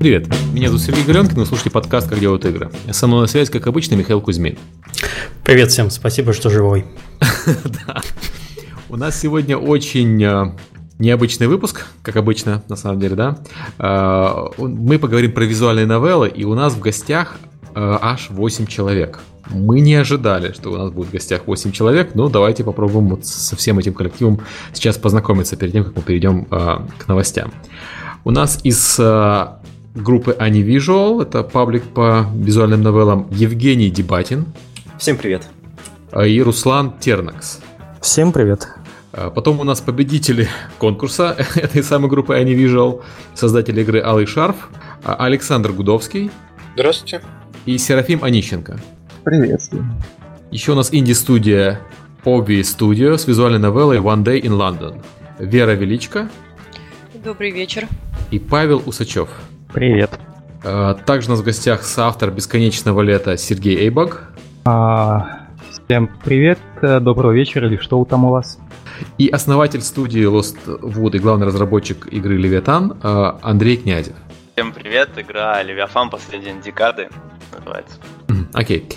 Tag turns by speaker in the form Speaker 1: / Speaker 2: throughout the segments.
Speaker 1: Привет, меня зовут Сергей Галенкин, вы слушаете подкаст «Как делают игры». Со мной на связи, как обычно, Михаил Кузьмин.
Speaker 2: Привет всем, спасибо, что живой.
Speaker 1: Да. У нас сегодня очень необычный выпуск, как обычно, на самом деле, да. Мы поговорим про визуальные новеллы, и у нас в гостях аж 8 человек. Мы не ожидали, что у нас будет в гостях 8 человек, но давайте попробуем вот со всем этим коллективом сейчас познакомиться перед тем, как мы перейдем к новостям. У нас из группы AnyVisual, это паблик по визуальным новеллам, Евгений Дебатин.
Speaker 3: Всем привет.
Speaker 1: И Руслан Тернакс.
Speaker 4: Всем привет.
Speaker 1: Потом у нас победители конкурса этой самой группы AnyVisual, создатели игры Алый Шарф, Александр Гудовский.
Speaker 5: Здравствуйте.
Speaker 1: И Серафим Онищенко.
Speaker 4: Приветствую.
Speaker 1: Еще у нас инди-студия Obi Studio с визуальной новеллой One Day in London. Вера Величко.
Speaker 6: Добрый вечер.
Speaker 1: И Павел Усачев.
Speaker 4: Привет.
Speaker 1: Также у нас в гостях соавтор «Бесконечного лета» Сергей Эйбаг.
Speaker 4: Всем привет, доброго вечера, или что там у вас?
Speaker 1: И основатель студии Lost Wood и главный разработчик игры «Левиатан» Андрей Князев.
Speaker 3: Всем привет, игра «Левиафан. Последние декады» называется.
Speaker 1: Окей.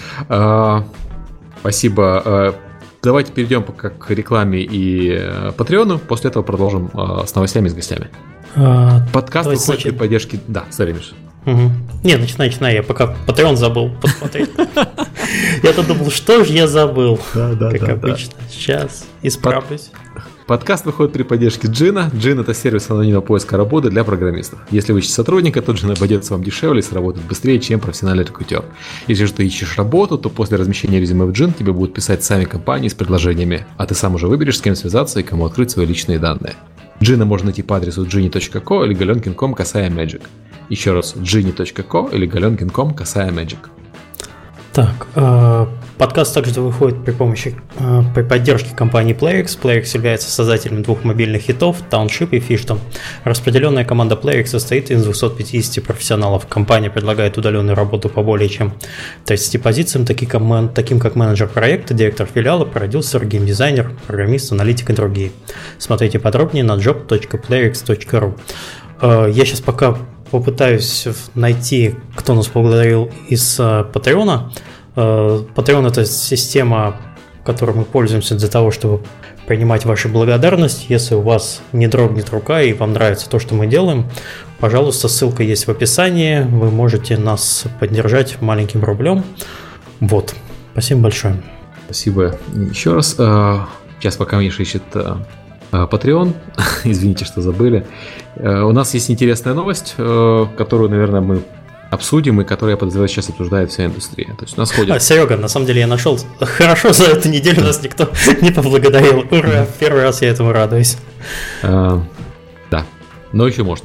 Speaker 1: Спасибо. Давайте перейдем к рекламе и Патреону. После этого продолжим с новостями и с гостями. Подкаст выходит при поддержке... Да, sorry, Миша.
Speaker 2: Не, начинай. Я пока Patreon забыл посмотреть. Я-то думал, что же я забыл. Как обычно. Сейчас исправлюсь.
Speaker 1: Подкаст выходит при поддержке Джина. Джин — это сервис анонимного поиска работы для программистов. Если вы ищете сотрудника, то Джин обойдется вам дешевле и сработает быстрее, чем профессиональный рекрутер. Если же ты ищешь работу, то после размещения резюме в Джин тебе будут писать сами компании с предложениями, а ты сам уже выберешь, с кем связаться и кому открыть свои личные данные. Джина можно найти по адресу gini.co или galenkin.com /magic. Еще раз, gini.co или galenkin.com /magic.
Speaker 2: Так, подкаст также выходит при поддержке компании PlayX. PlayX является создателем двух мобильных хитов Township и Fishton. Распределенная команда PlayX состоит из 250 профессионалов. Компания предлагает удаленную работу по более чем 30 позициям, таким как менеджер проекта, директор филиала, продюсер, геймдизайнер, программист, аналитик и другие. Смотрите подробнее на job.playx.ru. Я сейчас пока попытаюсь найти, кто нас поблагодарил из Патреона. Patreon — это система, которой мы пользуемся для того, чтобы принимать вашу благодарность. Если у вас не дрогнет рука и вам нравится то, что мы делаем, пожалуйста, ссылка есть в описании. Вы можете нас поддержать маленьким рублем. Вот. Спасибо большое.
Speaker 1: Спасибо еще раз. Сейчас, пока Миша ищет Patreon, извините, что забыли. У нас есть интересная новость, которую, наверное, мы обсудим, и которую, я подозреваю, сейчас обсуждает вся индустрия. То есть у нас ходит...
Speaker 2: Серега, на самом деле я нашел... Хорошо, за эту неделю нас никто не поблагодарил. Ура! Первый раз я этому радуюсь.
Speaker 1: Да, но еще можно.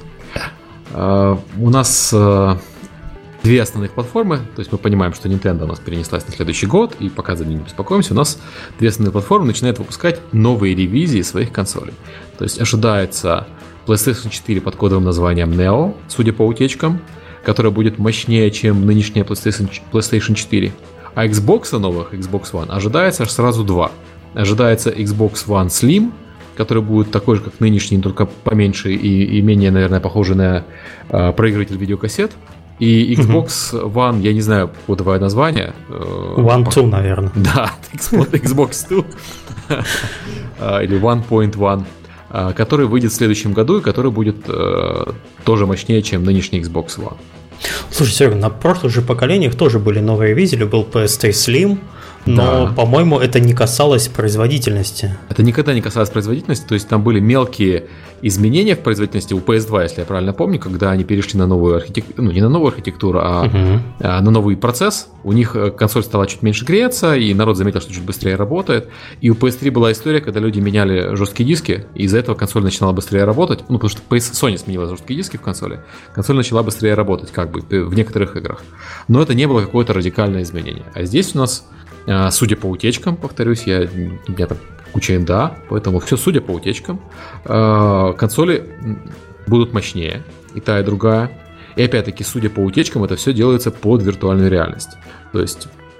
Speaker 1: У нас две основных платформы. То есть мы понимаем, что Nintendo у нас перенеслась на следующий год, и пока за ними не беспокоимся, у нас две основные платформы начинают выпускать новые ревизии своих консолей. То есть ожидается PlayStation 4 под кодовым названием Neo, судя по утечкам, которая будет мощнее, чем нынешняя PlayStation 4. А Xbox новых, Xbox One, ожидается аж сразу два. Ожидается Xbox One Slim, который будет такой же, как нынешний, только поменьше и менее, наверное, похожий на проигрыватель видеокассет. И Xbox One, я не знаю кодовое название.
Speaker 2: One 2, наверное.
Speaker 1: Да, Xbox 2. Или 1.1. Который выйдет в следующем году и который будет тоже мощнее, чем нынешний Xbox One.
Speaker 2: Слушай, Серега, на прошлых же поколениях тоже были новые ревизии, был PS3 Slim, но, по-моему, это не касалось производительности.
Speaker 1: Это никогда не касалось производительности, то есть там были мелкие изменения в производительности у PS2, если я правильно помню, когда они перешли на новую архитектуру, ну не на новую архитектуру, а на новый процесс. У них консоль стала чуть меньше греться, и народ заметил, что чуть быстрее работает. И у PS3 была история, когда люди меняли жесткие диски, и из-за этого консоль начинала быстрее работать. Ну, потому что Sony сменила жесткие диски в консоли, консоль начала быстрее работать, как бы, в некоторых играх. Но это не было какое-то радикальное изменение. А здесь у нас, судя по утечкам, повторюсь, у меня там куча НДА, поэтому все судя по утечкам, консоли будут мощнее, и та, и другая. И опять-таки, судя по утечкам, это все делается под виртуальную реальность. То есть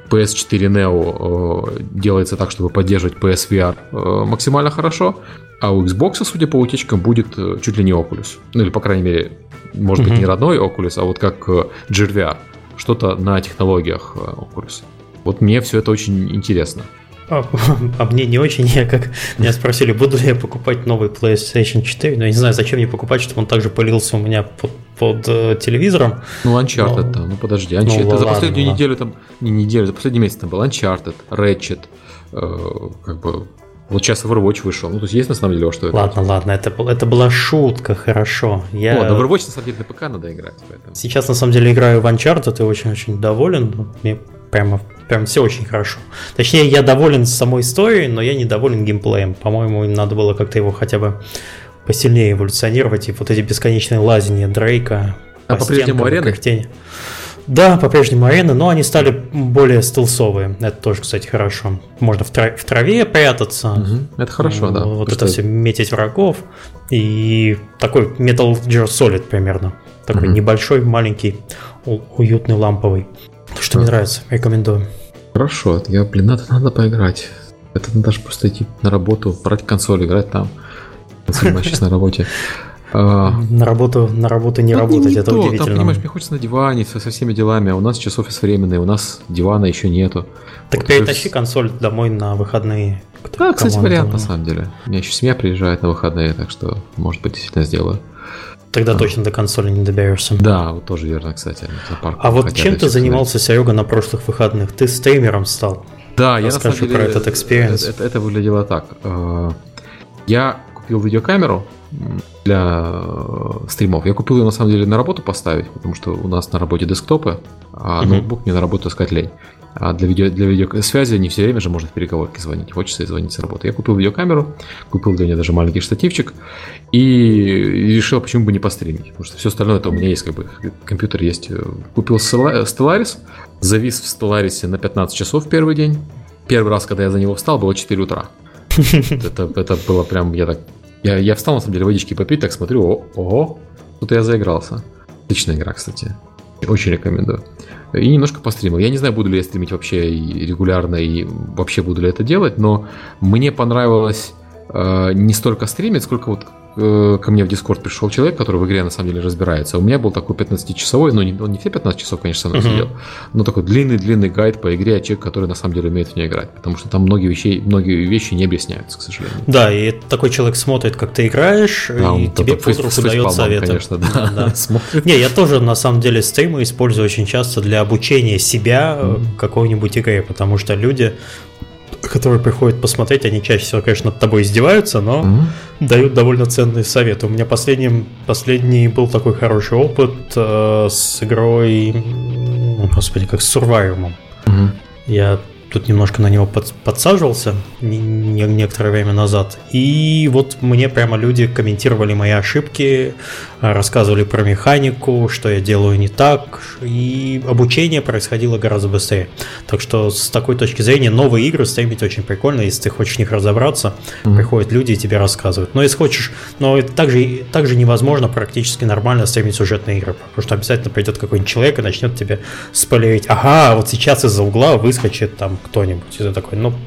Speaker 1: PS4 Neo делается так, чтобы поддерживать PSVR максимально хорошо, а у Xbox, судя по утечкам, будет чуть ли не Oculus. Ну или, по крайней мере, может быть, не родной Oculus, а вот как Gear VR. Что-то на технологиях Oculus. Вот мне все это очень интересно.
Speaker 2: А мне не очень. Меня спросили, буду ли я покупать новый PlayStation 4. Но я не знаю, зачем мне покупать, чтобы он также пылился у меня под телевизором.
Speaker 1: Ну, Uncharted там, ну подожди. Uncharted, за последнюю неделю там, не неделю, за последний месяц там был Uncharted, Ratchet, как бы. Вот сейчас Overwatch вышел. Ну, то есть на самом деле, что это.
Speaker 2: Ладно, это была шутка, хорошо.
Speaker 1: Вот, Overwatch на самом деле на ПК надо играть. Поэтому.
Speaker 2: Сейчас на самом деле играю в Uncharted и очень-очень доволен. Мне прям все очень хорошо. Точнее, я доволен самой историей, но я не доволен геймплеем. По-моему, им надо было как-то его хотя бы посильнее эволюционировать. И вот эти бесконечные лазения Дрейка
Speaker 1: по по-прежнему арены?
Speaker 2: Да, по-прежнему арены, но они стали более стелсовые. Это тоже, кстати, хорошо. Можно в траве прятаться.
Speaker 1: Угу. Это хорошо, да.
Speaker 2: Вот это все метить врагов. И такой Metal Gear Solid примерно. Такой небольшой, маленький, уютный, ламповый. Что мне нравится, рекомендую.
Speaker 1: Хорошо, надо поиграть. Это надо даже просто идти на работу, брать консоль, играть там. Консоль сейчас на работе.
Speaker 2: На работу не работать, это удивительно.
Speaker 1: Там, понимаешь, мне хочется на диване со всеми делами, а у нас сейчас офис временный, у нас дивана еще нету.
Speaker 2: Так вот, перетащи консоль домой на выходные.
Speaker 1: Да, кстати, вариант на самом деле. У меня еще семья приезжает на выходные, так что, может быть, действительно сделаю.
Speaker 2: Тогда точно до консоли не доберешься.
Speaker 1: Да, вот тоже верно, кстати.
Speaker 2: А вот чем ты занимался, Серега, на прошлых выходных? Ты стримером стал?
Speaker 1: Да, я на самом деле...
Speaker 2: про этот экспириенс.
Speaker 1: Это выглядело так. Я купил видеокамеру для стримов. Я купил ее, на самом деле, на работу поставить, потому что у нас на работе десктопы, а ноутбук мне на работу искать лень. А для видеосвязи не все время же можно в переговорке звонить. Хочется и звонить с работы. Я купил видеокамеру, купил для нее даже маленький штативчик и решил, почему бы не постримить. Потому что все остальное это у меня есть, как бы компьютер есть. Купил Stellaris, завис в Stellaris на 15 часов первый день. Первый раз, когда я за него встал, было 4 утра. Это было прям, я встал, на самом деле, водички попить, так смотрю, ого, тут я заигрался. Отличная игра, кстати. Очень рекомендую. И немножко постримил. Я не знаю, буду ли я стримить вообще и регулярно, и вообще буду ли это делать, но мне понравилось не столько стримить, сколько вот ко мне в Discord пришел человек, который в игре на самом деле разбирается. У меня был такой 15-часовой, но он не все 15 часов, конечно, со мной сидел, но такой длинный гайд по игре от человека, который на самом деле умеет в нее играть, потому что там многие вещи не объясняются, к сожалению.
Speaker 2: Да, и такой человек смотрит, как ты играешь, и тебе под руку дает советы.
Speaker 1: Конечно, да.
Speaker 2: Не, я тоже на самом деле стримы использую очень часто для обучения себя какой-нибудь игре, потому что люди, которые приходят посмотреть, они чаще всего, конечно, над тобой издеваются, но дают довольно ценные советы. У меня последний был такой хороший опыт с игрой, господи, как с Survivor. Я тут немножко на него подсаживался некоторое время назад, и вот мне прямо люди комментировали мои ошибки, рассказывали про механику, что я делаю не так, и обучение происходило гораздо быстрее. Так что с такой точки зрения новые игры стримить очень прикольно, если ты хочешь в них разобраться, приходят люди и тебе рассказывают. Но если хочешь, но также невозможно практически нормально стримить сюжетные игры, потому что обязательно придет какой-нибудь человек и начнет тебе спойлерить: ага, вот сейчас из-за угла выскочит там кто-нибудь, и ты такой, ну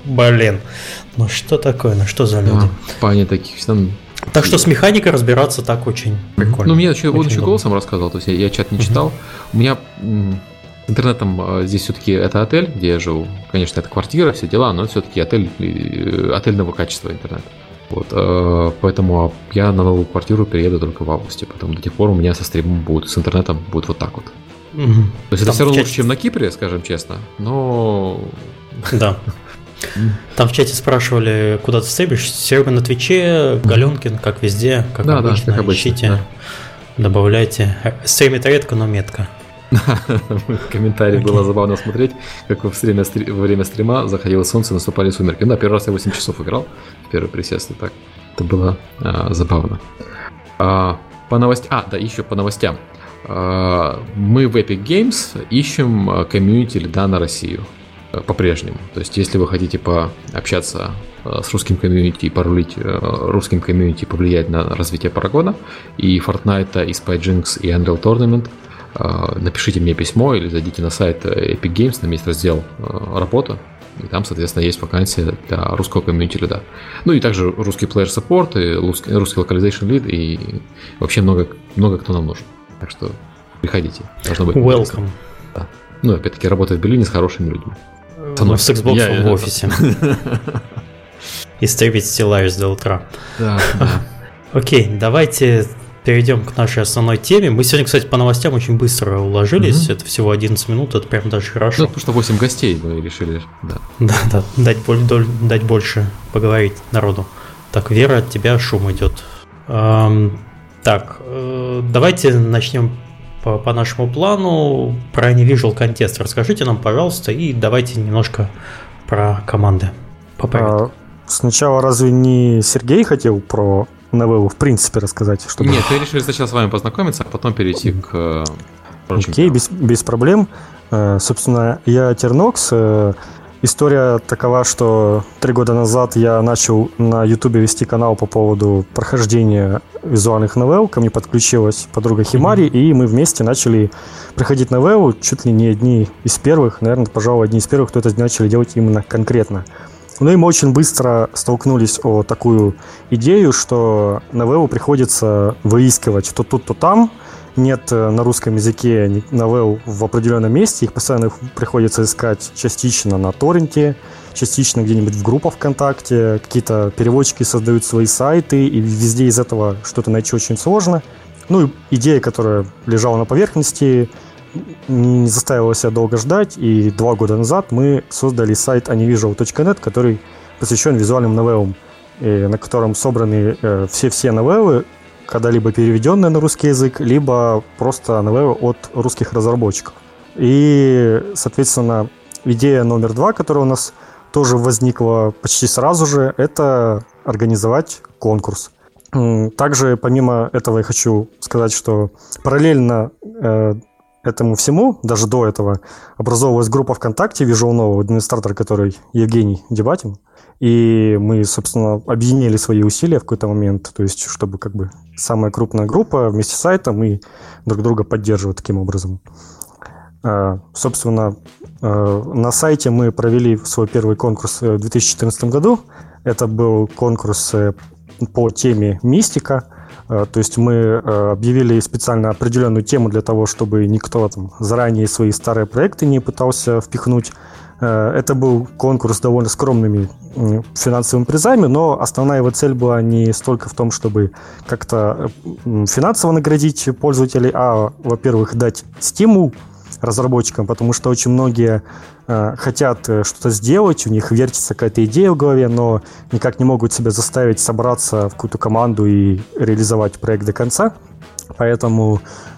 Speaker 2: что такое, что за люди?
Speaker 1: Пани таких там.
Speaker 2: Так что с механикой разбираться так очень прикольно.
Speaker 1: Ну, мне он еще голосом рассказал, то есть я чат не читал. У меня интернетом здесь все-таки это отель, где я живу. Конечно, это квартира, все дела, но все-таки отельного качества интернет. Вот, поэтому я на новую квартиру перееду только в августе. Потом до тех пор у меня со стримом будет, с интернетом будет вот так вот. То есть это все равно лучше, чем на Кипре, скажем честно, но...
Speaker 2: Да. Там в чате спрашивали, куда ты стримишь. Серега на Твиче, Галенкин, как везде, как обычно.
Speaker 1: Как обычно.
Speaker 2: Ищите, добавляйте. Стримит редко, но метко.
Speaker 1: В комментарии было забавно смотреть, как во время стрима заходило солнце, наступали сумерки. Да, первый раз я 8 часов играл в первый присест, и так. Это было забавно. По новостям. Еще по новостям. Мы в Epic Games ищем комьюнити лида на Россию. По-прежнему. То есть, если вы хотите пообщаться с русским комьюнити и порулить русским комьюнити, повлиять на развитие Парагона и Fortnite, и Spy Jinx, и Unreal Tournament, напишите мне письмо или зайдите на сайт Epic Games, там есть раздел «Работа», и там, соответственно, есть вакансия для русского комьюнити лида. Ну и также русский player support, и русский localization lead, и вообще много кто нам нужен. Так что приходите. Должно быть
Speaker 2: Welcome.
Speaker 1: Да. Ну, опять-таки, работать в Берлине с хорошими людьми.
Speaker 2: Мы с Xbox в офисе. И стребить стелларис до утра.
Speaker 1: Да.
Speaker 2: Окей, давайте перейдем к нашей основной теме. Мы сегодня, кстати, по новостям очень быстро уложились. Это всего 11 минут, это прям даже хорошо.
Speaker 1: Ну, потому что 8 гостей мы решили.
Speaker 2: Да, дать больше поговорить народу. Так, Вера, от тебя шум идет. Так, давайте начнем по нашему плану. Про Visual Contest расскажите нам, пожалуйста, и давайте немножко про команды.
Speaker 5: Сначала разве не Сергей хотел про новеллу в принципе рассказать? Чтобы...
Speaker 1: Нет, мы решили сначала с вами познакомиться, а потом перейти к...
Speaker 5: Окей, без проблем. Собственно, я Тернокс. История такова, что 3 года назад я начал на Ютубе вести канал по поводу прохождения визуальных новелл. Ко мне подключилась подруга Химари, и мы вместе начали проходить новеллу. Чуть ли не одни из первых, наверное, пожалуй, одни из первых, кто это начали делать именно конкретно. Ну и мы очень быстро столкнулись о такую идею, что новеллу приходится выискивать то тут, то там. Нет на русском языке новелл в определенном месте, их постоянно приходится искать частично на торренте, частично где-нибудь в группах ВКонтакте, какие-то переводчики создают свои сайты, и везде из этого что-то найти очень сложно. Ну и идея, которая лежала на поверхности, не заставила себя долго ждать, и 2 года назад мы создали сайт anivisual.net, который посвящен визуальным новеллам, на котором собраны все новеллы, когда-либо переведенные на русский язык, либо просто новеллы от русских разработчиков. И, соответственно, идея номер 2, которая у нас тоже возникла почти сразу же, это организовать конкурс. Также, помимо этого, я хочу сказать, что параллельно этому всему, даже до этого, образовалась группа ВКонтакте Visual Novel, администратор которой Евгений Дебатин. И мы, собственно, объединили свои усилия в какой-то момент, то есть, чтобы как бы самая крупная группа вместе с сайтом и друг друга поддерживать таким образом. Собственно, на сайте мы провели свой первый конкурс в 2014 году. Это был конкурс по теме «Мистика». То есть мы объявили специально определенную тему для того, чтобы никто там заранее свои старые проекты не пытался впихнуть. Это был конкурс с довольно скромными финансовыми призами, но основная его цель была не столько в том, чтобы как-то финансово наградить пользователей, а, во-первых, дать стимул разработчикам, потому что очень многие хотят что-то сделать, у них вертится какая-то идея в голове, но никак не могут себя заставить собраться в какую-то команду и реализовать проект до конца. Поэтому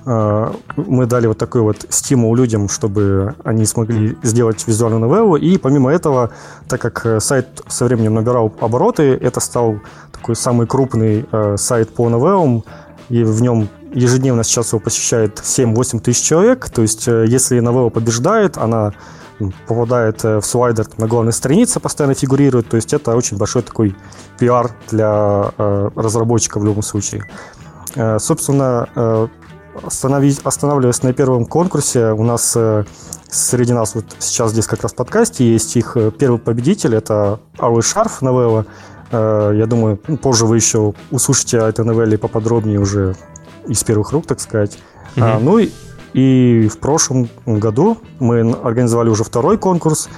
Speaker 5: мы дали вот такой вот стимул людям, чтобы они смогли сделать визуальную новеллу. И помимо этого, так как сайт со временем набирал обороты, это стал такой самый крупный сайт по новеллам, и в нем ежедневно сейчас его посещает 7-8 тысяч человек. То есть если новелла побеждает, она попадает в слайдер на главной странице, постоянно фигурирует. То есть это очень большой такой пиар для разработчиков в любом случае. Собственно, останавливаясь на первом конкурсе, у нас среди нас вот сейчас здесь как раз в подкасте есть их первый победитель, это Алый Шарф новелла. Я думаю, позже вы еще услышите о этой новелле поподробнее уже из первых рук, так сказать. Ну и в прошлом году мы организовали уже второй конкурс.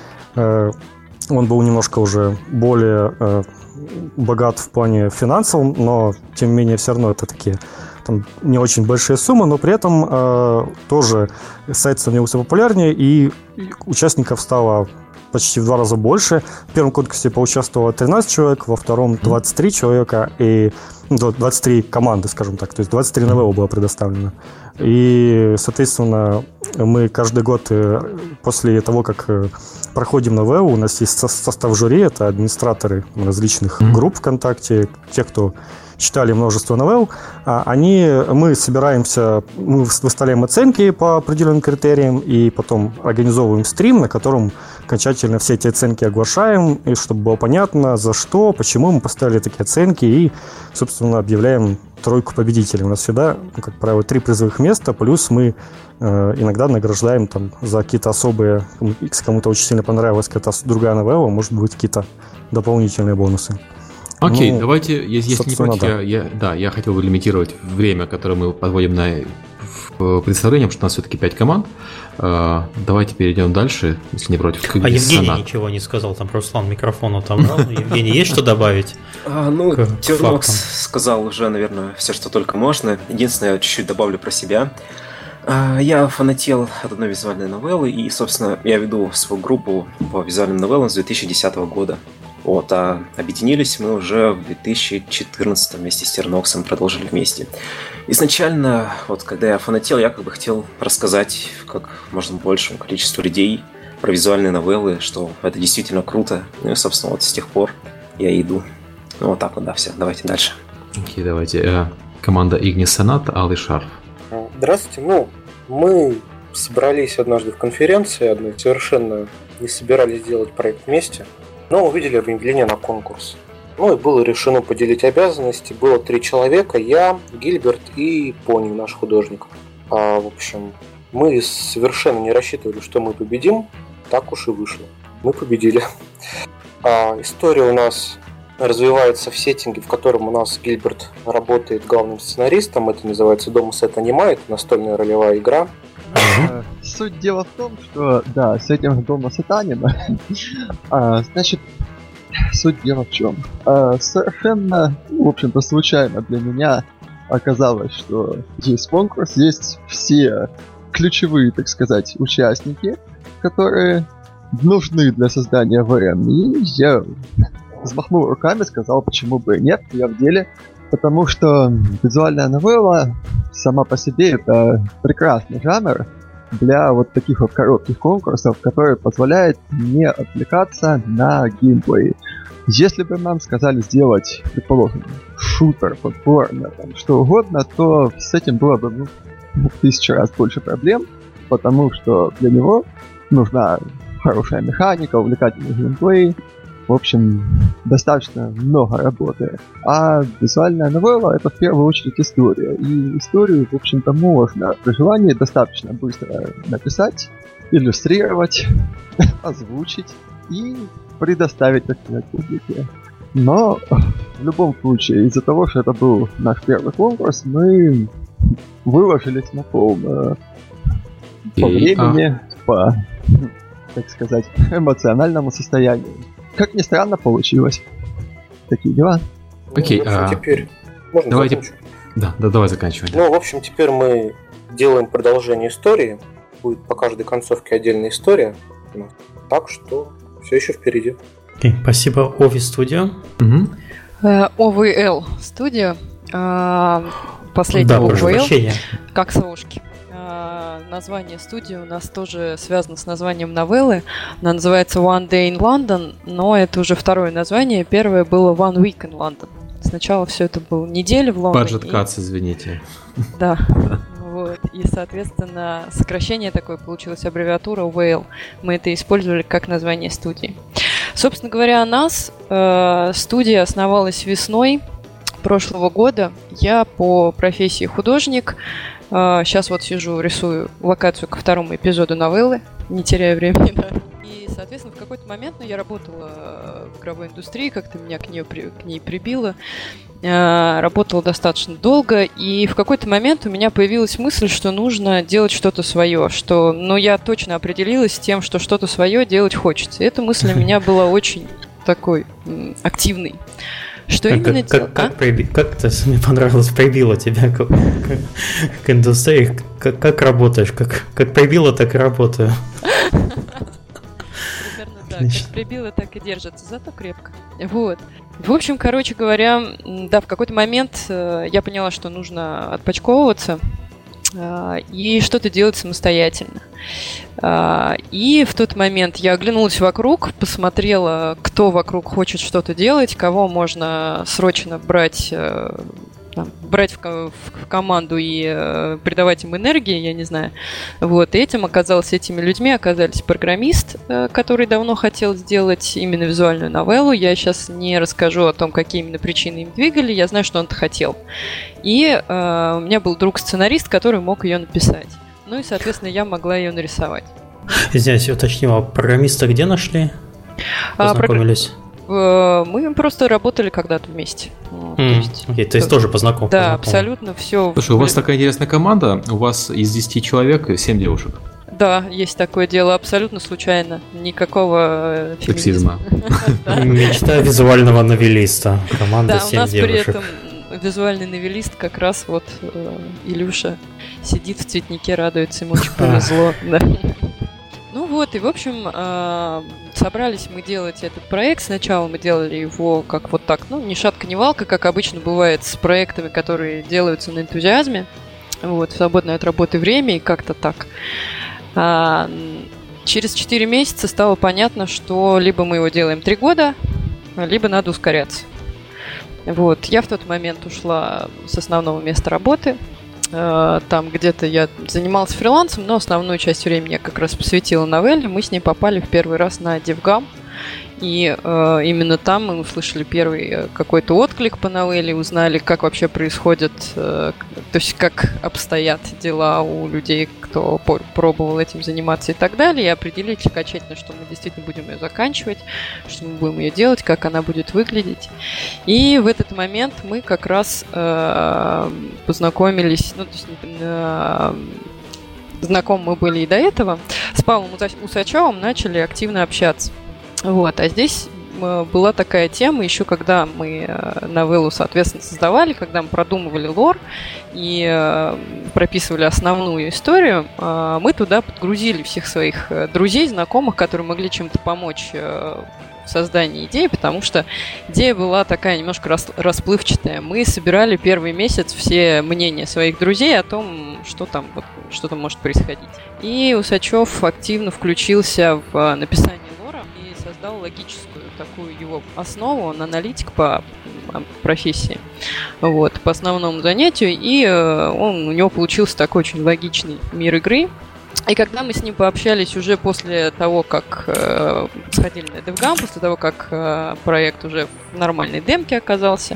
Speaker 5: Он был немножко уже более богат в плане финансовом, но тем не менее все равно это такие там не очень большие суммы, но при этом тоже сайт становился популярнее, и участников стало почти в 2 раза больше. В первом конкурсе поучаствовало 13 человек, во втором 23 человека, и 23 команды, скажем так, то есть 23 новеллы было предоставлено. И, соответственно, мы каждый год после того, как проходим новеллу, у нас есть состав жюри, это администраторы различных групп ВКонтакте, те, кто читали множество новелл, мы собираемся, мы выставляем оценки по определенным критериям и потом организовываем стрим, на котором окончательно все эти оценки оглашаем, и чтобы было понятно, за что, почему мы поставили такие оценки, и, собственно, объявляем тройку победителей. У нас всегда, как правило, 3 призовых места, плюс мы иногда награждаем там за какие-то особые, если кому-то очень сильно понравилась какая-то другая новелла, может быть, какие-то дополнительные бонусы.
Speaker 1: Окей, давайте, если не против, я хотел бы лимитировать время, которое мы подводим на представление, потому что у нас все-таки 5 команд. Давайте перейдем дальше, если не против.
Speaker 2: Евгений ничего не сказал, там Руслан микрофон отобрал. Евгений, есть что добавить?
Speaker 7: Тернокс сказал уже, наверное, все, что только можно. Единственное, я чуть-чуть добавлю про себя. Я фанател от одной визуальной новеллы, и, собственно, я веду свою группу по визуальным новеллам с 2010 года. Вот, а объединились мы уже в 2014 вместе с Терноксом, продолжили вместе. Изначально, вот когда я фанател, я как бы хотел рассказать как можно большему количеству людей про визуальные новеллы, что это действительно круто. Ну и, собственно, вот с тех пор я иду. Ну вот так вот, да, все. Давайте дальше.
Speaker 1: Окей, давайте. Команда Ignis Sonata, Алый Шарф.
Speaker 8: Здравствуйте. Мы собрались однажды в конференции одной, совершенно не собирались делать проект вместе, но увидели объявление на конкурс. И было решено поделить обязанности. Было 3 человека, я, Гильберт и Пони, наш художник. В общем, мы совершенно не рассчитывали, что мы победим. Так уж и вышло. Мы победили. История у нас развивается в сеттинге, в котором у нас Гильберт работает главным сценаристом. Это называется Domus et Anima, это настольная ролевая игра.
Speaker 9: Суть дела в том, что, да, с этим Domus et Anima, значит, суть дела в чем? Совершенно, в общем-то, случайно для меня оказалось, что есть конкурс, есть все ключевые, так сказать, участники, которые нужны для создания ВН. И я взмахнул руками, сказал, почему бы и нет, я в деле. Потому что визуальная новелла сама по себе это прекрасный жанр для вот таких вот коротких конкурсов, который позволяет не отвлекаться на геймплей. Если бы нам сказали сделать, предположим, шутер, платформер, там, что угодно, то с этим было бы в 1000 раз больше проблем, потому что для него нужна хорошая механика, увлекательный геймплей. В общем, достаточно много работы. А визуальная новелла — это в первую очередь история. И историю, в общем-то, можно при желании достаточно быстро написать, иллюстрировать, озвучить и предоставить, так сказать, публике. Но в любом случае, из-за того, что это был наш первый конкурс, мы выложились на полную по времени, по, так сказать, эмоциональному состоянию. Как ни странно, получилось. Такие дела.
Speaker 1: Окей,
Speaker 8: теперь можно
Speaker 1: давайте...
Speaker 8: закончить?
Speaker 1: Да, давай заканчивать.
Speaker 8: В общем, теперь мы делаем продолжение истории. Будет по каждой концовке отдельная история. Так что все еще впереди.
Speaker 2: Спасибо, Ови Studio.
Speaker 6: OVL Studio. Последний OVL. Как совушки. Название студии у нас тоже связано с названием новеллы. Она называется One Day in London, но это уже второе название. Первое было One Week in London. Сначала все это было неделя в Лондоне.
Speaker 1: Budget cuts, извините.
Speaker 6: Да. Вот. И, соответственно, сокращение такое получилось, аббревиатура OVL. Мы это использовали как название студии. Собственно говоря, о нас. Студия основалась весной прошлого года. Я по профессии художник. Сейчас вот сижу, рисую локацию ко второму эпизоду новеллы, не теряя времени, да. И, соответственно, в какой-то момент, я работала в игровой индустрии, как-то меня к ней прибило, работала достаточно долго, и в какой-то момент у меня появилась мысль, что нужно делать что-то свое, что, я точно определилась с тем, что что-то свое делать хочется. И эта мысль у меня была очень такой активной. Что именно делать?
Speaker 2: Как это мне понравилось, прибило тебя к индустрии? Как работаешь? Как прибило, так и работаю.
Speaker 6: Примерно так. Как прибило, так и держится. Зато крепко. Вот. В общем, короче говоря, да, в какой-то момент я поняла, что нужно отпочковываться и что-то делать самостоятельно. И в тот момент я оглянулась вокруг, посмотрела, кто вокруг хочет что-то делать, кого можно срочно брать там, брать в команду и придавать им энергии, я не знаю. Вот, и этими людьми оказались программист, который давно хотел сделать именно визуальную новеллу. Я сейчас не расскажу о том, какие именно причины им двигали, я знаю, что он это хотел. И у меня был друг-сценарист, который мог ее написать. Ну и, соответственно, я могла ее нарисовать.
Speaker 2: Извиняюсь, уточнила, программиста где нашли? Познакомились?
Speaker 6: Мы просто работали когда-то вместе.
Speaker 2: То есть тоже познакомились?
Speaker 6: Да, абсолютно все.
Speaker 1: Слушай, у вас такая интересная команда, у вас из 10 человек 7 девушек.
Speaker 6: Да, есть такое дело, абсолютно случайно. Никакого
Speaker 1: сексизма.
Speaker 2: Мечта визуального новелиста. Команда 7 девушек.
Speaker 6: Да, у нас при этом визуальный новелист как раз вот Илюша сидит в цветнике, радуется, ему очень повезло. Ну вот, и в общем, собрались мы делать этот проект. Сначала мы делали его как вот так, ни шатка, ни валка, как обычно бывает с проектами, которые делаются на энтузиазме. Вот, в свободное от работы время и как-то так. Через 4 месяца стало понятно, что либо мы его делаем 3 года, либо надо ускоряться. Вот, я в тот момент ушла с основного места работы. Там где-то я занималась фрилансом, но основную часть времени я как раз посвятила новелле. Мы с ней попали в первый раз на DevGam. И именно там мы услышали первый какой-то отклик по новелле, узнали, как вообще происходит, то есть как обстоят дела у людей, кто пробовал этим заниматься и так далее, и определили окончательно, что мы действительно будем ее заканчивать, что мы будем ее делать, как она будет выглядеть. И в этот момент мы как раз познакомились, то есть знакомы мы были и до этого, с Павлом Усачевым начали активно общаться. Вот, а здесь была такая тема, еще когда мы новеллу, соответственно, создавали, когда мы продумывали лор и прописывали основную историю, мы туда подгрузили всех своих друзей, знакомых, которые могли чем-то помочь в создании идеи, потому что идея была такая немножко расплывчатая. Мы собирали первый месяц все мнения своих друзей о том, что там может происходить. И Усачев активно включился в написание лора и создал логическую такую его основу. Он аналитик по профессии, вот, по основному занятию, и у него получился такой очень логичный мир игры. И когда мы с ним пообщались уже после того, как сходили на DevGam, после того, как проект уже в нормальной демке оказался,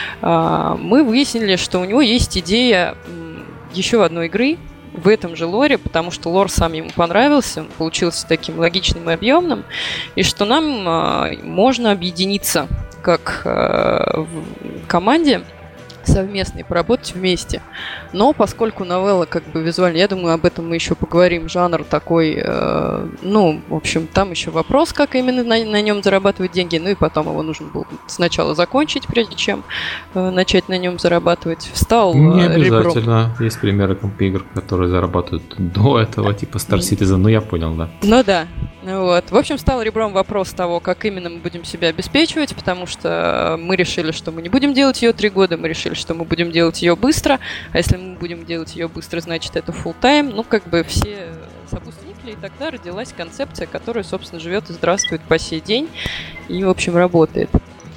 Speaker 6: мы выяснили, что у него есть идея еще одной игры в этом же лоре, потому что лор сам ему понравился, он получился таким логичным и объемным, и что нам можно объединиться как в команде совместно и поработать вместе. Но поскольку новелла как бы визуально, я думаю, об этом мы еще поговорим, жанр такой, в общем, там еще вопрос, как именно на нем зарабатывать деньги, ну и потом его нужно было сначала закончить, прежде чем начать на нем зарабатывать. Встал
Speaker 1: не обязательно. Ребром. Есть примеры компьютеров, которые зарабатывают до этого, типа Star Citizen, я понял, да.
Speaker 6: Ну да. Вот. В общем, стал ребром вопрос того, как именно мы будем себя обеспечивать, потому что мы решили, что мы не будем делать ее 3 года, мы решили, что мы будем делать ее быстро, а если мы будем делать ее быстро, значит это full-time, все сопутствовали, и тогда родилась концепция, которая, собственно, живет и здравствует по сей день и, в общем, работает.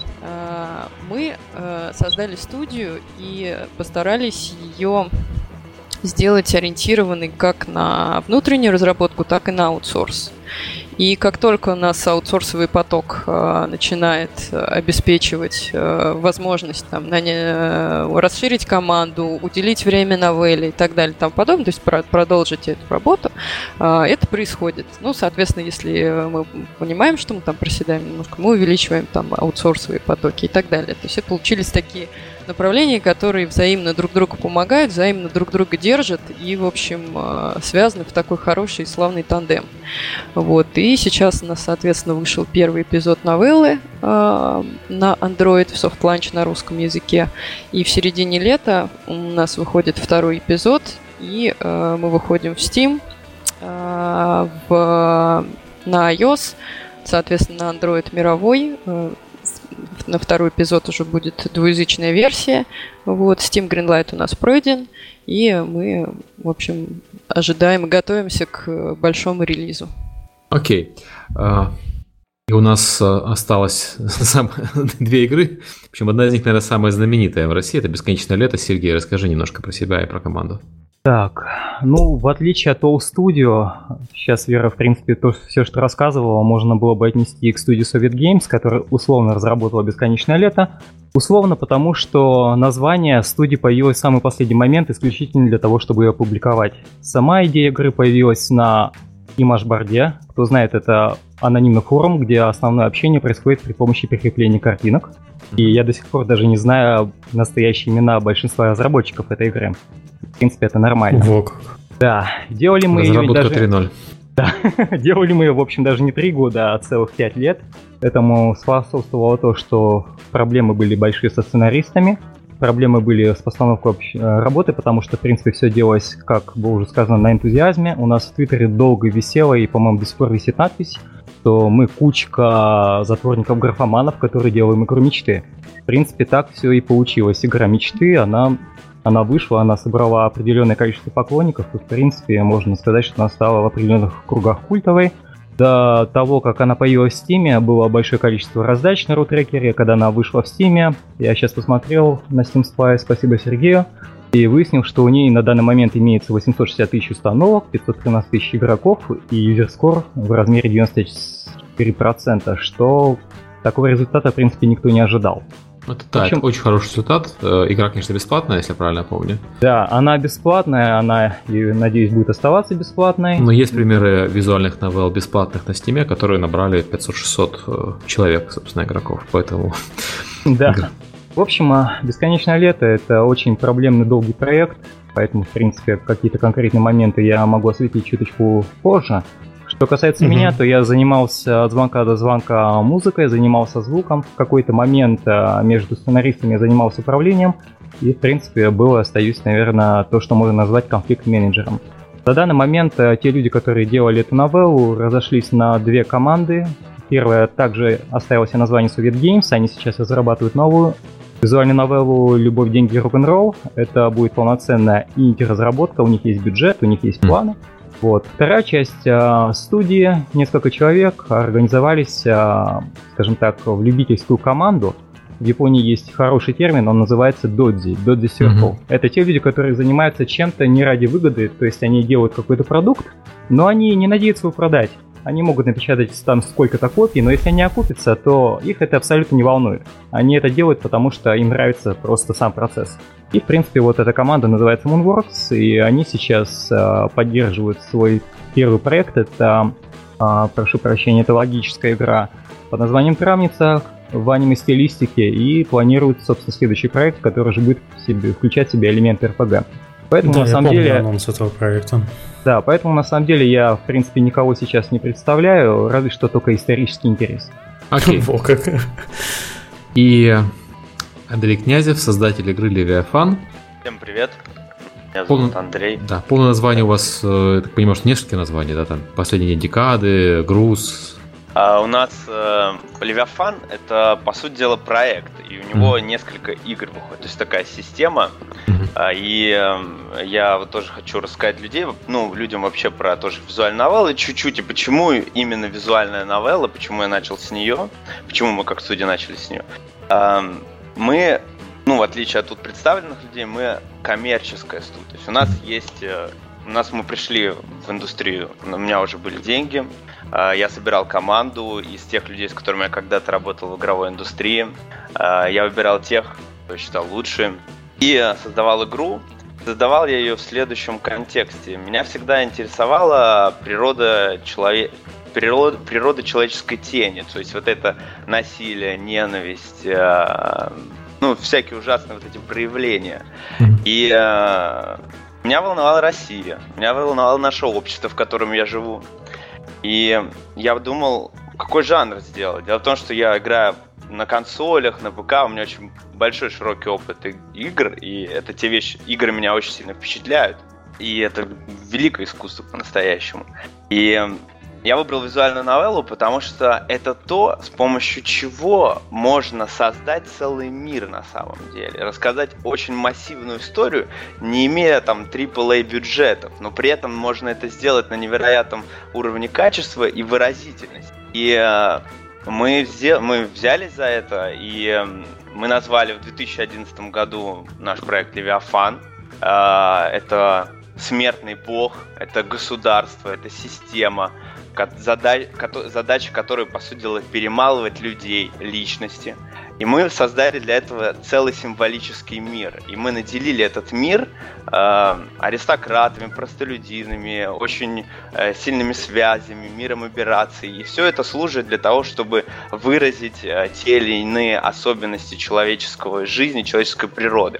Speaker 6: Мы создали студию и постарались ее сделать ориентированной как на внутреннюю разработку, так и на аутсорс. И как только у нас аутсорсовый поток начинает обеспечивать возможность расширить команду, уделить время новелле и так далее и тому подобное, то есть продолжить эту работу, это происходит. Соответственно, если мы понимаем, что мы там проседаем немножко, мы увеличиваем там аутсорсовые потоки и так далее. То есть это получились такие направления, которые взаимно друг другу помогают, взаимно друг друга держат и, в общем, связаны в такой хороший и славный тандем. Вот. И сейчас у нас, соответственно, вышел первый эпизод новеллы на Android, в софт-ланч на русском языке. И в середине лета у нас выходит второй эпизод, и мы выходим в Steam, на iOS, соответственно, на Android мировой. На второй эпизод уже будет двуязычная версия. Вот, Steam Greenlight у нас пройден, и мы, в общем, ожидаем и готовимся к большому релизу.
Speaker 1: Окей. И у нас осталось две игры, причем одна из них, наверное, самая знаменитая в России, это «Бесконечное лето». Сергей, расскажи немножко про себя и про команду.
Speaker 4: Так, ну, в отличие от All Studio, сейчас Вера, в принципе, то, все, что рассказывала, можно было бы отнести к студии Soviet Games, которая условно разработала «Бесконечное лето». Условно, потому что название студии появилось в самый последний момент исключительно для того, чтобы ее опубликовать. Сама идея игры появилась на Image-борде. Кто знает, это анонимный форум, где основное общение происходит при помощи прикрепления картинок. И я до сих пор даже не знаю настоящие имена большинства разработчиков этой игры. В принципе, это нормально.
Speaker 2: Во как.
Speaker 4: Да, делали мы ее
Speaker 1: Разработка
Speaker 4: даже...
Speaker 1: 3.0.
Speaker 4: Да, делали мы ее, в общем, даже не 3 года, а целых 5 лет. Этому способствовало то, что проблемы были большие со сценаристами, проблемы были с постановкой работы, потому что, в принципе, все делалось, как было уже сказано, на энтузиазме. У нас в Твиттере долго висело, и, по-моему, до сих пор висит надпись, что мы кучка затворников-графоманов, которые делаем игру мечты. В принципе, так все и получилось. Игра мечты, она вышла, она собрала определенное количество поклонников, и, в принципе, можно сказать, что она стала в определенных кругах культовой. До того, как она появилась в Steam, было большое количество раздач на RuTracker'е. Когда она вышла в Steam, я сейчас посмотрел на Steam Spy, спасибо Сергею, и выяснил, что у нее на данный момент имеется 860 тысяч установок, 513 тысяч игроков и юзерскор в размере 94%, что такого результата, в принципе, никто не ожидал.
Speaker 1: Это, да, это очень хороший результат. Игра, конечно, бесплатная, если я правильно помню.
Speaker 4: Да, она бесплатная, она, надеюсь, будет оставаться бесплатной.
Speaker 1: Но есть примеры визуальных новелл бесплатных на Steam, которые набрали 500-600 человек, собственно, игроков, поэтому...
Speaker 4: Да. В общем, «Бесконечное лето» — это очень проблемный долгий проект, поэтому, в принципе, какие-то конкретные моменты я могу осветить чуточку позже. Что касается меня, то я занимался от звонка до звонка музыкой, занимался звуком. В какой-то момент между сценаристами я занимался управлением. И, в принципе, был и остаюсь, наверное, то, что можно назвать конфликт-менеджером. На данный момент те люди, которые делали эту новеллу, разошлись на 2 команды. Первая также оставила себе название Soviet Games. Они сейчас разрабатывают новую визуальную новеллу «Любовь, деньги, рок-н-ролл». Это будет полноценная инди-разработка. У них есть бюджет, у них есть планы. Вот. Вторая часть студии, несколько человек организовались, скажем так, в любительскую команду. В Японии есть хороший термин, он называется додзи circle. Это те люди, которые занимаются чем-то не ради выгоды, то есть они делают какой-то продукт, но они не надеются его продать. Они могут напечатать там сколько-то копий, но если они окупятся, то их это абсолютно не волнует. Они это делают, потому что им нравится просто сам процесс. И, в принципе, вот эта команда называется Moonworks, и они сейчас поддерживают свой первый проект. Это, прошу прощения, это логическая игра под названием «Травница» в аниме-стилистике, и планируют, собственно, следующий проект, который же будет включать в себя элементы RPG. Поэтому,
Speaker 2: да,
Speaker 4: на самом деле,
Speaker 2: анонс этого проекта.
Speaker 4: Да, поэтому, на самом деле, я, в принципе, никого сейчас не представляю, разве что только исторический интерес.
Speaker 1: Окей.
Speaker 2: Во как.
Speaker 1: И Андрей Князев, создатель игры «Левиафан».
Speaker 3: Всем привет. Меня зовут Андрей.
Speaker 1: Да, полное название у вас, я так понимаю, что несколько названий, да, там «Последние декады», «Груз».
Speaker 3: У нас Левиафан — это, по сути дела, проект, и у него несколько игр выходит, то есть такая система. И я вот тоже хочу рассказать людям вообще про тоже визуальные новеллы чуть-чуть, и почему именно визуальная новелла, почему я начал с нее, почему мы как студия начали с нее. Мы, в отличие от тут представленных людей, мы коммерческая студия. То есть у нас есть... мы пришли в индустрию, у меня уже были деньги, я собирал команду из тех людей, с которыми я когда-то работал в игровой индустрии. Я выбирал тех, кто считал лучше, и создавал игру. Создавал я ее в следующем контексте. Меня всегда интересовала природа человеческой тени, то есть вот это насилие, ненависть, всякие ужасные вот эти проявления. И меня волновала Россия, меня волновало наше общество, в котором я живу. И я думал, какой жанр сделать. Дело в том, что я играю на консолях, на ПК, у меня очень большой широкий опыт игр, и это те вещи, игры меня очень сильно впечатляют. И это великое искусство по-настоящему. И я выбрал визуальную новеллу, потому что это то, с помощью чего можно создать целый мир на самом деле. Рассказать очень массивную историю, не имея там AAA бюджетов, но при этом можно это сделать на невероятном уровне качества и выразительности. И Мы взялись за это, и мы назвали в 2011 году наш проект «Левиафан». Это смертный бог, это государство, это система, задача которой, по сути дела, перемалывать людей, личности. И мы создали для этого целый символический мир. И мы наделили этот мир аристократами, простолюдинами, очень сильными связями, миром операций. И все это служит для того, чтобы выразить те или иные особенности человеческой жизни, человеческой природы.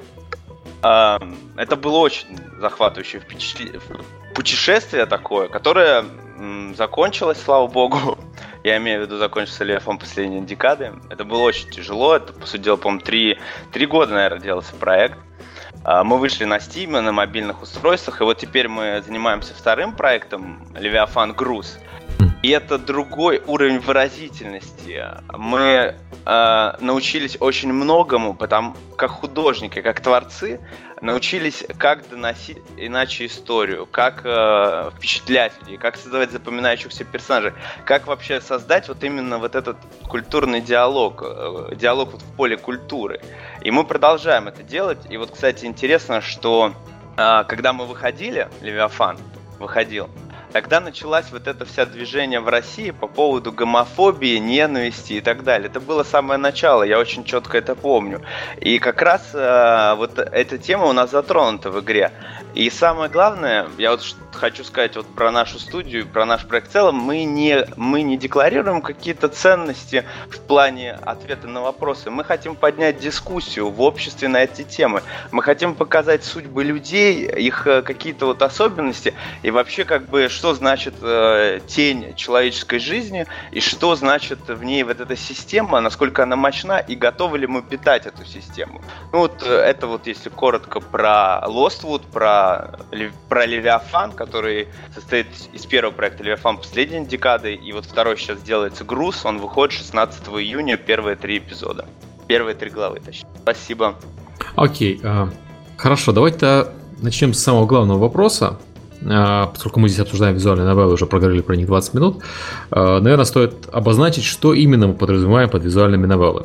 Speaker 3: Это было очень захватывающее путешествие такое, которое закончилось, слава богу. Я имею в виду, закончился Левиафан последней декады. Это было очень тяжело. Это, по сути дела, по-моему, 3 года, наверное, делался проект. Мы вышли на Steam, на мобильных устройствах. И вот теперь мы занимаемся вторым проектом Левиафан Груз. И это другой уровень выразительности. Мы научились очень многому, потому как художники, как творцы, научились, как доносить иначе историю, как впечатлять людей, как создавать запоминающихся персонажей, как вообще создать вот именно вот этот культурный диалог вот в поле культуры. И мы продолжаем это делать. И вот, кстати, интересно, что когда мы выходили, Левиафан выходил, тогда началась вот это вся движение в России по поводу гомофобии, ненависти и так далее. Это было самое начало, я очень четко это помню. И как раз вот эта тема у нас затронута в игре. И самое главное, я вот хочу сказать вот про нашу студию, про наш проект в целом, мы не декларируем какие-то ценности в плане ответа на вопросы. Мы хотим поднять дискуссию в обществе на эти темы. Мы хотим показать судьбы людей, их какие-то вот особенности и вообще как бы что значит тень человеческой жизни и что значит в ней вот эта система, насколько она мощна и готовы ли мы питать эту систему. Ну вот это вот если коротко про Lostwood, про Левиафан, который состоит из первого проекта Левиафан последней декады, и вот второй сейчас делается Груз, он выходит 16 июня, первые 3 эпизода. Первые 3 главы, точнее. Спасибо.
Speaker 1: Окей, хорошо, давайте начнем с самого главного вопроса. Поскольку мы здесь обсуждаем визуальные новеллы, уже проговорили про них 20 минут, наверное, стоит обозначить, что именно мы подразумеваем под визуальными новеллами.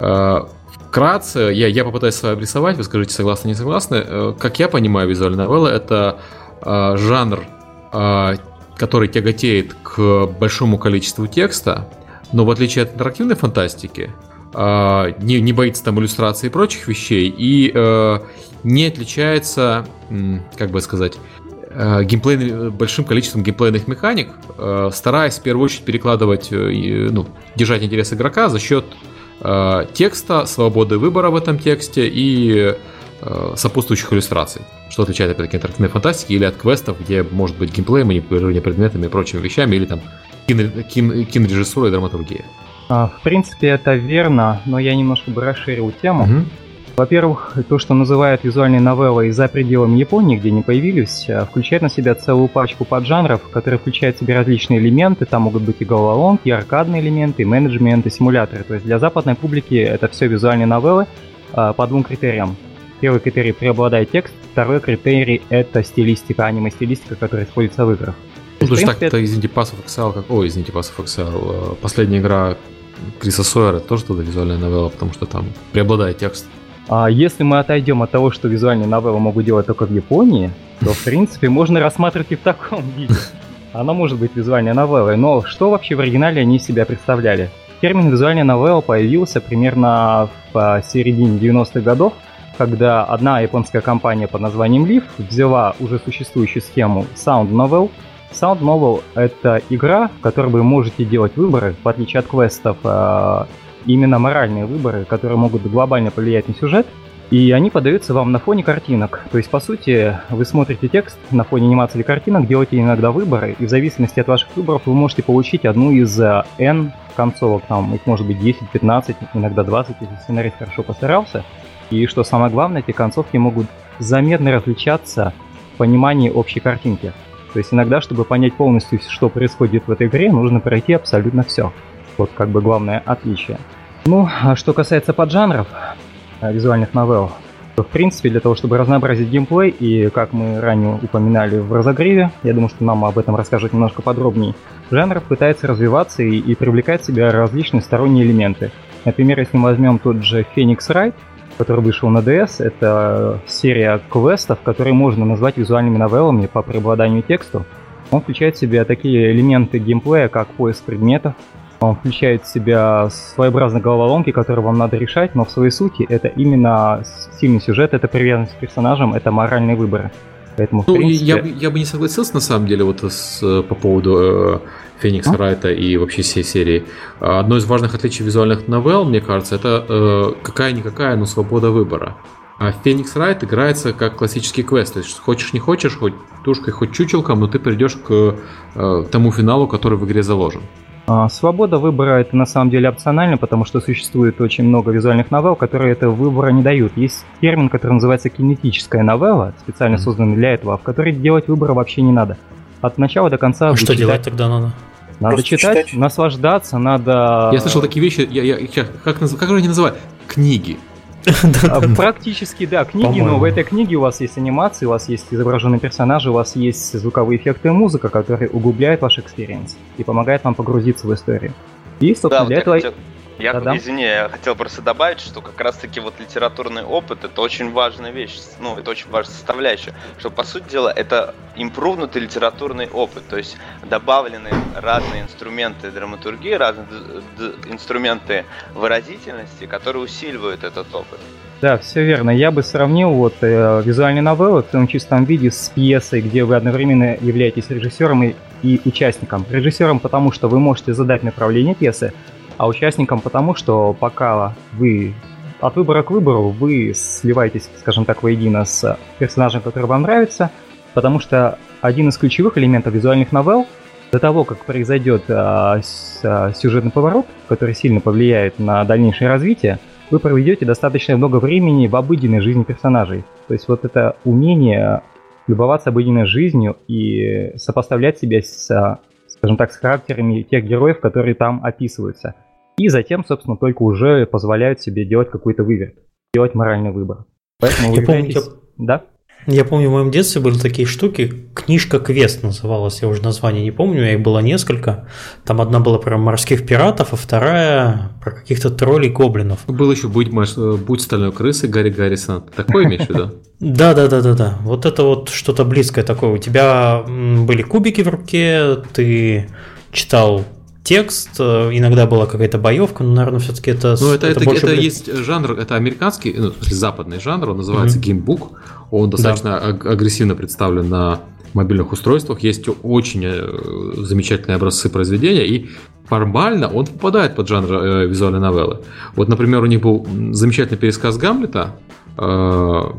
Speaker 1: Вкратце, я попытаюсь с вами обрисовать, вы скажите, согласны, не согласны. Как я понимаю, визуальная новелла — это жанр, который тяготеет к большому количеству текста, но в отличие от интерактивной фантастики, не боится там иллюстраций и прочих вещей, и не отличается, как бы сказать, большим количеством геймплейных механик, стараясь в первую очередь перекладывать, держать интерес игрока за счет текста, свободы выбора в этом тексте и сопутствующих иллюстраций, что отличает опять-таки от интерактивной фантастики или от квестов, где может быть геймплей, манипулирование предметами и прочими вещами, или там кинорежиссура и драматургия.
Speaker 4: В принципе, это верно, но я немножко бы расширил тему. Во-первых, то, что называют визуальной новеллой за пределами Японии, где они появились, включает на себя целую пачку поджанров, которые включают в себя различные элементы. Там могут быть и головоломки, и аркадные элементы, и менеджмент, и симуляторы. То есть для западной публики это все визуальные новеллы по 2 критериям. Первый критерий — преобладает текст, второй критерий — это стилистика, аниме-стилистика, которая используется в играх.
Speaker 1: Ну, то есть так-то, извините, Path of Exile, последняя игра Криса Сойера тоже туда визуальная новелла, потому что там преобладает текст.
Speaker 4: Если мы отойдем от того, что визуальные новеллы могут делать только в Японии, то, в принципе, можно рассматривать и в таком виде. Она может быть визуальной новеллой, но что вообще в оригинале они из себя представляли? Термин «визуальная новелла» появился примерно в середине 90-х годов, когда одна японская компания под названием Leaf взяла уже существующую схему Sound Novel. Sound Novel — это игра, в которой вы можете делать выборы, в отличие от квестов, именно моральные выборы, которые могут глобально повлиять на сюжет, и они подаются вам на фоне картинок. То есть, по сути, вы смотрите текст на фоне анимации или картинок, делаете иногда выборы, и в зависимости от ваших выборов вы можете получить одну из N концовок, там их может быть 10, 15, иногда 20, если сценарист хорошо постарался. И что самое главное, эти концовки могут заметно различаться в понимании общей картинки. То есть иногда, чтобы понять полностью, что происходит в этой игре, нужно пройти абсолютно все. Вот как бы главное отличие. Ну, а что касается поджанров визуальных новелл, то, в принципе, для того, чтобы разнообразить геймплей, и, как мы ранее упоминали в разогреве, я думаю, что нам об этом расскажет немножко подробнее, жанр пытается развиваться и привлекать в себя различные сторонние элементы. Например, если мы возьмем тот же Phoenix Wright, который вышел на DS, это серия квестов, которые можно назвать визуальными новеллами по преобладанию тексту. Он включает в себя такие элементы геймплея, как поиск предметов. Он включает в себя своеобразные головоломки, которые вам надо решать, но в своей сути это именно сильный сюжет, это привязанность к персонажам, это моральные выборы. Поэтому, в принципе...
Speaker 1: я бы не согласился, на самом деле, вот по поводу Феникса Райта и вообще всей серии. Одно из важных отличий визуальных новелл, мне кажется, это какая-никакая, но свобода выбора. А Феникс Райт играется как классический квест. То есть хочешь не хочешь, хоть тушкой, хоть чучелком, но ты придешь к тому финалу, который в игре заложен.
Speaker 4: Свобода выбора — это на самом деле опционально, потому что существует очень много визуальных новелл, которые этого выбора не дают. Есть термин, который называется кинетическая новелла, специально созданный для этого, в которой делать выбора вообще не надо. От начала до конца...
Speaker 2: Что делать тогда надо?
Speaker 4: Надо читать, наслаждаться, надо...
Speaker 1: Я слышал такие вещи, как же они называют? Книги.
Speaker 4: Практически, да, книги, но в этой книге у вас есть анимации, у вас есть изображенные персонажи, у вас есть звуковые эффекты и музыка, которые углубляют ваш экспириенс и помогают вам погрузиться в историю. И, собственно, для этого...
Speaker 3: Извини, я хотел просто добавить, что как раз-таки вот литературный опыт — это очень важная вещь, это очень важная составляющая, что, по сути дела, это импрувнутый литературный опыт, то есть добавлены разные инструменты драматургии, разные инструменты выразительности, которые усиливают этот опыт.
Speaker 4: Да, все верно. Я бы сравнил визуальные новеллы в том чистом виде с пьесой, где вы одновременно являетесь режиссером и участником. Режиссером, потому что вы можете задать направление пьесы, а участникам потому, что пока вы от выбора к выбору вы сливаетесь, скажем так, воедино с персонажем, который вам нравится, потому что один из ключевых элементов визуальных новелл, до того, как произойдет сюжетный поворот, который сильно повлияет на дальнейшее развитие, вы проведете достаточно много времени в обыденной жизни персонажей. То есть вот это умение любоваться обыденной жизнью и сопоставлять себя с, скажем так, с характерами тех героев, которые там описываются. И затем, собственно, только уже позволяют себе делать какой-то выверт, делать моральный выбор. Поэтому вы являетесь... Да?
Speaker 2: Я помню, в моем детстве были такие штуки, книжка «Квест» называлась, я уже название не помню, их было несколько. Там одна была про морских пиратов, а вторая про каких-то троллей-гоблинов.
Speaker 1: Был еще «Будь стальной крысой» Гарри Гаррисона. Такое имеешь в виду?
Speaker 2: Да. Вот это вот что-то близкое такое. У тебя были кубики в руке, ты читал текст, иногда была какая-то боевка, но, наверное, все-таки это...
Speaker 1: Это есть жанр, это американский, в смысле западный жанр, он называется геймбук. Он достаточно агрессивно представлен на мобильных устройствах. Есть очень замечательные образцы произведения, и формально он попадает под жанр визуальной новеллы. Вот, например, у них был замечательный пересказ Гамлета в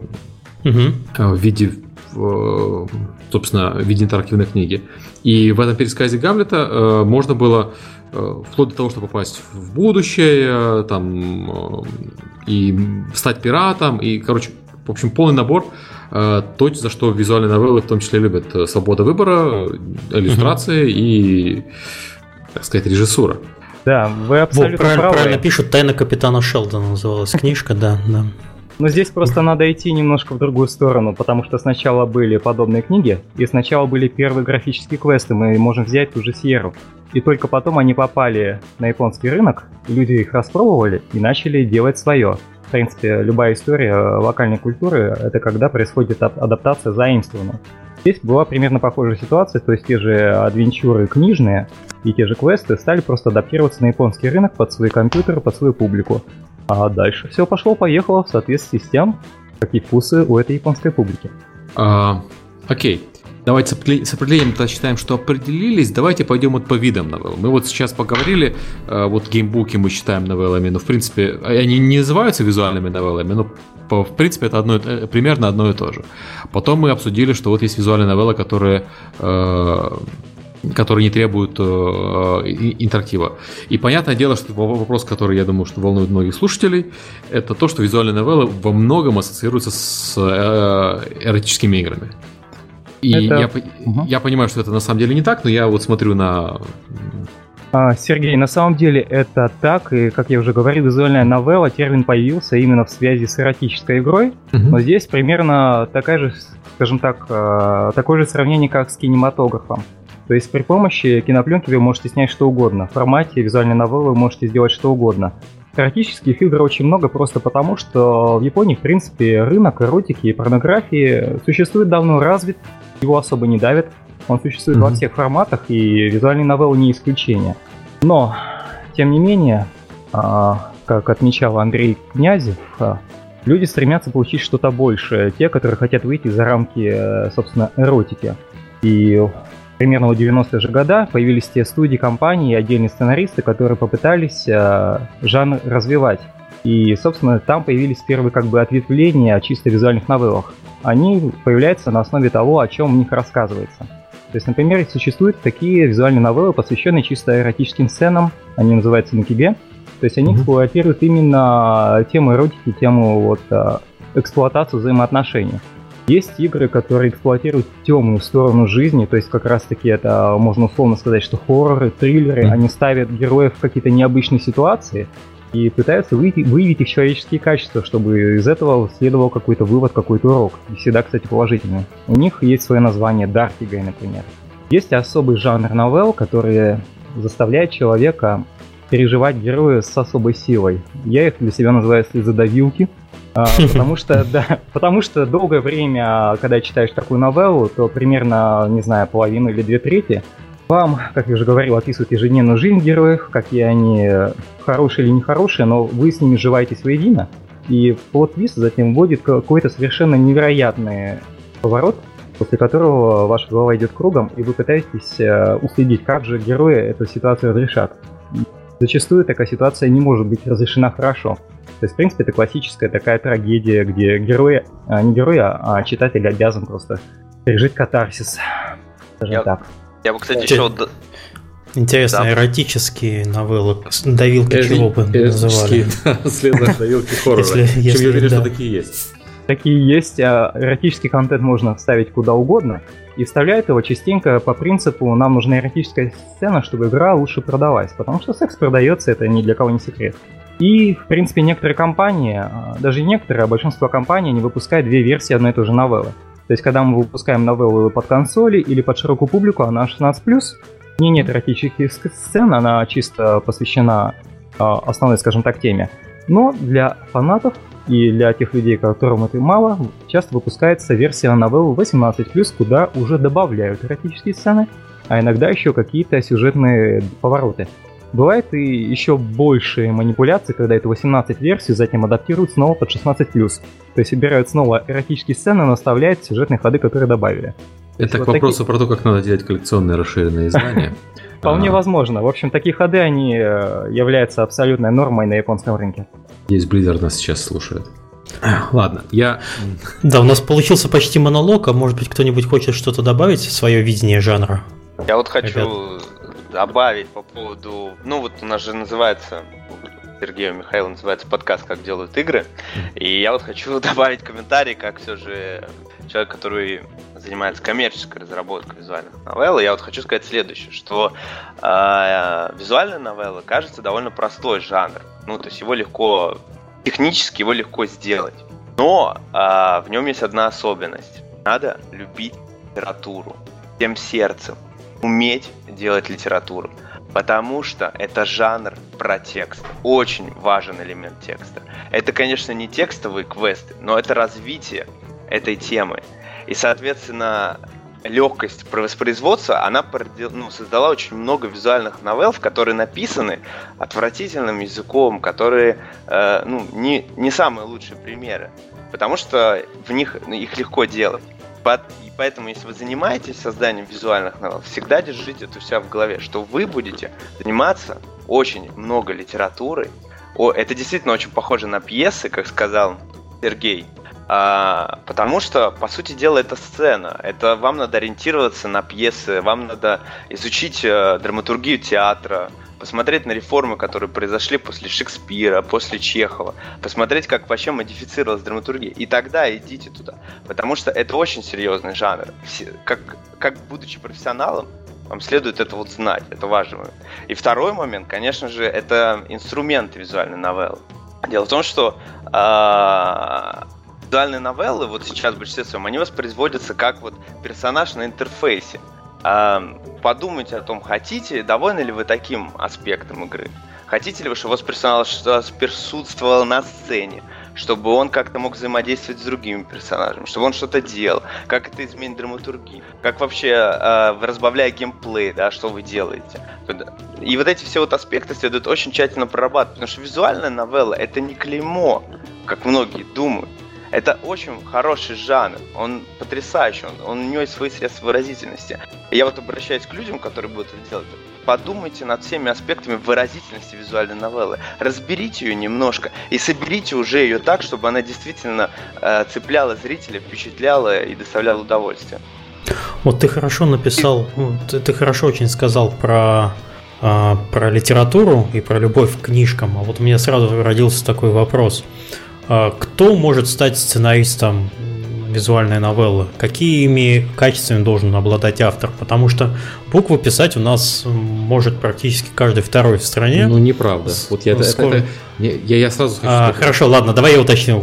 Speaker 1: виде, собственно, в виде интерактивной книги. И в этом пересказе Гамлета можно было вплоть до того, чтобы попасть в будущее, там, и стать пиратом, и, короче, в общем, полный набор, то, за что визуальные новеллы в том числе любят. Свобода выбора, иллюстрации и, так сказать, режиссура.
Speaker 4: Да, вы абсолютно правы.
Speaker 2: Правильно пишут, «Тайна капитана Шелдона» называлась книжка, да.
Speaker 4: Но здесь просто надо идти немножко в другую сторону, потому что сначала были подобные книги, и сначала были первые графические квесты, мы можем взять ту же Сьерру. И только потом они попали на японский рынок, люди их распробовали и начали делать свое. В принципе, любая история локальной культуры — это когда происходит адаптация заимствования. Здесь была примерно похожая ситуация, то есть те же адвенчуры книжные и те же квесты стали просто адаптироваться на японский рынок под свои компьютеры, под свою публику. А дальше все пошло-поехало в соответствии с тем, какие вкусы у этой японской публики.
Speaker 1: Окей. Давайте с определением-то считаем, что определились. Давайте пойдем вот по видам новелл. Мы вот сейчас поговорили, вот геймбуки мы считаем новеллами, но в принципе они не называются визуальными новеллами, но в принципе это примерно одно и то же. Потом мы обсудили, что вот есть визуальные новеллы, которые не требуют интерактива. И понятное дело, что вопрос, который, я думаю, что волнует многих слушателей, это то, что визуальные новеллы во многом ассоциируются с эротическими играми. И я понимаю, что это на самом деле не так, но я вот смотрю на
Speaker 4: Сергей, на самом деле это так, и, как я уже говорил, визуальная новелла, термин появился именно в связи с эротической игрой, но здесь примерно такая же, скажем так, такое же сравнение, как с кинематографом. То есть при помощи кинопленки вы можете снять что угодно, в формате визуальной новеллы вы можете сделать что угодно. Эротических игр очень много просто потому, что в Японии, в принципе, рынок эротики и порнографии существует давно, развит, его особо не давят. Он существует во всех форматах, и визуальные новеллы не исключение. Но, тем не менее, как отмечал Андрей Князев, люди стремятся получить что-то большее. Те, которые хотят выйти за рамки, собственно, эротики. И примерно в 90-е же годы появились те студии, компании и отдельные сценаристы, которые попытались жанр развивать. И, собственно, там появились первые ответвления о чисто визуальных новеллах. Они появляются на основе того, о чем в них рассказывается. То есть, например, существуют такие визуальные новеллы, посвященные чисто эротическим сценам, они называются накибе. То есть они эксплуатируют именно тему эротики, тему эксплуатацию взаимоотношений. Есть игры, которые эксплуатируют темную сторону жизни, то есть как раз-таки это можно условно сказать, что хорроры, триллеры, они ставят героев в какие-то необычные ситуации и пытаются выявить их человеческие качества, чтобы из этого следовал какой-то вывод, какой-то урок. И всегда, кстати, положительный. У них есть свое название Даркигай, например. Есть особый жанр новелл, который заставляет человека переживать героя с особой силой. Я их для себя называю слезодавилки, потому что долгое время, когда читаешь такую новеллу, то примерно, не знаю, половину или 2/3 вам, как я уже говорил, описывают ежедневную жизнь героев, какие они хорошие или нехорошие, но вы с ними сживаетесь воедино, и плот-твист затем вводит какой-то совершенно невероятный поворот, после которого ваша голова идет кругом, и вы пытаетесь уследить, как же герои эту ситуацию разрешат. Зачастую такая ситуация не может быть разрешена хорошо. То есть, в принципе, это классическая такая трагедия, где герои, не герои, а читатель обязан просто пережить катарсис. Скажем так.
Speaker 3: Я бы, кстати, еще...
Speaker 2: Интересно, эротические новеллы, давилки чего бы называли?
Speaker 1: Давилки хоррора. Чем я уверен, что такие есть.
Speaker 4: Такие есть, эротический контент можно вставить куда угодно, и вставляют его частенько по принципу «нам нужна эротическая сцена, чтобы игра лучше продалась», потому что секс продается, это ни для кого не секрет. И, в принципе, некоторые компании, даже некоторые, а большинство компаний, не выпускают две версии одной и той же новеллы. То есть, когда мы выпускаем новеллу под консоли или под широкую публику, она 16+, в ней нет эротических сцен, она чисто посвящена основной, скажем так, теме. Но для фанатов и для тех людей, которым это мало, часто выпускается версия новеллы 18+, куда уже добавляют эротические сцены, а иногда еще какие-то сюжетные повороты. Бывает и еще большие манипуляции, когда эту 18-версию затем адаптируют снова под 16+. То есть убирают снова эротические сцены, но оставляют сюжетные ходы, которые добавили.
Speaker 1: Это к вопросу про то, как надо делать коллекционные расширенные издания.
Speaker 4: Вполне возможно. В общем, такие ходы, они являются абсолютной нормой на японском рынке.
Speaker 1: Здесь Blizzard нас сейчас слушает. Ладно,
Speaker 2: Да, у нас получился почти монолог, а может быть кто-нибудь хочет что-то добавить в свое видение жанра?
Speaker 3: Я вот хочу добавить по поводу... Ну вот у нас же называется... Сергею Михаилу называется подкаст «Как делают игры». И я вот хочу добавить комментарий, как все же человек, который занимается коммерческой разработкой визуальных новелл. Я вот хочу сказать следующее, что визуальная новелла кажется довольно простой жанр. Ну, то есть его легко, технически его легко сделать. Но в нем есть одна особенность. Надо любить литературу всем сердцем, уметь делать литературу. Потому что это жанр про текст. Очень важен элемент текста. Это, конечно, не текстовые квесты, но это развитие этой темы. И, соответственно, легкость воспроизводства, она создала очень много визуальных новелл, которые написаны отвратительным языком, которые не самые лучшие примеры. Потому что в них их легко делать. И поэтому, если вы занимаетесь созданием визуальных новелл, всегда держите это у себя в голове, что вы будете заниматься очень много литературой. Это действительно очень похоже на пьесы, как сказал Сергей. Потому что, по сути дела, это сцена. Это вам надо ориентироваться на пьесы, вам надо изучить драматургию театра, посмотреть на реформы, которые произошли после Шекспира, после Чехова, посмотреть, как вообще модифицировалась драматургия. И тогда идите туда. Потому что это очень серьезный жанр. Как будучи профессионалом, Вам следует это вот знать, это важный момент. И второй момент, конечно же, это инструменты визуальной новеллы. Дело в том, что визуальные новеллы, вот сейчас в большинстве своем, они воспроизводятся как вот персонаж на интерфейсе. Подумайте о том, довольны ли вы таким аспектом игры. Хотите ли вы, чтобы ваш персонаж присутствовал на сцене, чтобы он как-то мог взаимодействовать с другими персонажами, чтобы он что-то делал, как это изменит драматургию, как вообще, разбавляя геймплей, да, что вы делаете. И вот эти все вот аспекты следует очень тщательно прорабатывать, потому что визуальная новелла — это не клеймо, как многие думают. Это очень хороший жанр, он потрясающий, у него есть свои средства выразительности. И я вот обращаюсь к людям, которые будут это делать. Подумайте над всеми аспектами выразительности визуальной новеллы, разберите ее немножко и соберите уже ее так, чтобы она действительно цепляла зрителя, впечатляла и доставляла удовольствие.
Speaker 2: Вот ты хорошо написал, ты хорошо очень сказал про литературу и про любовь к книжкам, а вот у меня сразу родился такой вопрос. Кто может стать сценаристом визуальной новеллы? Какими качествами должен обладать автор? Потому что буквы писать у нас может практически каждый второй в стране.
Speaker 1: Ну, неправда. Вот я сразу хочу...
Speaker 2: Хорошо, ладно, давай я уточню.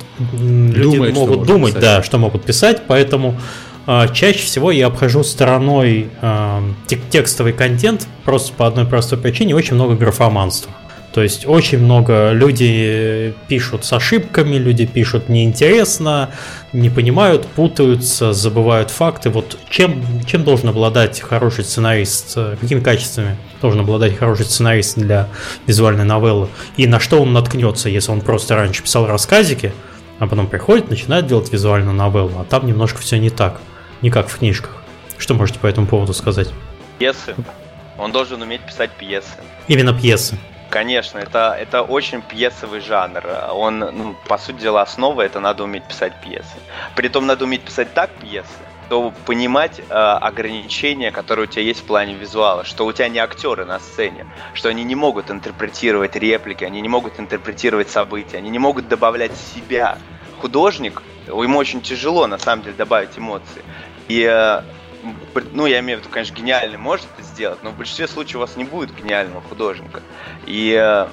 Speaker 2: Люди могут думать, да, что могут писать, поэтому чаще всего я обхожу стороной текстовый контент просто по одной простой причине. Очень много графоманства. То есть очень много люди пишут с ошибками, люди пишут неинтересно, не понимают, путаются, забывают факты. Вот чем должен обладать хороший сценарист, какими качествами должен обладать хороший сценарист для визуальной новеллы? И на что он наткнется, если он просто раньше писал рассказики, а потом приходит, начинает делать визуальную новеллу, а там немножко все не так, не как в книжках. Что можете по этому поводу сказать?
Speaker 3: Пьесы. Он должен уметь писать пьесы.
Speaker 2: Именно пьесы.
Speaker 3: Конечно, это очень пьесовый жанр. Он, по сути дела, основа — это надо уметь писать пьесы. Притом надо уметь писать так пьесы, что понимать ограничения, которые у тебя есть в плане визуала, что у тебя не актеры на сцене, что они не могут интерпретировать реплики, они не могут интерпретировать события, они не могут добавлять себя. Художник, ему очень тяжело, на самом деле, добавить эмоции. И я имею в виду, конечно, гениальный может это сделать, но в большинстве случаев у вас не будет гениального художника. И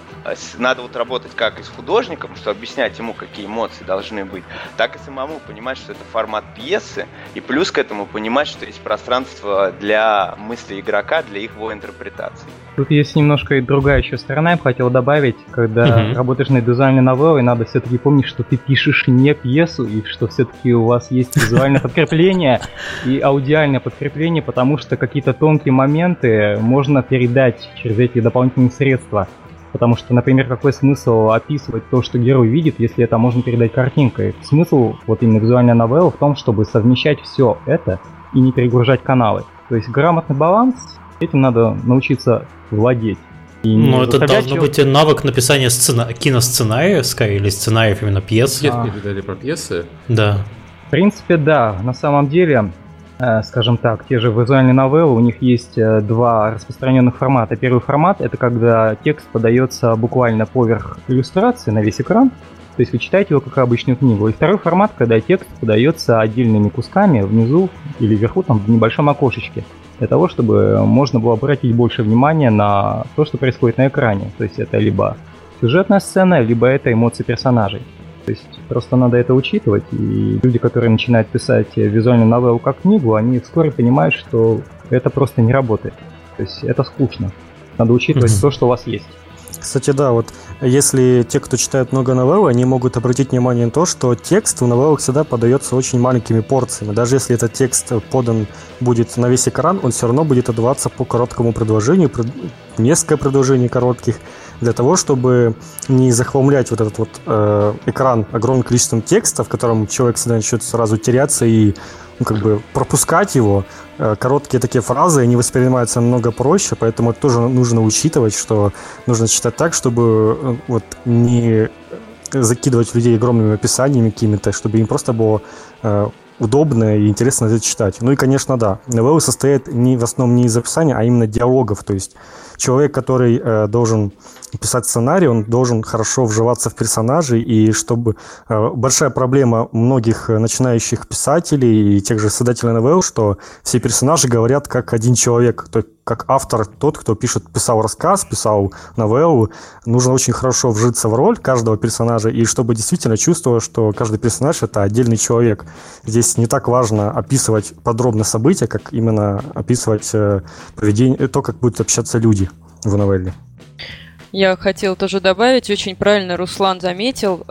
Speaker 3: надо вот работать как и с художником, что объяснять ему, какие эмоции должны быть, так и самому понимать, что это формат пьесы, и плюс к этому понимать, что есть пространство для мысли игрока, для его интерпретации.
Speaker 4: Тут есть немножко и другая еще сторона, я бы хотел добавить, когда работаешь над визуальной новеллой, надо все-таки помнить, что ты пишешь не пьесу, и что все-таки у вас есть визуальное подкрепление и аудиальное подкрепление, потому что какие-то тонкие моменты можно передать через эти дополнительные средства. Потому что, например, какой смысл описывать то, что герой видит, если это можно передать картинкой? Смысл вот именно визуальной новеллы в том, чтобы совмещать все это и не перегружать каналы. То есть грамотный баланс, этим надо научиться владеть.
Speaker 2: Но это должно быть навык написания киносценария, или сценариев именно пьес.
Speaker 1: Или про пьесы?
Speaker 2: Да.
Speaker 4: В принципе, да. На самом деле, скажем так, те же визуальные новеллы, у них есть два распространенных формата. Первый формат — это когда текст подается буквально поверх иллюстрации на весь экран, то есть вы читаете его как обычную книгу. И второй формат, когда текст подается отдельными кусками внизу или вверху, там в небольшом окошечке, для того, чтобы можно было обратить больше внимания на то, что происходит на экране. То есть это либо сюжетная сцена, либо это эмоции персонажей. То есть просто надо это учитывать, и люди, которые начинают писать визуальную новеллу как книгу, они вскоре понимают, что это просто не работает. То есть это скучно. Надо учитывать то, что у вас есть.
Speaker 5: Кстати, да, вот если те, кто читает много новелл, они могут обратить внимание на то, что текст в новеллах всегда подается очень маленькими порциями. Даже если этот текст подан будет на весь экран, он все равно будет отдаваться по короткому предложению, несколько предложений коротких, для того, чтобы не захламлять вот этот вот экран огромным количеством текста, в котором человек всегда начнет сразу теряться и пропускать его. Короткие такие фразы, они воспринимаются намного проще, поэтому это тоже нужно учитывать, что нужно читать так, чтобы не закидывать людей огромными описаниями какими-то, чтобы им просто было удобно и интересно это читать. Ну и, конечно, да, новеллы состоят в основном не из описания, а именно диалогов. То есть человек, который должен писать сценарий, он должен хорошо вживаться в персонажей, и чтобы... Большая проблема многих начинающих писателей и тех же создателей новелл, что все персонажи говорят как один человек, то есть как автор, тот, кто писал рассказ, писал новеллу. Нужно очень хорошо вжиться в роль каждого персонажа, и чтобы действительно чувствовать, что каждый персонаж — это отдельный человек. Здесь не так важно описывать подробно события, как именно описывать поведение, то, как будут общаться люди в новелле.
Speaker 6: Я хотела тоже добавить, очень правильно Руслан заметил,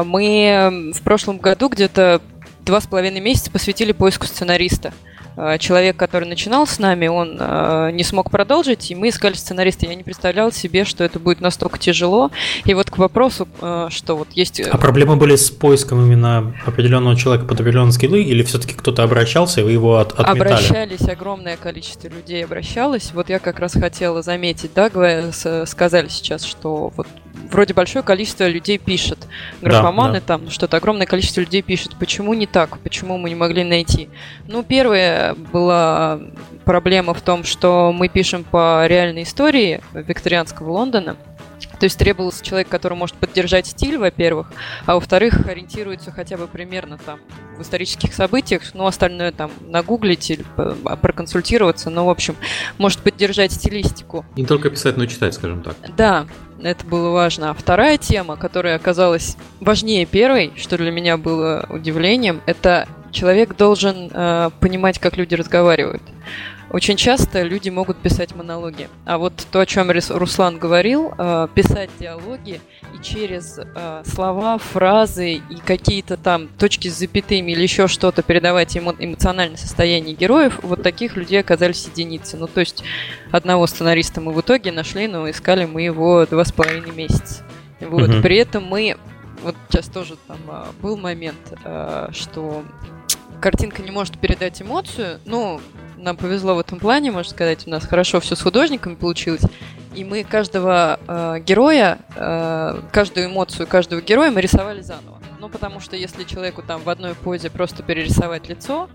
Speaker 6: мы в прошлом году где-то 2,5 месяца посвятили поиску сценариста. Человек, который начинал с нами, он не смог продолжить, и мы искали сценариста. Я не представляла себе, что это будет настолько тяжело. И вот к вопросу, что вот есть...
Speaker 2: А проблемы были с поиском именно определенного человека под определенные скиллы, или все-таки кто-то обращался, и вы его отметали?
Speaker 6: Обращались, огромное количество людей обращалось. Вот я как раз хотела заметить, да, сказали сейчас, что вот вроде большое количество людей пишет. Графоманы да. Там что-то, огромное количество людей пишет. Почему не так? Почему мы не могли найти? Ну, первое, была проблема в том, что мы пишем по реальной истории викторианского Лондона. То есть требовался человек, который может поддержать стиль, во-первых, а во-вторых, ориентируется хотя бы примерно там в исторических событиях, ну, остальное там нагуглить или проконсультироваться, но, в общем, может поддержать стилистику.
Speaker 1: Не только писать, но и читать, скажем так.
Speaker 6: Да, это было важно. А вторая тема, которая оказалась важнее первой, что для меня было удивлением, это человек должен понимать, как люди разговаривают. Очень часто люди могут писать монологи. А вот то, о чем Руслан говорил, писать диалоги и через слова, фразы и какие-то там точки с запятыми или еще что-то передавать эмоциональное состояние героев, вот таких людей оказались единицы. Ну, то есть одного сценариста мы в итоге нашли, но искали мы его 2,5 месяца. Вот. При этом мы... Вот сейчас тоже там был момент, что картинка не может передать эмоцию, ну, нам повезло в этом плане, можно сказать, у нас хорошо все с художниками получилось, и мы каждого героя, каждую эмоцию каждого героя мы рисовали заново. Ну, потому что если человеку там в одной позе просто перерисовать лицо,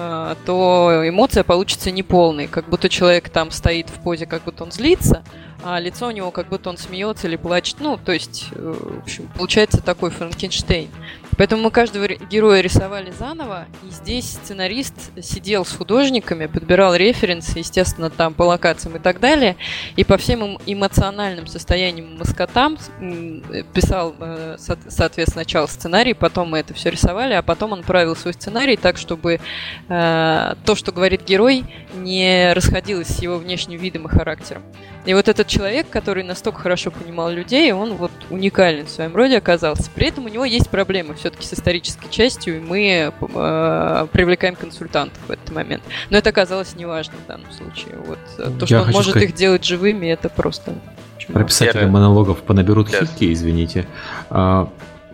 Speaker 6: то эмоция получится неполной, как будто человек там стоит в позе, как будто он злится, а лицо у него как будто он смеется или плачет. Ну, то есть, в общем, получается такой Франкенштейн. Поэтому мы каждого героя рисовали заново, и здесь сценарист сидел с художниками, подбирал референсы, естественно, там по локациям и так далее, и по всем эмоциональным состояниям маскотам писал, соответственно, сначала сценарий, потом мы это все рисовали, а потом он правил свой сценарий так, чтобы то, что говорит герой, не расходилось с его внешним видом и характером. И вот этот человек, который настолько хорошо понимал людей, он вот уникален в своем роде оказался. При этом у него есть проблемы все-таки с исторической частью, и мы привлекаем консультантов в этот момент. Но это оказалось неважно в данном случае. Вот, то, что он может их делать живыми, это просто...
Speaker 1: Про писателя монологов понаберут хитки, извините.
Speaker 3: Я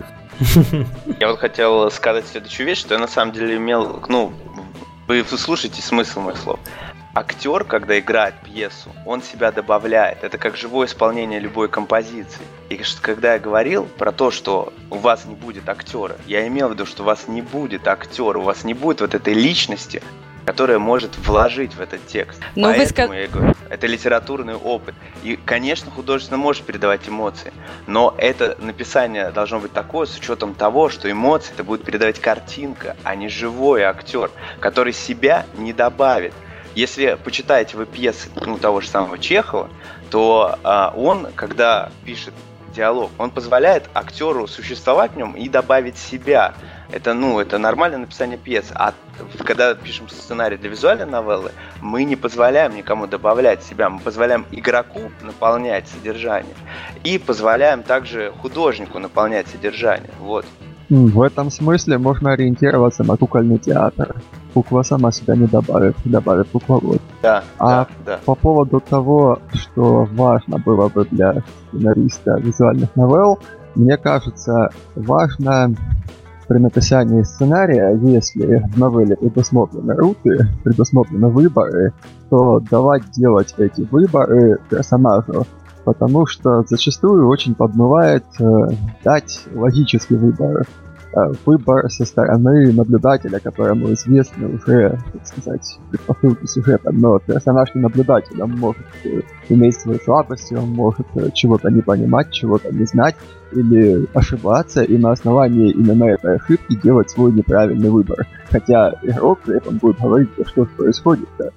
Speaker 3: вот хотел сказать следующую вещь, что я на самом деле имел... Ну, вы слушаете смысл моих слов. Актер, когда играет пьесу, он себя добавляет. Это как живое исполнение любой композиции. И когда я говорил про то, что у вас не будет актера, я имел в виду, что у вас не будет актера, у вас не будет вот этой личности, которая может вложить в этот текст.
Speaker 6: Но
Speaker 3: поэтому я говорю, это литературный опыт. И, конечно, художественно может передавать эмоции, но это написание должно быть такое с учетом того, что эмоции это будет передавать картинка, а не живой актер, который себя не добавит. Если почитаете вы пьесы того же самого Чехова, то он, когда пишет диалог, он позволяет актеру существовать в нем и добавить себя. Это нормальное написание пьес. А когда пишем сценарий для визуальной новеллы, мы не позволяем никому добавлять себя. Мы позволяем игроку наполнять содержание. И позволяем также художнику наполнять содержание. Вот.
Speaker 9: В этом смысле можно ориентироваться на кукольный театр. Кукла сама себя не добавит кукловод.
Speaker 3: Да.
Speaker 9: По поводу того, что важно было бы для сценариста визуальных новелл, мне кажется, важно при написании сценария, если в новелле предусмотрены руты, предусмотрены выборы, то давать делать эти выборы персонажу. Потому что зачастую очень подмывает дать логический выбор. выбор со стороны наблюдателя, которому известны уже, так сказать, предпосылки сюжета, но персонаж не наблюдатель, он может иметь свои слабости, он может чего-то не понимать, чего-то не знать или ошибаться, и на основании именно этой ошибки делать свой неправильный выбор. Хотя игрок при этом будет говорить, что же происходит-то.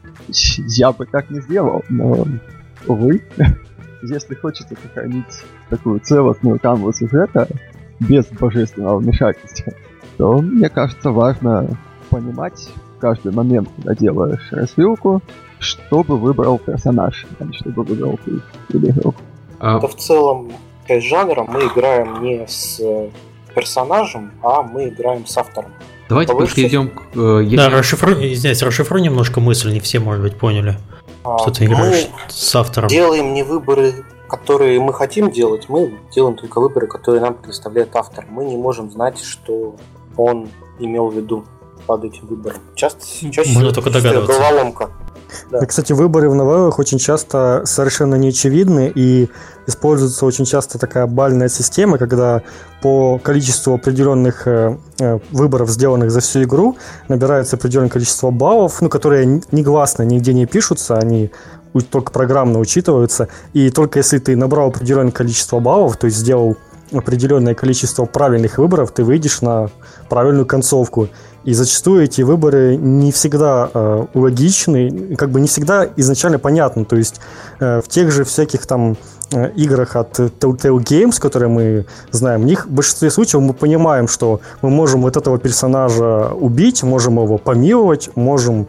Speaker 9: Я бы так не сделал, но, увы, если хочется сохранить такую целостную канву сюжета без божественного вмешательства, то, мне кажется, важно понимать в каждый момент, когда делаешь рассылку, что бы выбрал персонаж, а не что бы выбрал ты или игрок.
Speaker 8: Это в целом часть жанра, мы играем не с персонажем, а мы играем с автором.
Speaker 1: Давайте перейдем к...
Speaker 2: Да, расшифруй немножко мысль, не все, может быть, поняли, что ты играешь с автором.
Speaker 8: Мы делаем не выборы, которые мы хотим делать, мы делаем только выборы, которые нам предоставляет автор. Мы не можем знать, что он имел в виду под этим выбором. Чаще
Speaker 2: можно только догадываться.
Speaker 8: Головоломка. Да.
Speaker 5: Кстати, выборы в новеллах очень часто совершенно неочевидны, и используется очень часто такая бальная система, когда по количеству определенных выборов, сделанных за всю игру, набирается определенное количество баллов, которые негласно нигде не пишутся, они только программно учитываются, и только если ты набрал определенное количество баллов, то есть сделал определенное количество правильных выборов, ты выйдешь на правильную концовку. И зачастую эти выборы не всегда логичны, как бы не всегда изначально понятны. То есть в тех же всяких там играх от Telltale Games, которые мы знаем, в них в большинстве случаев мы понимаем, что мы можем вот этого персонажа убить, можем его помиловать, можем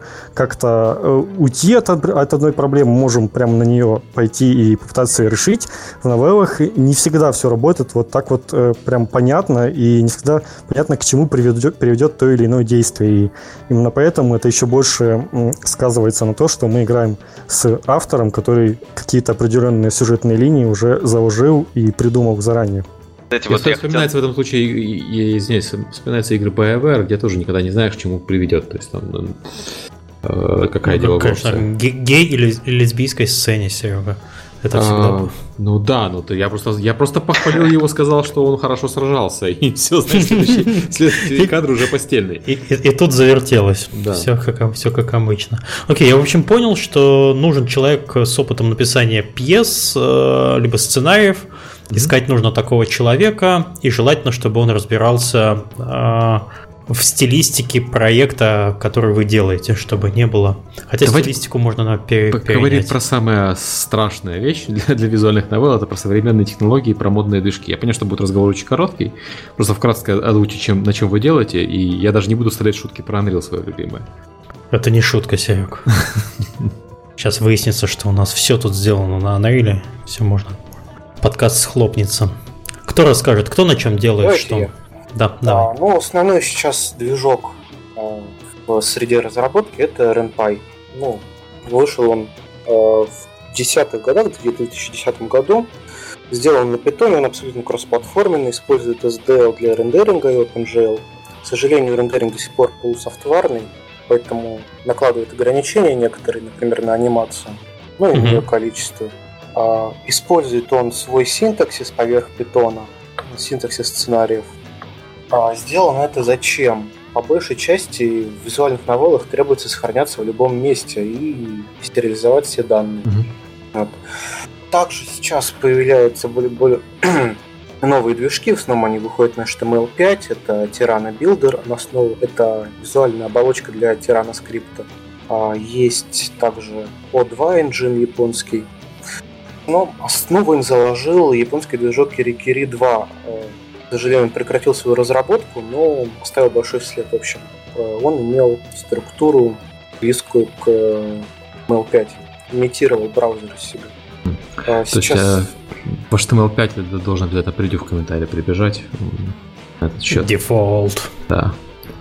Speaker 5: как-то уйти от одной проблемы, можем прямо на нее пойти и попытаться ее решить. В новеллах не всегда все работает вот так вот прям понятно, и не всегда понятно, к чему приведет то или иное действие. И именно поэтому это еще больше сказывается на то, что мы играем с автором, который какие-то определенные сюжетные линии уже заложил и придумал заранее.
Speaker 1: Вспоминается в этом случае, я извиняюсь, вспоминаются игры BioWare, где тоже никогда не знаешь, к чему приведет. То есть там какая дело.
Speaker 2: Конечно, гей или лесбийской сцене, Серега. Это всегда.
Speaker 1: Ну да, я просто похвалил его, сказал, что он хорошо сражался, и все, значит, следующий кадр уже постельный.
Speaker 2: И тут завертелось. Да. Все как обычно. Окей, я в общем понял, что нужен человек с опытом написания пьес, либо сценариев. Искать нужно такого человека, и желательно, чтобы он разбирался в стилистике проекта, который вы делаете, чтобы не было... Хотя стилистику можно перенять.
Speaker 1: Говорить про самая страшная вещь для визуальных новелл, это про современные технологии и про модные движки. Я понимаю, что будет разговор очень короткий, просто вкратце озвучу, на чем вы делаете, и я даже не буду вставлять шутки про Unreal, свое любимое.
Speaker 2: Это не шутка, Серег. Сейчас выяснится, что у нас все тут сделано на Unreal, все можно. Подкаст схлопнется. Кто расскажет, кто на чем делает, давайте что? Да, давай.
Speaker 8: Основной сейчас движок в среде разработки это RenPy. Вышел он в 10-х годах, где-то в 2010 году. Сделан на Python, он абсолютно кроссплатформенный, использует SDL для рендеринга и OpenGL. К сожалению, рендеринг до сих пор полусофтварный, поэтому накладывает ограничения некоторые, например, на анимацию, и ее количество. Использует он свой синтаксис поверх Python, синтаксис сценариев. Сделано это зачем? По большей части в визуальных новеллах требуется сохраняться в любом месте и стерилизовать все данные. Вот. Также сейчас появляются более новые движки, в основном они выходят на HTML5, это Tirana Builder, это визуальная оболочка для Tirana скрипта. Есть также O2 engine японский, но основу им заложил японский движок Kirikiri 2. К сожалению, он прекратил свою разработку, но оставил большой след. В общем, он имел структуру близкую к HTML5, имитировал браузер из себя.
Speaker 1: Сейчас... То есть по HTML5 это должен обязательно прийти в комментарии прибежать.
Speaker 2: Дефолт.
Speaker 1: Да.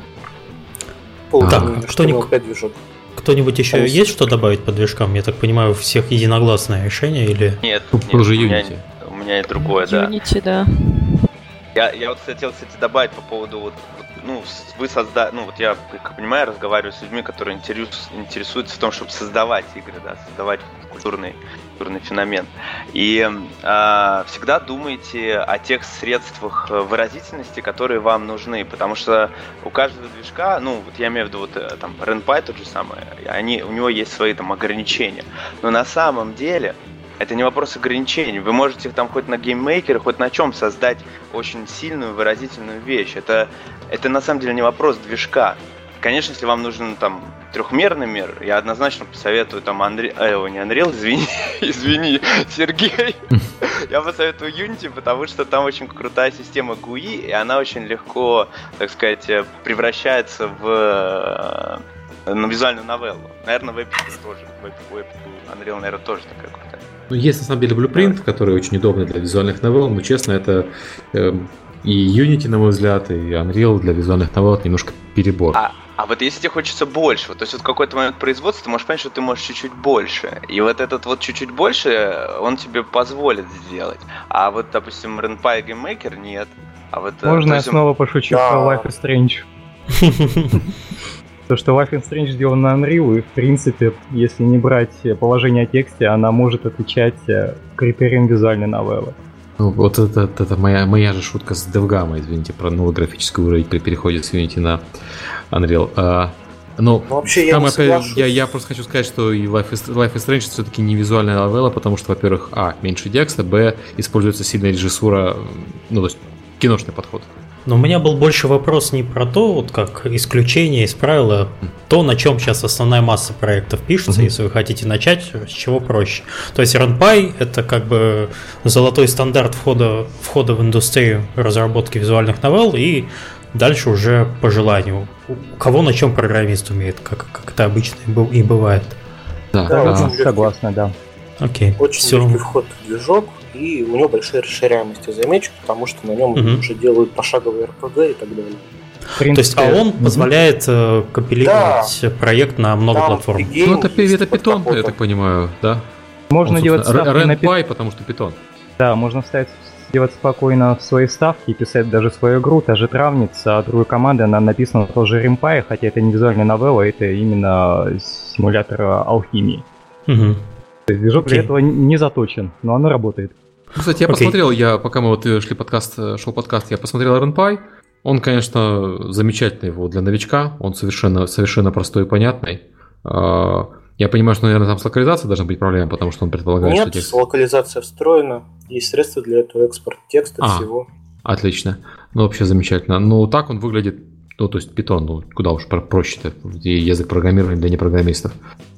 Speaker 2: Так,
Speaker 8: HTML5 движок.
Speaker 2: Кто-нибудь еще есть что добавить по движкам? Я так понимаю, у всех единогласное решение или...
Speaker 3: Нет,
Speaker 1: уже Unity.
Speaker 3: У меня и другое, да.
Speaker 6: Unity, да.
Speaker 3: Я вот хотел, добавить по поводу вы создали, я, как понимаю, разговариваю с людьми, которые интересуются в том, чтобы создавать игры, да, создавать культурный феномен. И всегда думайте о тех средствах выразительности, которые вам нужны, потому что у каждого движка, я имею в виду там RenPy тот же самый, у него есть свои там ограничения, но на самом деле это не вопрос ограничений. Вы можете там хоть на гейммейкере, хоть на чем создать очень сильную выразительную вещь. Это на самом деле не вопрос движка. Конечно, если вам нужен там трехмерный мир, я однозначно посоветую там извини, Сергей. Я посоветую Unity, потому что там очень крутая система GUI, и она очень легко, так сказать, превращается в визуальную новеллу. Наверное, Web тоже. Unreal, наверное, тоже такая крутая.
Speaker 1: Есть на самом деле Blueprint, который очень удобный для визуальных новелл, но честно, это и Unity, на мой взгляд, и Unreal для визуальных новелл немножко перебор.
Speaker 3: А вот если тебе хочется больше, то есть в какой-то момент производства ты можешь понять, что ты можешь чуть-чуть больше. И вот этот чуть-чуть больше, он тебе позволит сделать. А вот, допустим, RenPy и GameMaker нет.
Speaker 4: Можно я снова пошучу про Life is Strange? То, что Life is Strange сделан на Unreal, и в принципе, если не брать положение о тексте, она может отвечать критериям визуальной новеллы.
Speaker 1: Вот это моя же шутка с DevGamma, извините, про новый графический уровень при переходе с Unity на Unreal.
Speaker 8: Вообще
Speaker 1: я просто хочу сказать, что и Life is Strange все-таки не визуальная новелла, потому что, во-первых, меньше текста, используется сильная режиссура, то есть киношный подход.
Speaker 2: Но у меня был больше вопрос не про то, как исключение из правила, то, на чем сейчас основная масса проектов пишется, если вы хотите начать, с чего проще. То есть RenPy — это как бы золотой стандарт входа в индустрию разработки визуальных новелл, и дальше уже по желанию. У кого на чем программист умеет, как это обычно и бывает.
Speaker 4: Да, согласна, да.
Speaker 2: Окей.
Speaker 8: Очень легкий вход в движок, и у него большая расширяемость, я замечу, потому что на нем уже делают пошаговые RPG и так далее.
Speaker 2: То есть, он позволяет компилировать проект на много платформ.
Speaker 1: Это Python, я так понимаю, да?
Speaker 4: Можно делать ставки на
Speaker 1: RenPy, потому что Python.
Speaker 4: Да, можно делать спокойно свои ставки и писать даже свою игру, та же Травница, а другой команды, она написана тоже RenPy, хотя это не визуальная новелла, это именно симулятор алхимии. То есть движок для этого не заточен, но оно работает.
Speaker 1: Кстати, я посмотрел, пока мы шел подкаст, я посмотрел RenPy. Он, конечно, замечательный для новичка, он совершенно простой и понятный. Я понимаю, что, наверное, там с локализацией должна быть проблема, потому что он предполагает, что
Speaker 8: текст... Нет, локализация встроена, есть средства для этого, экспорт текста, всего.
Speaker 1: Отлично, вообще замечательно. Так он выглядит, то есть Python, куда уж проще-то, язык программирования для непрограммистов.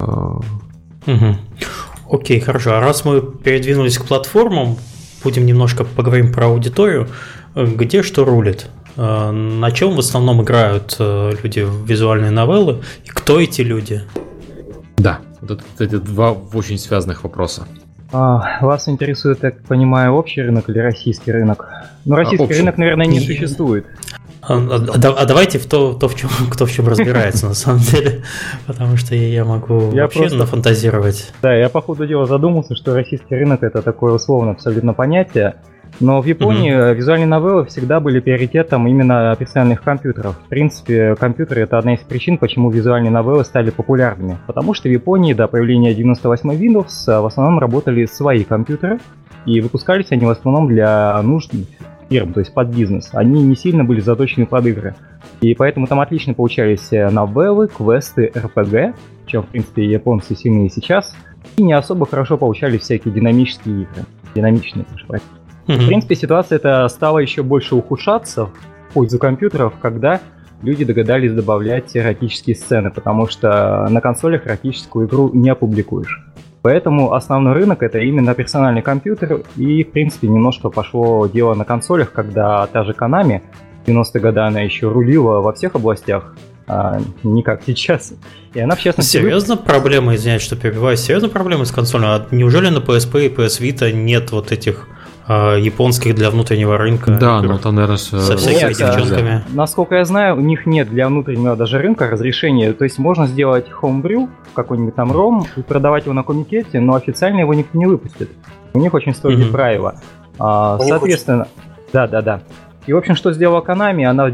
Speaker 2: Окей, хорошо. А раз мы передвинулись к платформам, будем немножко поговорим про аудиторию. Где что рулит? На чем в основном играют люди в визуальные новеллы? И кто эти люди?
Speaker 1: Да, эти два очень связанных вопроса.
Speaker 4: Вас интересует, так понимаю, общий рынок или российский рынок? Российский рынок, наверное, не существует.
Speaker 2: Давайте кто в чем разбирается, на самом деле, потому что я могу вообще нафантазировать.
Speaker 4: Да, я по ходу дела задумался, что российский рынок — это такое условно абсолютно понятие, но в Японии визуальные новеллы всегда были приоритетом именно персональных компьютеров. В принципе, компьютеры — это одна из причин, почему визуальные новеллы стали популярными, потому что в Японии до появления 98 Windows в основном работали свои компьютеры, и выпускались они в основном для нужд фирм, то есть под бизнес. Они не сильно были заточены под игры. И поэтому там отлично получались новеллы, квесты, РПГ, в чем, в принципе, японцы сильные сейчас. И не особо хорошо получались всякие динамические игры. Динамичные, прошу прощения. В принципе, ситуация эта стала еще больше ухудшаться в пользу компьютеров, когда люди догадались добавлять эротические сцены, потому что на консолях эротическую игру не опубликуешь. Поэтому основной рынок — это именно персональный компьютер, и, в принципе, немножко пошло дело на консолях, когда та же Konami в 90-е годы она еще рулила во всех областях, не как сейчас. И она, в частности...
Speaker 2: Серьезно проблема, извиняюсь, что перебиваю, серьезно проблема с консолью? А неужели на PSP и PS Vita нет вот этих японских для внутреннего рынка?
Speaker 1: Да, но там, наверное,
Speaker 2: со всякими девчонками.
Speaker 4: Насколько я знаю, у них нет для внутреннего даже рынка разрешения. То есть можно сделать homebrew, какой-нибудь там ROM, и продавать его на комикете, но официально его никто не выпустит. У них очень строгие правила. Соответственно, да. И, в общем, что сделала Konami? Она в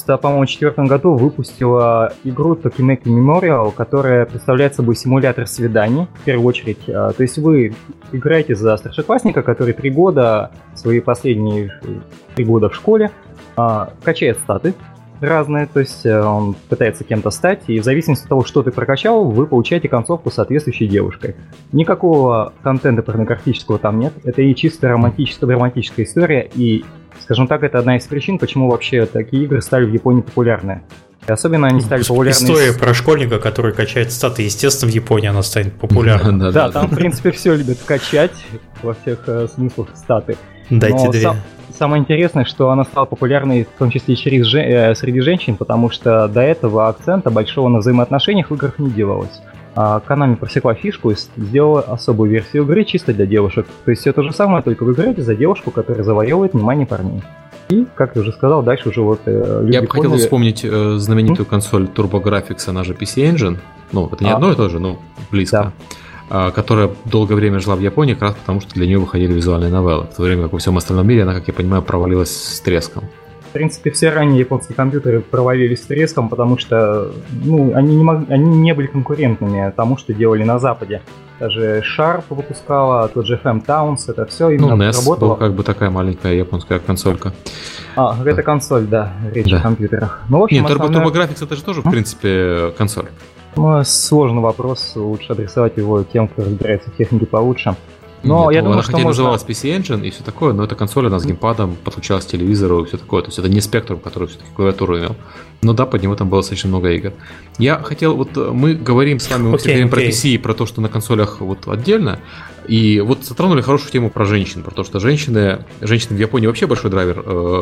Speaker 4: 94 году выпустила игру Tokimeki Memorial, которая представляет собой симулятор свиданий, в первую очередь. То есть вы играете за старшеклассника, который 3 года, свои последние 3 года в школе, качает статы разные, то есть он пытается кем-то стать, и в зависимости от того, что ты прокачал, вы получаете концовку с соответствующей девушкой. Никакого контента порнографического там нет, это и чисто романтическая история, и, скажем так, это одна из причин, почему вообще такие игры стали в Японии популярны. И особенно они стали популярны...
Speaker 2: История про школьника, который качает статы, естественно, в Японии она станет популярной.
Speaker 4: Да, там, в принципе, все любят качать во всех смыслах статы.
Speaker 2: Дайте 2.
Speaker 4: Самое интересное, что она стала популярной в том числе и среди женщин, потому что до этого акцента большого на взаимоотношениях в играх не делалось. Konami просекла фишку и сделала особую версию игры чисто для девушек. То есть все то же самое, только вы играете за девушку, которая завоевывает внимание парней. И, как я уже сказал, дальше уже вот...
Speaker 1: Я бы хотел вспомнить знаменитую консоль TurboGrafx, она же PC Engine. Ну, это не одно и то же, но близко. Да. Которая долгое время жила в Японии, как раз потому, что для нее выходили визуальные новеллы. В то время как во всем остальном мире она, как я понимаю, провалилась с треском.
Speaker 4: В принципе, все ранние японские компьютеры провалились с треском, потому что они не были конкурентными тому, что делали на Западе. Даже Sharp выпускала, тот же FM Towns, это все именно
Speaker 1: NES
Speaker 4: работало.
Speaker 1: Была как бы такая маленькая японская консолька.
Speaker 4: Это консоль, да, речь о компьютерах. Ну, в общем,
Speaker 1: нет, TurboGrafx это же тоже, в принципе, консоль.
Speaker 4: Сложный вопрос, лучше адресовать его тем, кто разбирается в технике получше. Но я думаю,
Speaker 1: она
Speaker 4: что
Speaker 1: хотя и
Speaker 4: можно...
Speaker 1: называлась PC Engine и все такое, но эта консоль, она с геймпадом подключалась к телевизору и все такое. То есть это не Spectrum, который все-таки клавиатуру имел. Но да, под него там было достаточно много игр. Я хотел, мы говорим с вами про PC и про то, что на консолях вот отдельно. И вот затронули хорошую тему про женщин, про то, что женщины в Японии вообще большой драйвер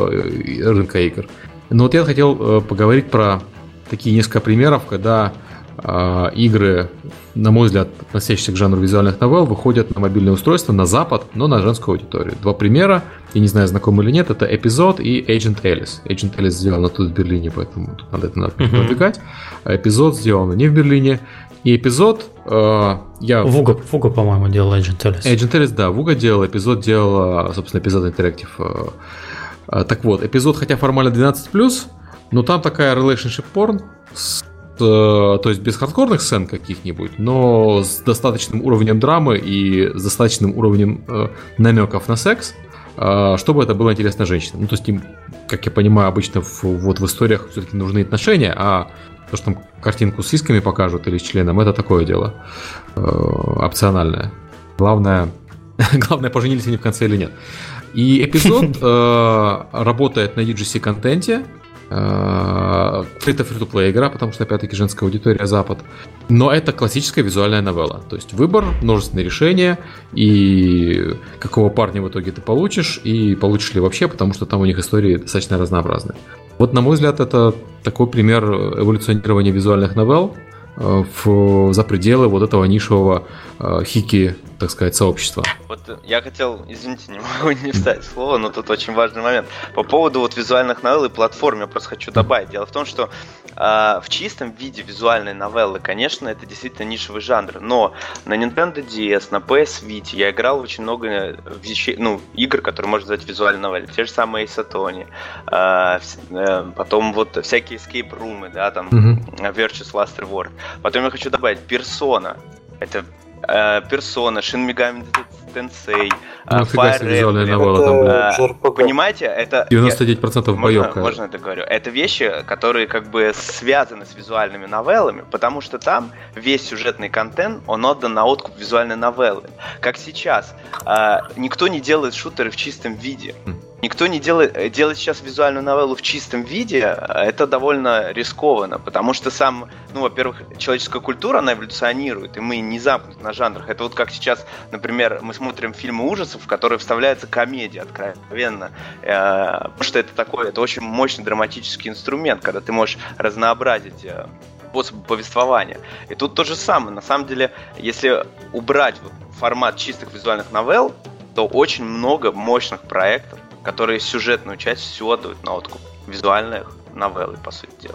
Speaker 1: рынка игр. Но вот я хотел поговорить про такие несколько примеров, когда игры, на мой взгляд, относящиеся к жанру визуальных новелл, выходят на мобильное устройство на Запад, но на женскую аудиторию. 2 примера, я не знаю, знакомы или нет, это Эпизод и Agent Alice. Agent Alice сделана тут в Берлине, поэтому тут надо продвигать. Эпизод сделана не в Берлине. И Эпизод
Speaker 2: Вуга, по-моему, делал Agent Alice.
Speaker 1: Agent Alice, да, Вуга делал, Эпизод делала, собственно, Эпизод Interactive. Так вот, Эпизод, хотя формально 12+, но там такая relationship porn то есть без хардкорных сцен каких-нибудь, но с достаточным уровнем драмы и с достаточным уровнем намеков на секс, чтобы это было интересно женщинам. Ну, то есть им, как я понимаю, обычно в историях все-таки нужны отношения, а то, что там картинку с сиськами покажут или с членом, это такое дело опциональное. Главное, поженились они в конце или нет. И Эпизод работает на UGC-контенте, это free-to-play игра, потому что, опять-таки, женская аудитория Запад. Но это классическая визуальная новелла. То есть выбор, множественные решения, и какого парня в итоге ты получишь, и получишь ли вообще, потому что там у них истории достаточно разнообразные. Вот, на мой взгляд, это такой пример эволюционирования визуальных новелл за пределы вот этого нишевого хики, так сказать, сообщества.
Speaker 3: Вот я хотел, извините, не могу не вставить слово, но тут очень важный момент. По поводу вот визуальных новелл и платформ я просто хочу добавить. Дело в том, что в чистом виде визуальной новеллы, конечно, это действительно нишевый жанр, но на Nintendo DS, на PS Vita я играл в очень много вещей, игр, которые можно назвать визуальной новеллой. Те же самые Ace Attorney, потом вот всякие escape room, да, там Virtuous Last Reward. Потом я хочу добавить Persona. Это Persona, Shin Megami Tensei, Fire Emblem. Понимаете, это...
Speaker 1: 99% боевка.
Speaker 3: Можно это говорю. Это вещи, которые как бы связаны с визуальными новеллами, потому что там весь сюжетный контент, он отдан на откуп визуальной новеллы. Как сейчас. Никто не делает шутеры в чистом виде. Никто не делает сейчас визуальную новеллу в чистом виде, это довольно рискованно, потому что во-первых, человеческая культура, она эволюционирует, и мы не замкнуты на жанрах. Это вот как сейчас, например, мы смотрим фильмы ужасов, в которые вставляется комедия, откровенно, потому что это очень мощный драматический инструмент, когда ты можешь разнообразить способы повествования. И тут то же самое. На самом деле, если убрать формат чистых визуальных новелл, то очень много мощных проектов, которые сюжетную часть всю отдают на откуп визуальных новелл, по сути дела.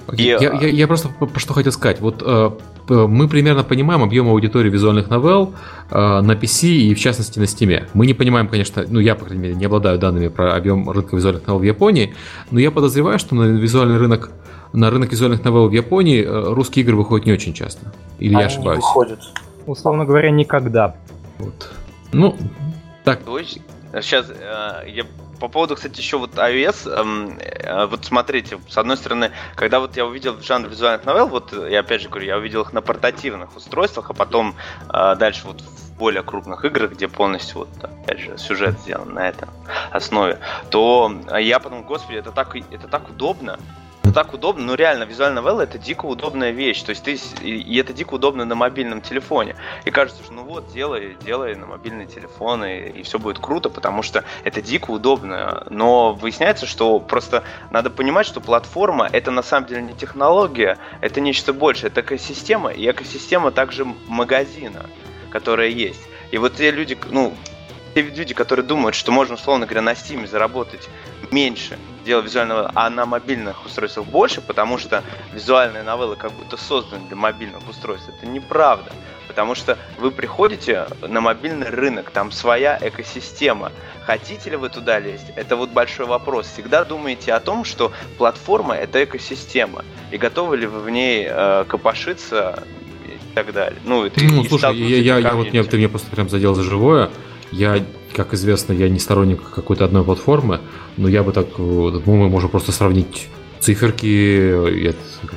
Speaker 1: Я просто что хотел сказать. Вот мы примерно понимаем объем аудитории визуальных новелл на PC и, в частности, на Steam. Мы не понимаем, конечно, я, по крайней мере, не обладаю данными про объем рынка визуальных новелл в Японии, но я подозреваю, что на рынок визуальных новелл в Японии русские игры выходят не очень часто. Или я ошибаюсь?
Speaker 8: Не выходят.
Speaker 4: Условно говоря, никогда.
Speaker 1: Вот. Ну, так.
Speaker 3: Сейчас я по поводу, кстати, еще вот iOS, вот смотрите, с одной стороны, когда вот я увидел жанр визуальных новелл, вот я опять же говорю, я увидел их на портативных устройствах, а потом дальше вот в более крупных играх, где полностью вот, опять же, сюжет сделан на этой основе, то я подумал, господи, это так удобно. Это так удобно, но реально, визуальная новелла — это дико удобная вещь, то есть и это дико удобно на мобильном телефоне. И кажется, что ну вот, делай на мобильный телефон, и все будет круто, потому что это дико удобно. Но выясняется, что просто надо понимать, что платформа — это на самом деле не технология, это нечто большее, это экосистема, и экосистема также магазина, которая есть. И вот те люди, которые думают, что можно, условно говоря, на Steam заработать меньше, делая визуального, а на мобильных устройствах больше, потому что визуальные новеллы как будто созданы для мобильных устройств. Это неправда, потому что вы приходите на мобильный рынок, там своя экосистема. Хотите ли вы туда лезть? Это вот большой вопрос. Всегда думайте о том, что платформа — это экосистема, и готовы ли вы в ней копошиться и так далее.
Speaker 1: Слушай, ты меня просто прям задел за живое. Я, как известно, я не сторонник какой-то одной платформы, но я бы так, мы можем просто сравнить циферки,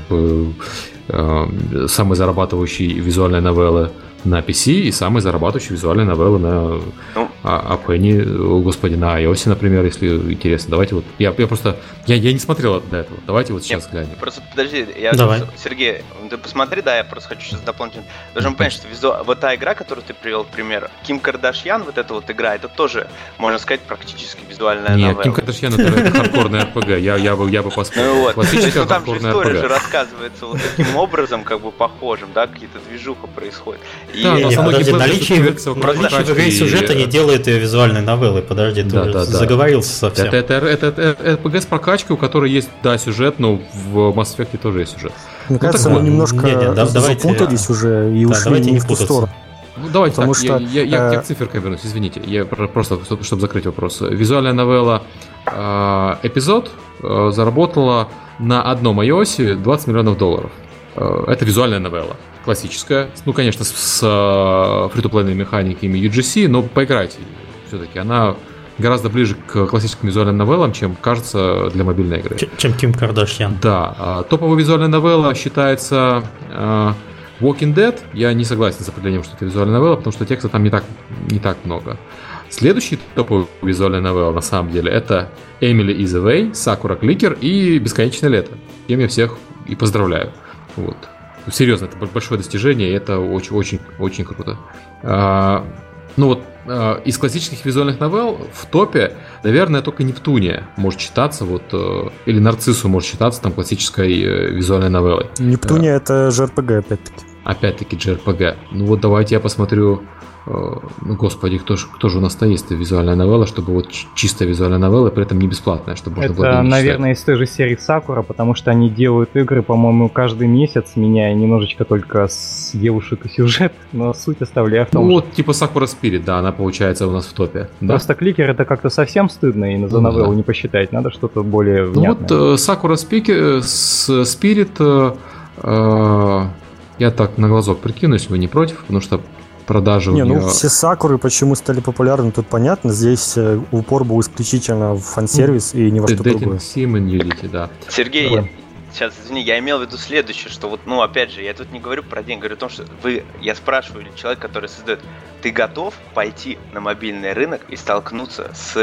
Speaker 1: самые зарабатывающие визуальные новеллы на PC и самые зарабатывающие визуальные новеллы на на iOS, например, если интересно. Давайте вот, я не смотрел до этого, давайте вот сейчас глянем.
Speaker 3: Просто подожди, Сергей, ты посмотри, я просто хочу сейчас дополнить. Должен понять, что вот та игра, которую ты привел в пример, Ким Кардашьян, вот эта вот игра, это тоже, можно сказать, практически визуальная новелла.
Speaker 1: Нет, Ким Кардашьян это хардкорный RPG, я бы поспорил.
Speaker 3: Классическая хардкорная RPG. Там же история же рассказывается вот таким образом, как бы похожим, да, какие-то движуха происходят.
Speaker 2: Наличие в игре сюжета не делает ее визуальной новеллой. Подожди, ты уже заговорился совсем.
Speaker 1: Это RPG с прокачкой, у которой есть, сюжет, но в Mass Effect тоже есть сюжет.
Speaker 5: Мне кажется, мы немножко запутались уже и ушли не в ту сторону.
Speaker 1: Ну, давайте потому так, что, я к циферкам вернусь, извините. Я просто, чтобы закрыть вопрос. Визуальная новелла «Эпизод» заработала на одном iOS $20 миллионов. Это визуальная новелла. Классическая. Ну, конечно, с фри-то-плейными механиками UGC, но поиграйте. Все-таки она гораздо ближе к классическим визуальным новеллам, чем кажется для мобильной игры.
Speaker 2: Чем Ким Кардашьян.
Speaker 1: Да. Топовая визуальная новелла считается Walking Dead. Я не согласен с определением, что это визуальная новелла, потому что текста там не так много. Следующий топовый визуальная новелла, на самом деле, это Emily is Away, Sakura Clicker и Бесконечное лето. С чем я всех и поздравляю. Вот. Серьезно, это большое достижение, и это очень круто. Из классических визуальных новелл в топе, наверное, только Нептуния может считаться, или Нарциссу может считаться там классической визуальной новеллой.
Speaker 5: Нептуния это JRPG, опять-таки.
Speaker 1: Опять-таки JRPG. Ну вот давайте я посмотрю. Господи, кто же у нас-то есть визуальная новелла, чтобы вот чистая визуальная новелла, при этом не бесплатная, чтобы можно было.
Speaker 4: Это, наверное, из той же серии Сакура, потому что они делают игры, по-моему, каждый месяц, меняя немножечко только с девушек и сюжет, но суть оставляя в том,
Speaker 1: вот типа Sakura Spirit, да, она получается у нас в топе.
Speaker 4: Просто кликер это как-то совсем стыдно, и за новеллу не посчитать, надо что-то более внятное.
Speaker 1: Вот Sakura Spirit, я так на глазок прикину, если вы не против, потому что продажи у нее...
Speaker 5: все Сакуры почему стали популярны, тут понятно. Здесь упор был исключительно в фан-сервис и ни во что другое.
Speaker 1: Да.
Speaker 3: Сергей, сейчас, извини, я имел в виду следующее, что опять же, я тут не говорю про деньги, говорю о том, что я спрашиваю человека, который создает, ты готов пойти на мобильный рынок и столкнуться с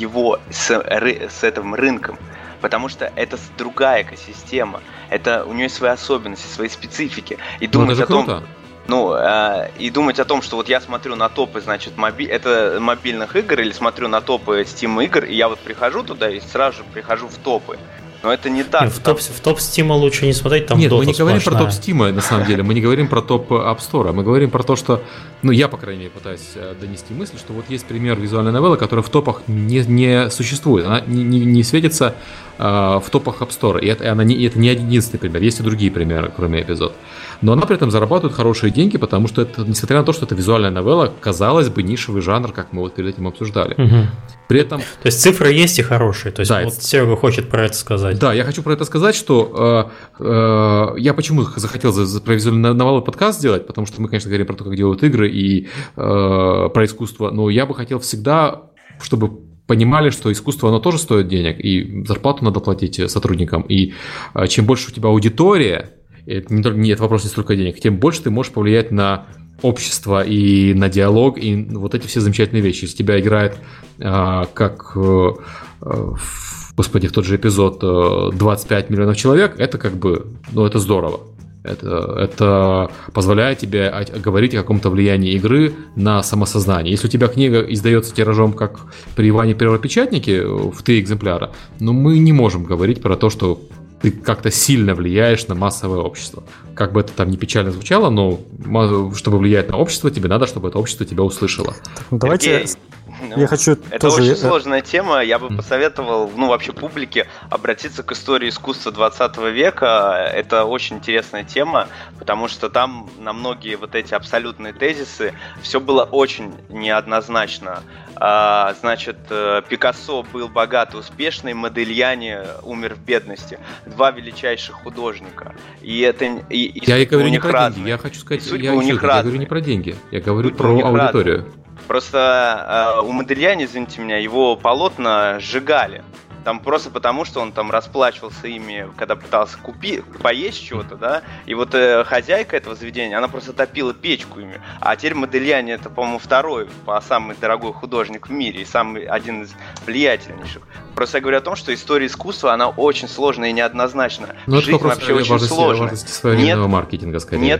Speaker 3: этим рынком? Потому что это другая экосистема, это у нее есть свои особенности, свои специфики. И думать о том... Круто. И думать о том, что вот я смотрю на топы, значит, это мобильных игр, или смотрю на топы Steam игр, и я вот прихожу туда и сразу же прихожу в топы. Но это не так.
Speaker 2: В топ Steam лучше не смотреть, там
Speaker 1: Нет, мы не говорим
Speaker 2: сплошная.
Speaker 1: про топ Steam, на самом деле. Мы не говорим про топ App Store. Мы говорим про то, что... я, по крайней мере, пытаюсь донести мысль, что вот есть пример визуальной новеллы, которая в топах не существует. Она не светится в топах App Store. И это не единственный пример. Есть и другие примеры, кроме эпизод. Но она при этом зарабатывает хорошие деньги, потому что это, несмотря на то, что это визуальная новелла, казалось бы, нишевый жанр, как мы вот перед этим обсуждали.
Speaker 2: Угу.
Speaker 1: При этом...
Speaker 2: То есть цифры есть и хорошие. То есть
Speaker 1: да,
Speaker 2: вот Серега хочет про это сказать.
Speaker 1: Да, я хочу про это сказать, что я почему захотел про визуальную новеллу подкаст сделать, потому что мы, конечно, говорим про то, как делают игры и про искусство, но я бы хотел всегда, чтобы понимали, что искусство, оно тоже стоит денег, и зарплату надо платить сотрудникам, и чем больше у тебя аудитория, это вопрос не столько денег, тем больше ты можешь повлиять на общество и на диалог, и вот эти все замечательные вещи. Если тебя играет, как, господи, в тот же эпизод 25 миллионов человек, это как бы, это здорово. Это позволяет тебе говорить о каком-то влиянии игры на самосознание. Если у тебя книга издается тиражом, как при Иване Первопечатнике, в 3 экземпляра, но мы не можем говорить про то, что ты как-то сильно влияешь на массовое общество. Как бы это там не печально звучало, но чтобы влиять на общество, тебе надо, чтобы это общество тебя услышало.
Speaker 5: Давайте... Я хочу
Speaker 3: это
Speaker 5: тоже...
Speaker 3: очень сложная тема. Я бы посоветовал, вообще публике обратиться к истории искусства 20 века. Это очень интересная тема, потому что там на многие вот эти абсолютные тезисы все было очень неоднозначно. Значит, Пикассо был богатый, успешный, Модельяне умер в бедности. 2 величайших художника. И это
Speaker 1: я и говорю не про
Speaker 3: разные.
Speaker 1: деньги. Я хочу сказать,
Speaker 3: я
Speaker 1: говорю не про деньги. Я говорю про аудиторию.
Speaker 3: Разные. Просто у Модельяне, извините меня, его полотна сжигали. Там просто потому, что он там расплачивался ими, когда пытался поесть чего-то, да. И вот хозяйка этого заведения, она просто топила печку ими. А теперь Модельяне это, по-моему, второй самый дорогой художник в мире и один из влиятельнейших. Просто я говорю о том, что история искусства, она очень сложная и неоднозначная.
Speaker 1: Но
Speaker 3: жизнь вообще очень сложная.
Speaker 1: Нет маркетинга, скорее.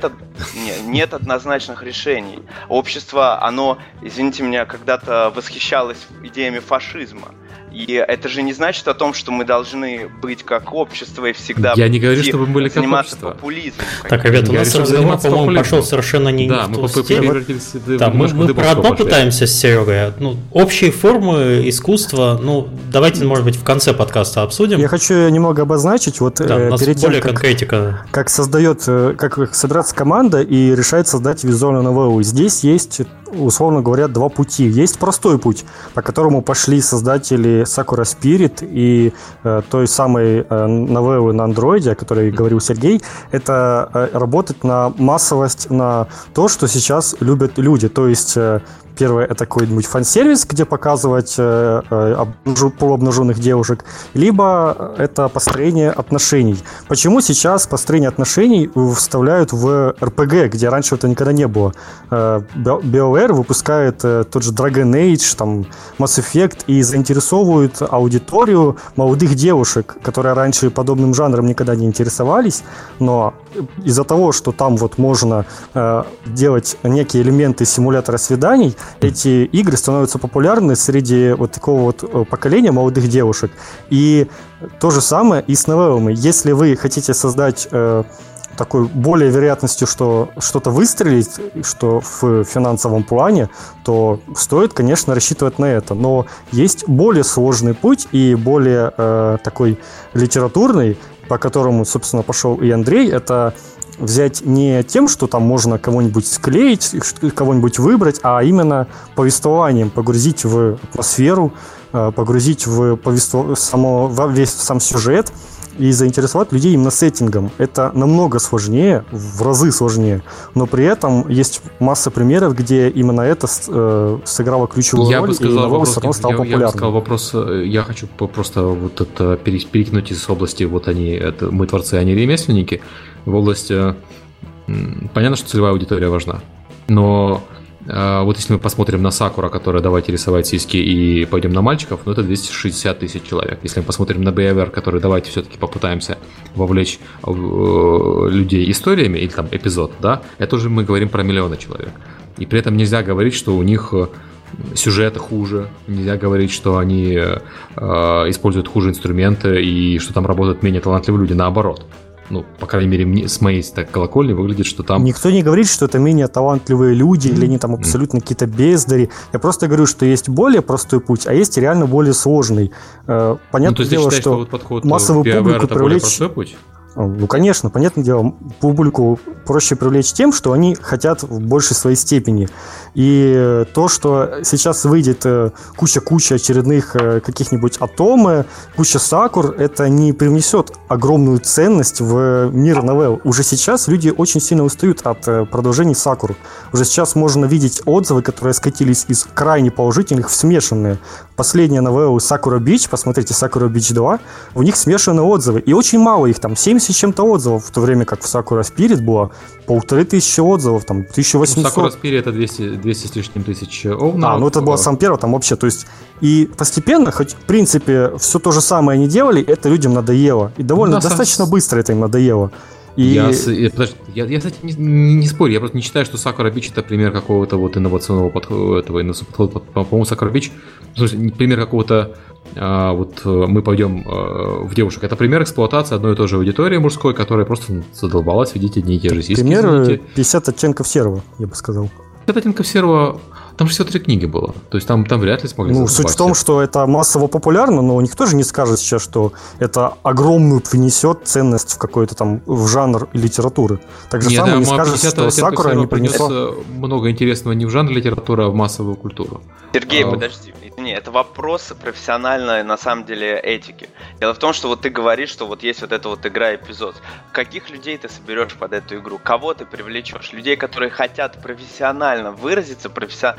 Speaker 3: Нет однозначных решений. Общество, оно, извините меня, когда-то восхищалось идеями фашизма. И это же не значит о том, что мы должны быть как общество и всегда
Speaker 1: я не говорю, что мы были как
Speaker 3: заниматься
Speaker 1: общество.
Speaker 3: популизмом.
Speaker 2: Так, ребята, у нас разговор, по-моему, пошел совершенно не в ту степень. Да, мы про одно пытаемся с Серегой. Общие формы искусства, давайте, может быть, в конце подкаста обсудим.
Speaker 5: Я хочу немного обозначить, вот перед тем, как собирается команда и решает создать визуальную новеллу. Здесь есть, условно говоря, 2 пути. Есть простой путь, по которому пошли создатели Sakura Spirit и той самой новеллы на андроиде, о которой говорил Сергей, это работать на массовость, на то, что сейчас любят люди. То есть первое – это какой-нибудь фан-сервис, где показывать полуобнаженных девушек, либо это построение отношений. Почему сейчас построение отношений вставляют в RPG, где раньше это никогда не было? BioWare выпускает тот же Dragon Age, там, Mass Effect и заинтересовывают аудиторию молодых девушек, которые раньше подобным жанром никогда не интересовались, но из-за того, что там вот можно делать некие элементы симулятора свиданий, эти игры становятся популярны среди вот такого вот поколения молодых девушек. И то же самое и с новеллами. Если вы хотите создать такой более вероятностью, что что-то выстрелит, что в финансовом плане, то стоит, конечно, рассчитывать на это. Но есть более сложный путь и более такой литературный, по которому, собственно, пошел и Андрей, это взять не тем, что там можно кого-нибудь склеить, кого-нибудь выбрать, а именно повествованием погрузить в атмосферу, погрузить в весь сам сюжет и заинтересовать людей именно сеттингом. Это намного сложнее, в разы сложнее, но при этом есть масса примеров, где именно это сыграло ключевую роль, и новелла все равно стала популярной.
Speaker 1: Я бы сказал вопрос, я хочу просто вот это перекинуть из области, вот мы творцы, они ремесленники, в область, понятно, что целевая аудитория важна, но вот если мы посмотрим на Сакура, которая давайте рисовать сиськи и пойдем на мальчиков, это 260 тысяч человек. Если мы посмотрим на BioWare, который давайте все-таки попытаемся вовлечь людей историями, или там эпизод, да, это уже мы говорим про миллионы человек. И при этом нельзя говорить, что у них сюжеты хуже, нельзя говорить, что они используют хуже инструменты и что там работают менее талантливые люди, наоборот. Ну, по крайней мере, с моей колокольни выглядит, что там...
Speaker 5: Никто не говорит, что это менее талантливые люди, или они там абсолютно какие-то бездари. Я просто говорю, что есть более простой путь, а есть реально более сложный. Понятное дело,
Speaker 1: считаешь,
Speaker 5: что
Speaker 1: вот подход
Speaker 5: массовую публику привлечь...
Speaker 1: простой путь?
Speaker 5: Ну, конечно, понятное дело, публику проще привлечь тем, что они хотят в большей своей степени. И то, что сейчас выйдет куча очередных каких-нибудь атомы, куча сакур, это не привнесет огромную ценность в мир новелл. Уже сейчас люди очень сильно устают от продолжений сакур. Уже сейчас можно видеть отзывы, которые скатились из крайне положительных в смешанные. Последняя новелла Sakura Beach, посмотрите, Sakura Beach 2, у них смешанные отзывы. И очень мало их, там 70 с чем-то отзывов, в то время как в Sakura Spirit было 1500 отзывов, там 1800.
Speaker 1: Ну, Sakura Spirit это 200 с лишним тысяч овнов.
Speaker 5: Ну это была сам первый, там вообще, то есть, и постепенно, хоть в принципе все то же самое они делали, это людям надоело. И довольно достаточно быстро это им надоело.
Speaker 1: Я, кстати, не спорю, я просто не считаю, что Sakura Beach это пример какого-то вот инновационного подхода, по-моему, Sakura Beach, пример какого-то, вот мы пойдем в девушек, это пример эксплуатации одной и той же аудитории мужской, которая просто задолбалась видеть одни и те же сиськи.
Speaker 5: Пример 50 оттенков серого, я бы сказал.
Speaker 1: 50 оттенков серого, там же всего 3 книги было, то есть там вряд ли смогли задолбать.
Speaker 5: Суть в том, что это массово популярно, но никто же не скажет сейчас, что это огромную принесет ценность в какой-то там в жанр литературы. Так же самое не скажет, что Сакура не принесла
Speaker 1: много интересного не в жанр литературы, а в массовую культуру.
Speaker 3: Сергей, подожди. Не, это вопросы профессиональной, на самом деле, этики. Дело в том, что вот ты говоришь, что вот есть вот эта вот игра-эпизод. Каких людей ты соберешь под эту игру? Кого ты привлечешь? Людей, которые хотят профессионально выразиться,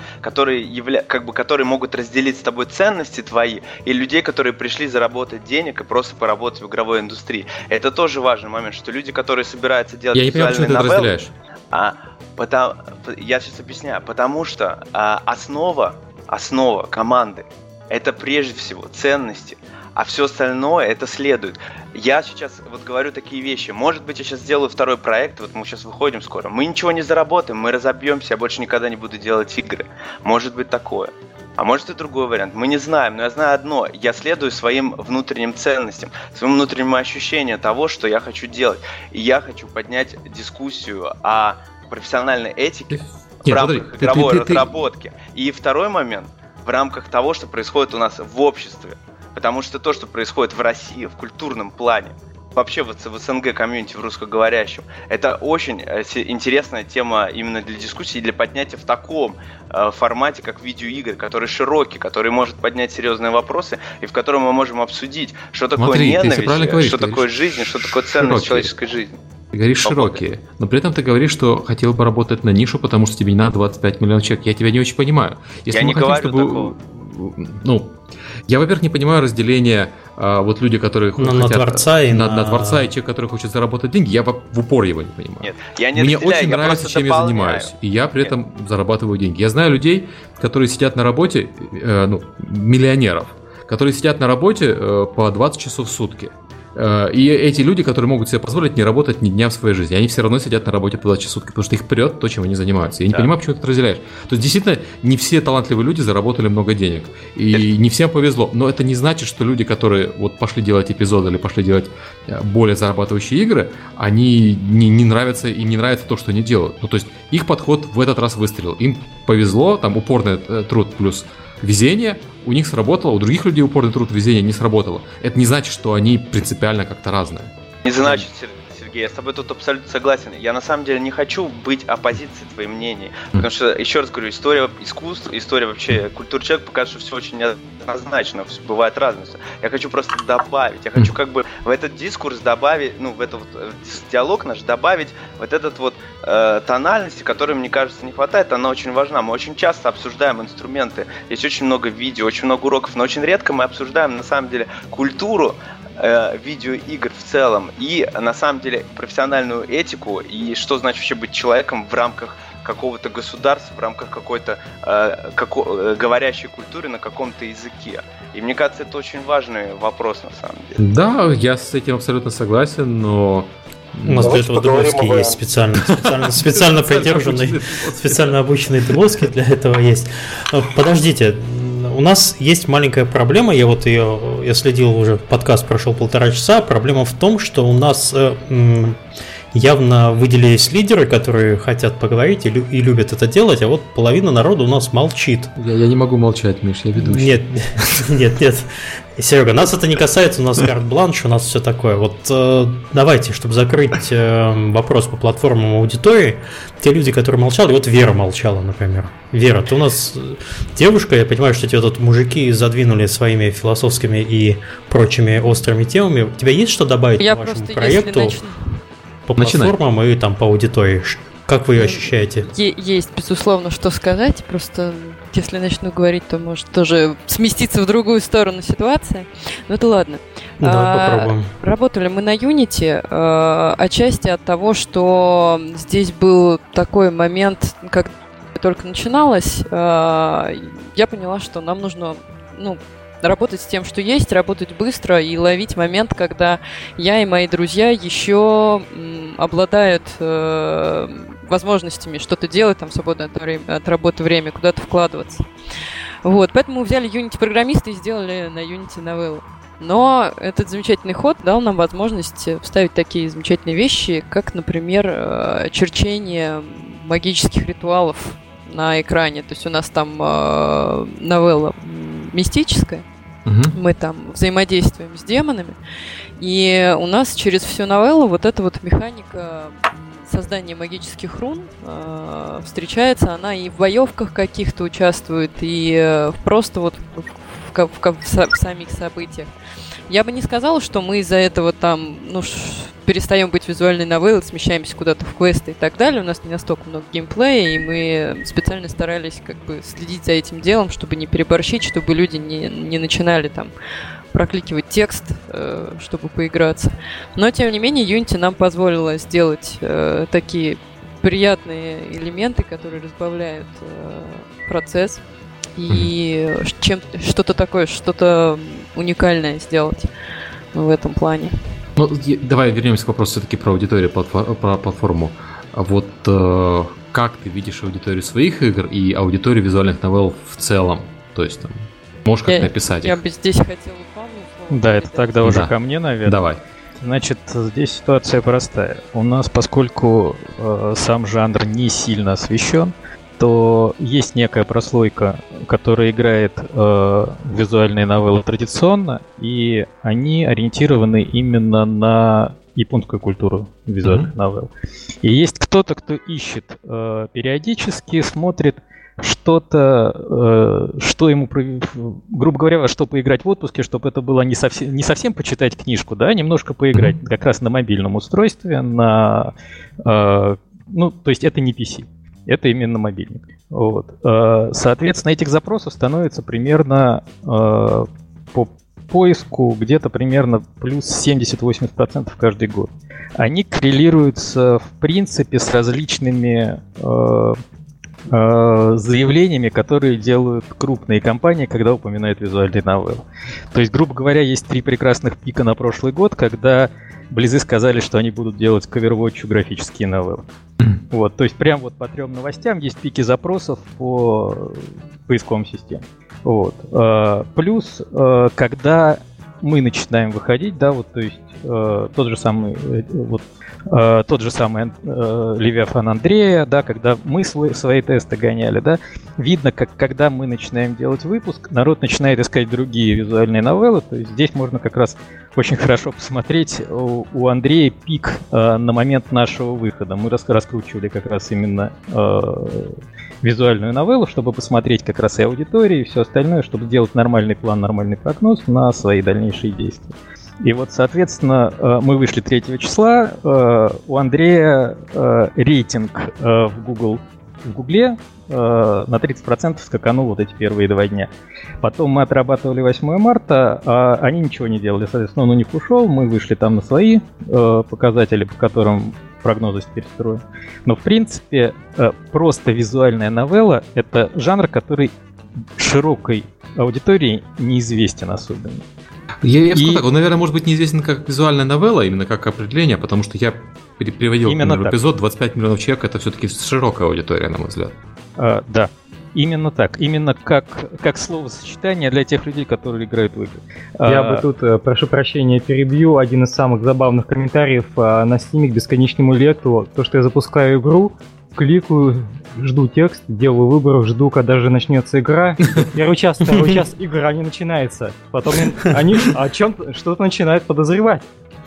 Speaker 3: которые могут разделить с тобой ценности твои, и людей, которые пришли заработать денег и просто поработать в игровой индустрии. Это тоже важный момент, что люди, которые собираются делать визуальные новеллы... Я сейчас объясняю. Потому что основа команды – это прежде всего ценности, а все остальное это следует. Я сейчас вот говорю такие вещи. Может быть, я сейчас сделаю второй проект, вот мы сейчас выходим скоро. Мы ничего не заработаем, мы разобьемся, я больше никогда не буду делать игры. Может быть такое. А может и другой вариант. Мы не знаем, но я знаю одно. Я следую своим внутренним ценностям, своему внутреннему ощущению того, что я хочу делать. И я хочу поднять дискуссию о профессиональной этике в рамках игровой разработки. И второй момент в рамках того, что происходит у нас в обществе. Потому что то, что происходит в России в культурном плане, вообще в СНГ комьюнити, в русскоговорящем, это очень интересная тема именно для дискуссии и для поднятия в таком формате, как видеоигры, который широкий, который может поднять серьезные вопросы, и в котором мы можем обсудить, что такое ненависть, что такое жизнь, что такое ценность человеческой жизни.
Speaker 1: Ты говоришь широкие, но при этом ты говоришь, что хотел бы работать на нишу, потому что тебе не надо 25 миллионов человек. Я тебя не очень понимаю.
Speaker 3: Если я не говорю такого.
Speaker 1: Я, во-первых, не понимаю разделения вот люди, которые хотят на Творца и на Творца, и человек, который хочет заработать деньги. Я в упор его не понимаю.
Speaker 3: Нет, я не
Speaker 1: Мне
Speaker 3: разделяю,
Speaker 1: очень нравится, чем я занимаюсь, и я при этом зарабатываю деньги. Я знаю людей, которые сидят на работе, миллионеров, которые сидят на работе по 20 часов в сутки. И эти люди, которые могут себе позволить не работать ни дня в своей жизни, они все равно сидят на работе по 20 часов в сутки, потому что их прет то, чем они занимаются. Я не понимаю, почему ты это разделяешь. То есть, действительно, не все талантливые люди заработали много денег. И не всем повезло. Но это не значит, что люди, которые вот пошли делать эпизоды или пошли делать более зарабатывающие игры, они не нравятся, им не нравится то, что они делают. Ну, то есть, их подход в этот раз выстрелил. Им повезло, там упорный труд плюс везение у них сработало, у других людей упорный труд везения не сработало. Это не значит, что они принципиально как-то разные.
Speaker 3: Не значит, Сергей, я с тобой тут абсолютно согласен. Я на самом деле не хочу быть оппозицией твоим мнениям. Потому что, еще раз говорю, история искусства, история вообще культуры человека показывает, что все очень неоднозначно, бывает разность. Я хочу просто добавить, я хочу как бы в этот дискурс добавить, в этот вот диалог наш добавить вот этот вот тональности, которой, мне кажется, не хватает, она очень важна. Мы очень часто обсуждаем инструменты, есть очень много видео, очень много уроков, но очень редко мы обсуждаем на самом деле культуру видеоигр в целом и на самом деле профессиональную этику и что значит вообще быть человеком в рамках какого-то государства, в рамках какой-то говорящей культуры на каком-то языке. И мне кажется, это очень важный вопрос на самом деле.
Speaker 1: Да, я с этим абсолютно согласен, но...
Speaker 2: У нас для этого Дымовский есть специально поддержанный, специально обученный Дымовский для этого есть. Подождите, у нас есть маленькая проблема, я следил уже, подкаст прошел 1,5 часа, проблема в том, что у нас явно выделились лидеры, которые хотят поговорить и любят это делать, а вот половина народа у нас молчит.
Speaker 1: Я не могу молчать, Миш, я ведущий.
Speaker 2: Нет. Серега, нас это не касается, у нас карт-бланш, у нас все такое. Вот давайте, чтобы закрыть вопрос по платформам аудитории, те люди, которые молчали, вот Вера молчала, например. Вера, ты у нас девушка, я понимаю, что тебя тут мужики задвинули своими философскими и прочими острыми темами. У тебя есть что добавить к вашему проекту по платформам и там по аудитории? Как вы ее ощущаете?
Speaker 6: Есть, безусловно, что сказать. Просто если начну говорить, то может тоже сместиться в другую сторону ситуация. Но это ладно.
Speaker 2: Давай попробуем.
Speaker 6: Работали мы на Unity отчасти от того, что здесь был такой момент, как только начиналось, я поняла, что нам нужно работать с тем, что есть, работать быстро и ловить момент, когда я и мои друзья еще обладают возможностями что-то делать, там, свободное от работы время, куда-то вкладываться. Вот, поэтому мы взяли Unity-программиста и сделали на Unity новеллу. Но этот замечательный ход дал нам возможность вставить такие замечательные вещи, как, например, черчение магических ритуалов на экране. То есть у нас там новелла мистическая, мы там взаимодействуем с демонами, и у нас через всю новеллу вот эта вот механика создания магических рун встречается, она и в боевках каких-то участвует, и просто вот в самих событиях. Я бы не сказала, что мы из-за этого там, перестаем быть визуальной новеллой, смещаемся куда-то в квесты и так далее. У нас не настолько много геймплея, и мы специально старались как бы следить за этим делом, чтобы не переборщить, чтобы люди не начинали там прокликивать текст, чтобы поиграться. Но, тем не менее, Unity нам позволила сделать такие приятные элементы, которые разбавляют процесс, и что-то уникальное сделать в этом плане.
Speaker 1: Давай вернемся к вопросу все-таки про аудиторию, про платформу. Вот как ты видишь аудиторию своих игр и аудиторию визуальных новелл в целом? То есть там можешь как-то написать их?
Speaker 6: Я бы здесь хотела Павлу слово.
Speaker 4: Да, это тогда уже ко мне, наверное.
Speaker 1: Давай.
Speaker 4: Значит, здесь ситуация простая. У нас, поскольку сам жанр не сильно освещен, то есть некая прослойка, которая играет визуальные новеллы традиционно, и они ориентированы именно на японскую культуру визуальных новелл. И есть кто-то, кто ищет периодически, смотрит что-то, что ему, грубо говоря, во что поиграть в отпуске, чтобы это было не совсем почитать книжку, да, немножко поиграть как раз на мобильном устройстве, то есть это не PC. Это именно мобильник. Вот. Соответственно, этих запросов становится примерно по поиску где-то примерно плюс 70-80% каждый год. Они коррелируются, в принципе, с различными заявлениями, которые делают крупные компании, когда упоминают визуальные новеллы. То есть, грубо говоря, есть 3 прекрасных пика на прошлый год, когда Близы сказали, что они будут делать к Overwatch графические новеллы. Вот, то есть прям вот по 3 новостям есть пики запросов по поисковым системам. Вот. Плюс, когда мы начинаем выходить, да, вот, то есть тот же самый Левиафан Андрея, да, когда мы свои тесты гоняли, да, видно, как когда мы начинаем делать выпуск, народ начинает искать другие визуальные новеллы, то есть здесь можно как раз очень хорошо посмотреть у Андрея пик на момент нашего выхода. Мы раскручивали как раз именно визуальную новеллу, чтобы посмотреть как раз и аудиторию, и все остальное, чтобы сделать нормальный план, нормальный прогноз на свои дальнейшие действия. И вот, соответственно, мы вышли 3 числа, у Андрея рейтинг в Гугле на 30% скаканул вот эти первые 2 дня. Потом мы отрабатывали 8 марта, а они ничего не делали. Соответственно, он у них ушел, мы вышли там на свои показатели, по которым прогнозы теперь строим. Но, в принципе, просто визуальная новелла — это жанр, который широкой аудитории неизвестен особенно.
Speaker 1: Я скажу так, он, наверное, может быть неизвестен как визуальная новелла, именно как определение, потому что я приводил эпизод, 25 миллионов человек — это все-таки широкая аудитория, на мой взгляд.
Speaker 4: Да. Именно так. Именно как словосочетание для тех людей, которые играют в игры. Я бы тут, прошу прощения, перебью. Один из самых забавных комментариев на Steam к бесконечному лету. То, что я запускаю игру, кликаю, жду текст, делаю выбор, жду, когда же начнется игра. Первый час, второй час, игра не начинается. Потом они о чем-то что-то начинают подозревать.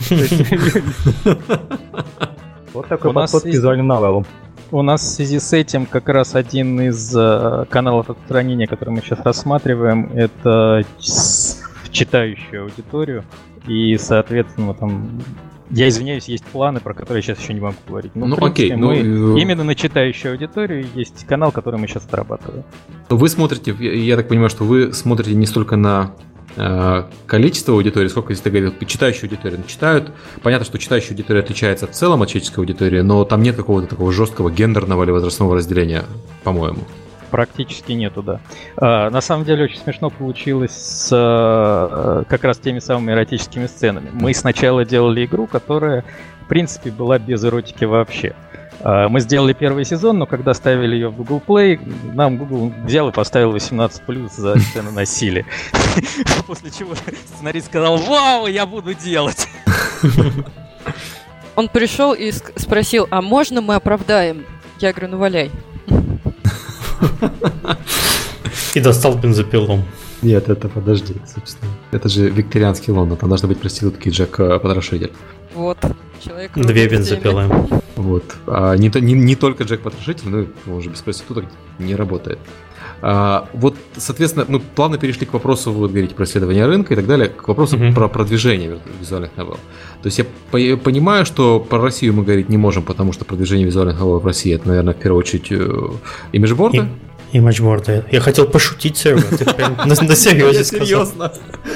Speaker 4: Вот такой подход к визуальным новеллам. У нас в связи с этим как раз один из каналов распространения, который мы сейчас рассматриваем, это в читающую аудиторию. И, соответственно, там, я извиняюсь, есть планы, про которые я сейчас еще не могу говорить. Но,
Speaker 1: окей.
Speaker 4: Именно на читающую аудиторию есть канал, который мы сейчас отрабатываем.
Speaker 1: Вы смотрите, я так понимаю, что вы смотрите не столько на количество аудитории, сколько, если ты говорил, читающую аудиторию читают. Понятно, что читающая аудитория отличается в целом от человеческой аудитории, но там нет какого-то такого жесткого гендерного или возрастного разделения, по-моему.
Speaker 4: Практически нету, да. На самом деле очень смешно получилось с как раз теми самыми эротическими сценами. Мы сначала делали игру, которая, в принципе, была без эротики вообще. Мы сделали первый сезон, но когда ставили ее в Google Play, нам Google взял и поставил 18+ за сцену насилия. После чего сценарист сказал: «Вау, я буду делать!»
Speaker 6: Он пришел и спросил: «А можно мы оправдаем?» Я говорю: «Ну валяй».
Speaker 2: И достал бензопилу.
Speaker 1: Нет, это подожди, собственно. Это же викторианский Лондон, там должны быть проститутки и Джек-потрошитель.
Speaker 6: Вот. Человек
Speaker 2: 2 бензопилы.
Speaker 1: Вот. Не только Джек-потрошитель, но он же без проституток не работает. Вот, соответственно, мы плавно перешли к вопросу, вы говорите про исследование рынка и так далее, к вопросу про продвижение визуальных новелл. То есть я понимаю, что про Россию мы говорить не можем, потому что продвижение визуальных новелл в России — это, наверное, в первую очередь имиджборды.
Speaker 2: Имиджборды. Я хотел пошутить, Серега, ты прям на серьезе сказал.
Speaker 1: Серьезно.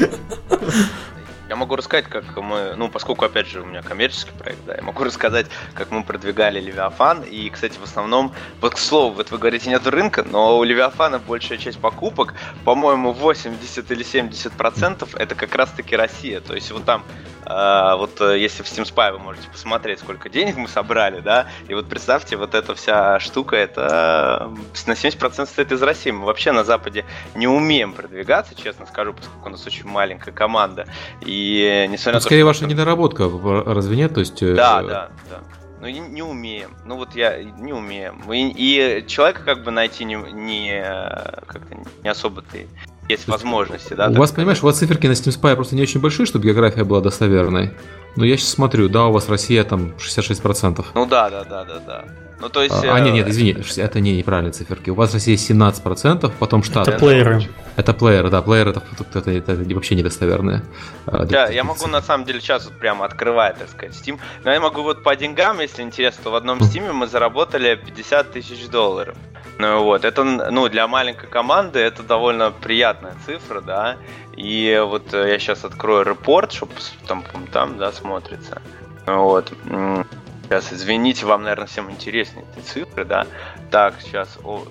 Speaker 3: Я могу рассказать, как мы, поскольку, опять же, у меня коммерческий проект, да, я могу рассказать, как мы продвигали Левиафан. И, кстати, в основном, вот к слову, вот вы говорите, нет рынка, но у Левиафана большая часть покупок, по-моему, 80 или 70% это как раз-таки Россия. То есть вот там, если в Steam Spy вы можете посмотреть, сколько денег мы собрали, да, и вот представьте, вот эта вся штука, это на 70% состоит из России. Мы вообще на Западе не умеем продвигаться, честно скажу, поскольку у нас очень маленькая команда. И несмотря на то,
Speaker 1: скорее, ваша недоработка, разве нет? То есть,
Speaker 3: да. Ну, не умеем. Ну, вот не умеем. И человека как бы найти не особо-то есть возможности, да?
Speaker 1: У вас, понимаешь, у вас циферки на Steam Spy просто не очень большие, чтобы география была достоверной. Но я сейчас смотрю, да, у вас Россия там 66%.
Speaker 3: Ну да. Ну, то есть...
Speaker 1: Нет, извини, это неправильные циферки. У вас Россия 17%, потом Штаты.
Speaker 2: Это плееры.
Speaker 1: Это плееры, да, плееры это вообще недостоверные.
Speaker 3: Я могу на самом деле сейчас вот прямо открывать, так сказать, Steam. Но я могу вот по деньгам, если интересно, то в одном Steam мы заработали $50 000. Ну вот, это, для маленькой команды это довольно приятная цифра, да. И вот я сейчас открою репорт, чтобы там, да, смотрится. Вот. Сейчас, извините, вам, наверное, всем интереснее эти цифры, да. Так, сейчас,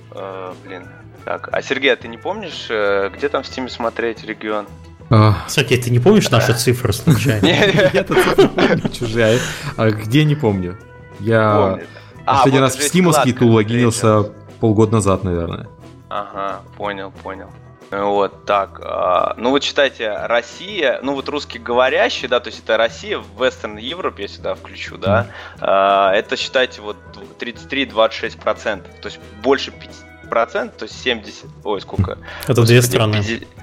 Speaker 3: Так, а Сергей, а ты не помнишь, где там в Steam смотреть регион?
Speaker 2: Кстати, ты не помнишь наши цифры случайно?
Speaker 1: Я-то цифры помню, чужая. А где не помню? Я последний раз в Steam-овский тул логинился полгода назад, наверное.
Speaker 3: Ага, понял. Вот, так, вот читайте, Россия, вот русскоговорящий, да, то есть это Россия в Western Europe, я сюда включу, да, это, считайте, вот 33-26%, то есть больше 50%, то есть 70, сколько?
Speaker 2: Это две страны.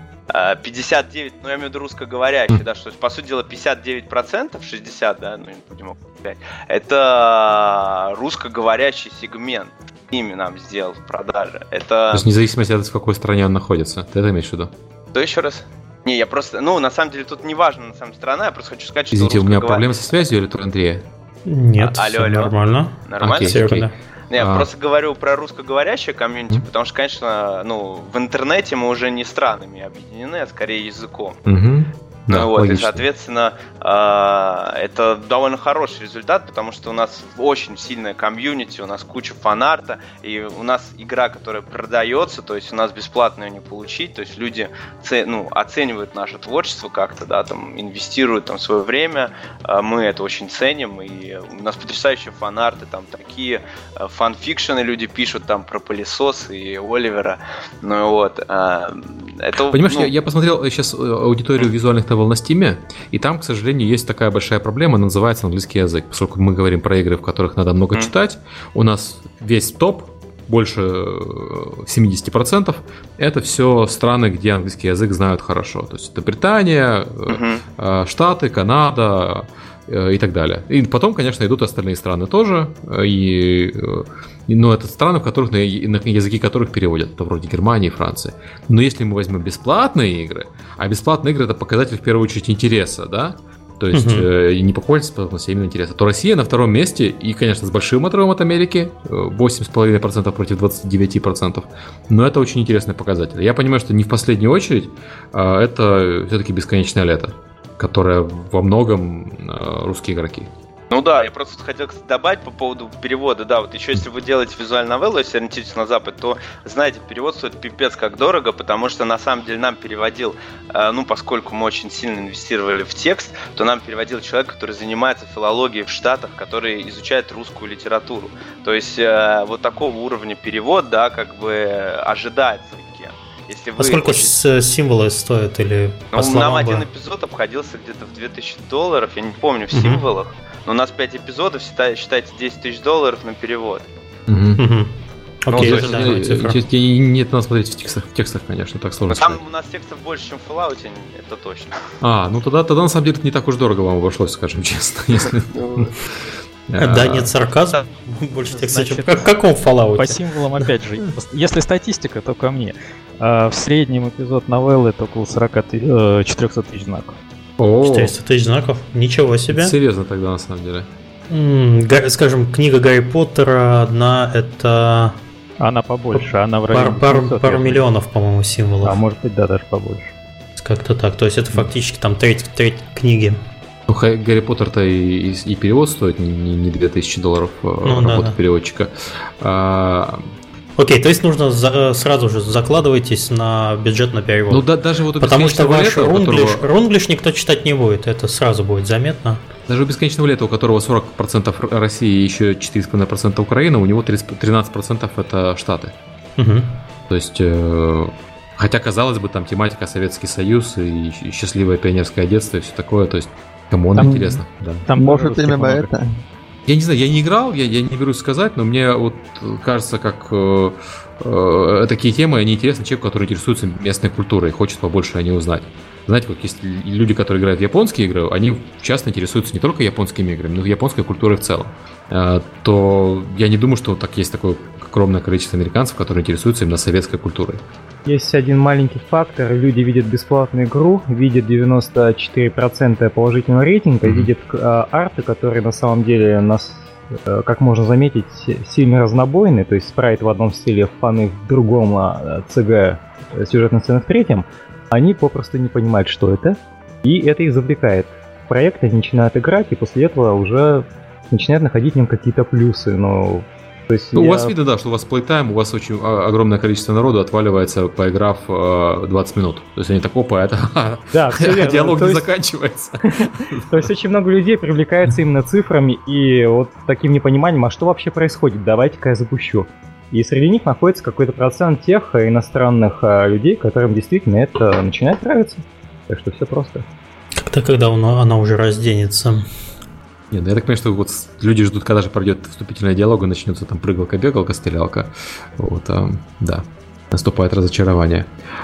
Speaker 3: 59, я имею в виду русскоговорящий, да, что, по сути дела, 59%, 60, да, не будем опять, это русскоговорящий сегмент. Ими нам сделал в продаже. Это...
Speaker 1: То есть, вне зависимости от в какой стране он находится. Ты это имеешь в виду?
Speaker 3: Что еще раз? Не, я просто... на самом деле, тут не важно, на самом страна, я просто хочу сказать, что...
Speaker 1: Извините, у меня проблемы со связью или тут Андрея?
Speaker 2: Нет, все нормально.
Speaker 3: Нормально?
Speaker 1: Окей.
Speaker 3: Я просто говорю про русскоговорящее комьюнити, потому что, конечно, в интернете мы уже не странами объединены, а скорее языком.
Speaker 1: Да,
Speaker 3: вот,
Speaker 1: логично.
Speaker 3: и, соответственно, это довольно хороший результат, потому что у нас очень сильная комьюнити, у нас куча фанарта, и у нас игра, которая продается, то есть у нас бесплатно ее не получить, то есть люди оценивают наше творчество как-то, да, там, инвестируют там свое время, мы это очень ценим, и у нас потрясающие фанарты, там такие фанфикшены люди пишут там про пылесос и Оливера, это,
Speaker 1: понимаешь, я посмотрел сейчас аудиторию визуальных новелл на Steam, и там, к сожалению, есть такая большая проблема, называется английский язык. Поскольку мы говорим про игры, в которых надо много читать, у нас весь топ, больше 70%, это все страны, где английский язык знают хорошо. То есть это Британия, Штаты, Канада и так далее. И потом, конечно, идут остальные страны тоже, но это страны, в которых, на языки которых переводят, это вроде Германии и Франции. Но если мы возьмем бесплатные игры, а бесплатные игры — это показатель в первую очередь интереса, да? То есть не по способности, а именно интереса, то Россия на втором месте, и, конечно, с большим отрывом от Америки, 8,5% против 29%, но это очень интересный показатель. Я понимаю, что не в последнюю очередь, это все-таки «Бесконечное лето», которое во многом русские игроки.
Speaker 3: Ну да, я просто хотел, кстати, добавить по поводу перевода. Да, вот еще если вы делаете визуальную новеллу, если ориентируетесь на Запад, то, знаете, перевод стоит пипец как дорого, потому что на самом деле нам переводил, поскольку мы очень сильно инвестировали в текст, то нам переводил человек, который занимается филологией в Штатах, который изучает русскую литературу. То есть вот такого уровня перевод, да, как бы ожидается. Если
Speaker 2: а сколько символы стоят или по
Speaker 3: нам один эпизод обходился где-то в $2000, я не помню в символах, но у нас 5 эпизодов, считайте $10 000 на перевод.
Speaker 2: Окей,
Speaker 1: нет, надо смотреть в текстах, конечно, так сложно.
Speaker 3: Там у нас текстов больше, чем в Fallout, это точно.
Speaker 1: Ну тогда на самом деле это не так уж дорого вам обошлось, скажем честно.
Speaker 2: Да, нет сарказма, больше текста, чем в каком Fallout?
Speaker 4: По символам, опять же, если статистика, то ко мне. В среднем эпизод новеллы это около 400 тысяч знаков.
Speaker 2: 400 тысяч знаков? Ничего себе.
Speaker 1: Серьезно тогда, на самом деле.
Speaker 2: Скажем, книга Гарри Поттера одна, это...
Speaker 4: Она побольше, она в районе
Speaker 2: пару миллионов, по-моему, символов.
Speaker 4: А может быть, да, даже побольше.
Speaker 2: Как-то так, то есть это фактически там треть книги.
Speaker 1: Ну, Гарри Поттер-то и перевод стоит не $2000 работа переводчика.
Speaker 2: Окей, то есть нужно сразу же закладывайтесь на бюджет на перевод.
Speaker 1: Ну да, даже вот у
Speaker 2: потому что ваш
Speaker 1: Рунглиш
Speaker 2: которого... никто читать не будет, это сразу будет заметно.
Speaker 1: Даже у «Бесконечного лета», у которого 40% России и еще 4,5% Украина, у него 13% это Штаты. То есть, хотя, казалось бы, там тематика Советский Союз и счастливое пионерское детство и все такое, то есть, кому он интересно. Да.
Speaker 9: Там может именно это...
Speaker 1: Я не знаю, я не играл, я не берусь сказать, но мне вот кажется, как такие темы, они интересны человеку, который интересуется местной культурой и хочет побольше о ней узнать. Знаете, вот есть люди, которые играют в японские игры, они часто интересуются не только японскими играми, но и японской культурой в целом. То я не думаю, что так есть такое огромное количество американцев, которые интересуются именно советской культурой.
Speaker 4: Есть один маленький фактор. Люди видят бесплатную игру, видят 94% положительного рейтинга, видят арты, которые на самом деле нас, как можно заметить, сильно разнобойны. То есть спрайт в одном стиле, фаны в другом, ЦГ, сюжетная сцена в третьем. Они попросту не понимают, что это, и это их завлекает в проект, они начинают играть, и после этого уже начинают находить в нем какие-то плюсы, но... То есть
Speaker 1: у вас видно, да, что у вас плейтайм, у вас очень огромное количество народу отваливается, поиграв 20 минут. То есть они так, опа, это...
Speaker 4: Да, все верно.
Speaker 1: Диалог не заканчивается.
Speaker 4: То есть очень много людей привлекается именно цифрами и вот таким непониманием, а что вообще происходит, давайте-ка я запущу. И среди них находится какой-то процент тех иностранных людей, которым действительно это начинает нравиться. Так что все просто.
Speaker 2: Когда она уже разденется.
Speaker 1: Нет, я так понимаю, что вот люди ждут, когда же пройдет вступительный диалог и начнется там прыгалка-бегалка, стрелялка. Вот, да, наступает разочарование.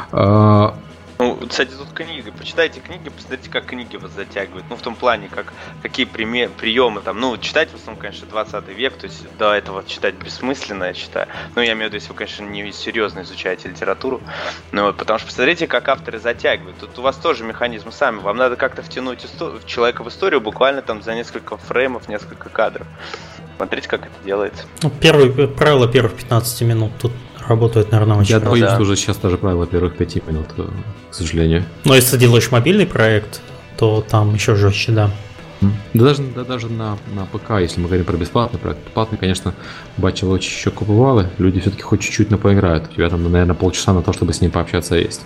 Speaker 3: Ну, кстати, тут книги. Почитайте книги, посмотрите, как книги вас затягивают. Ну, в том плане, какие приемы там. Ну, читать в основном, конечно, 20 век, то есть до этого читать бессмысленно, я считаю. Ну, я имею в виду, если вы, конечно, не серьезно изучаете литературу. Ну, вот, потому что посмотрите, как авторы затягивают. Тут у вас тоже механизмы сами. Вам надо как-то втянуть человека в историю буквально там за несколько фреймов, несколько кадров. Смотрите, как это делается.
Speaker 2: Ну, правило первых 15 минут тут работают, наверное, очень.
Speaker 1: Я боюсь, что уже сейчас даже правило первых 5 минут, к сожалению.
Speaker 2: Но если ты делаешь мобильный проект, то там еще жестче, да.
Speaker 1: Да даже на ПК, если мы говорим про бесплатный проект. Платный, конечно, бачил очень еще купували. Люди все-таки хоть чуть-чуть поиграют. У тебя там, наверное, полчаса на то, чтобы с ним пообщаться есть.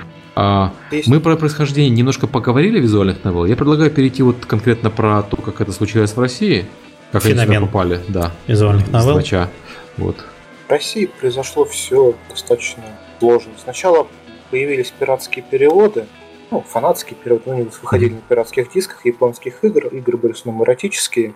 Speaker 1: Мы про происхождение немножко поговорили визуальных новелл. Я предлагаю перейти вот конкретно про то, как это случилось в России. Как
Speaker 2: феномен
Speaker 1: они сюда попали, да.
Speaker 2: Визуальных новелл.
Speaker 1: Вот.
Speaker 8: В России произошло все достаточно сложно. Сначала появились пиратские переводы, фанатские переводы, они выходили на пиратских дисках японских игр. Игры были в основном эротические.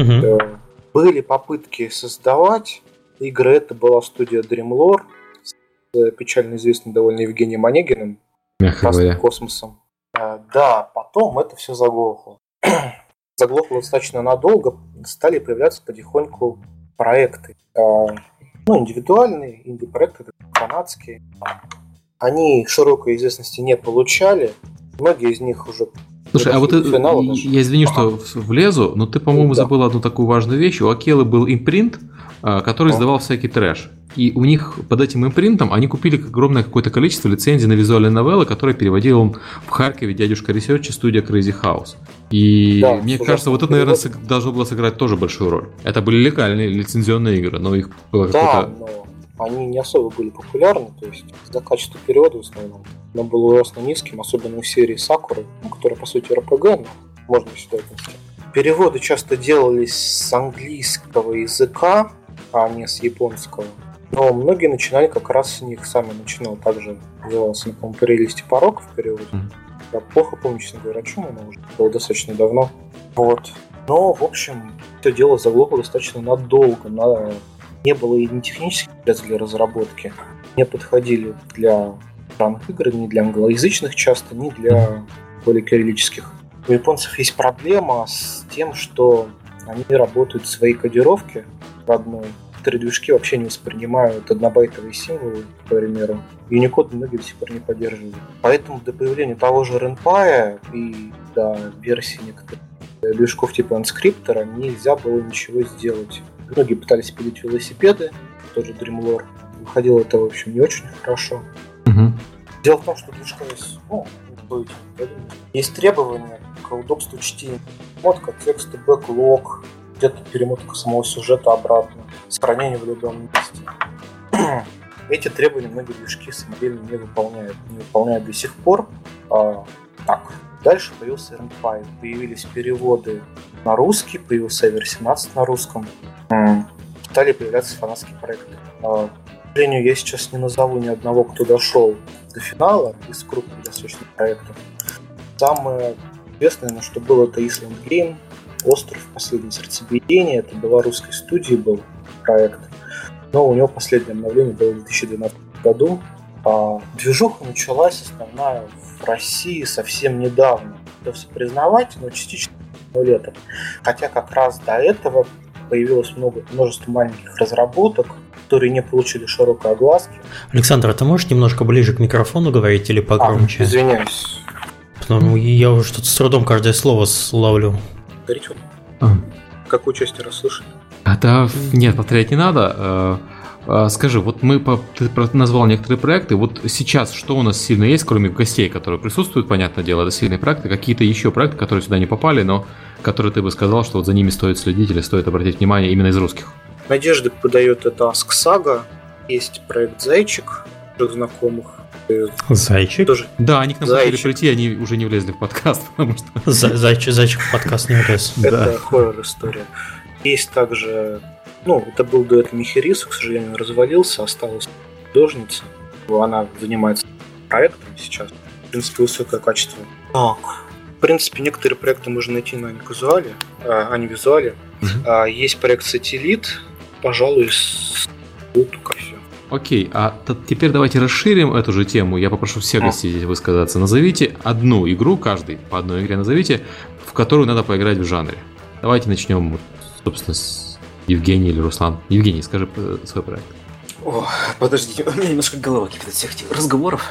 Speaker 8: Были попытки создавать игры. Это была студия Dreamlore с печально известным довольно Евгением Онегиным, Красным космосом. Да, потом это все заглохло. Заглохло достаточно надолго. Стали появляться потихоньку проекты. Индивидуальные инди-проекты, фанатские. Они широкой известности не получали. Многие из них уже...
Speaker 1: Слушай, а вот я извини, что влезу, но ты, по-моему, забыл одну такую важную вещь. У Акелы был импринт, который издавал всякий трэш. И у них под этим импринтом они купили огромное какое-то количество лицензий на визуальные новеллы, которые переводил он в Харькове дядюшка Research и студия Crazy House. И мне кажется, вот это, наверное, должно было сыграть тоже большую роль. Это были легальные лицензионные игры, но их было какое-то...
Speaker 8: но они не особо были популярны, то есть за качество перевода в основном. Оно было ужасно низким, особенно у серии Сакуры, которая по сути РПГ, но можно сюда отнести. Переводы часто делались с английского языка, а не с японского. Но многие начинали как раз с них. Сам я начинал также, назывался, по-моему, по реалисте пороков в переводе. Я плохо помню, честно говоря, о чем оно уже было достаточно давно. Вот. Но, в общем, все дело заглохло достаточно надолго. Не было и ни технических средств для разработки, не подходили для странных игр, ни для англоязычных часто, ни для более кириллических. У японцев есть проблема с тем, что они работают в своей кодировке родной. Некоторые движки вообще не воспринимают однобайтовые символы, к примеру. Unicode многие до сих пор не поддерживают. Поэтому до появления того же Ren'Py и до версии некоторых движков типа Unscriptor нельзя было ничего сделать. Многие пытались пилить велосипеды, тоже Dreamlore. Выходило это, в общем, не очень хорошо. Дело в том, что движка есть требования к удобству чтения. Перемотка текста, бэклог, где-то перемотка самого сюжета обратно, сохранение в любом месте. Эти требования многие движки самодельно не выполняют до сих пор. Так. Дальше появился Ren'Py, появились переводы на русский, появился Ever-17 на русском. Стали появляться фанатские проекты. К сожалению, я сейчас не назову ни одного, кто дошел до финала из крупных достаточно проектов. Самое известное, на что было, это Island Game, Остров, последнее сердцебиение. Это белорусской студии был проект. Но у него последнее обновление было в 2012 году. Движуха началась основная в России совсем недавно. Придется признавать, но частично летом. Хотя как раз до этого появилось множество маленьких разработок, которые не получили широкой огласки.
Speaker 2: Александр, а ты можешь немножко ближе к микрофону говорить или погромче?
Speaker 8: Извиняюсь.
Speaker 2: Я уже что-то с трудом каждое слово ловлю.
Speaker 8: Говорить какую часть расслышали?
Speaker 1: Нет, повторять не надо. Скажи, вот ты назвал некоторые проекты, вот сейчас что у нас сильно есть, кроме гостей, которые присутствуют, понятное дело, это сильные проекты, какие-то еще проекты, которые сюда не попали, но которые ты бы сказал, что вот за ними стоит следить или стоит обратить внимание именно из русских?
Speaker 8: Надежда подает это Ask Saga, есть проект Зайчик, знакомых.
Speaker 2: Зайчик?
Speaker 8: Тоже.
Speaker 1: Да, они к нам хотели прийти, они уже не влезли в подкаст, потому что...
Speaker 2: Зайчик в подкаст не влез.
Speaker 8: Это хоррор-история. Есть также... это был до этого Михерису, к сожалению, развалился, осталась художница. Она занимается проектом сейчас. В принципе, высокое качество. Так. В принципе, некоторые проекты можно найти на Анивизуале. Есть проект Сателлит, пожалуй, с только все.
Speaker 1: Окей, теперь давайте расширим эту же тему. Я попрошу всех гостей здесь высказаться. Назовите одну игру, каждый по одной игре назовите, в которую надо поиграть в жанре. Давайте начнем, собственно, с Евгения или Руслан. Евгений, скажи свой проект.
Speaker 7: Подождите, у меня немножко голова кипит от всех этих разговоров.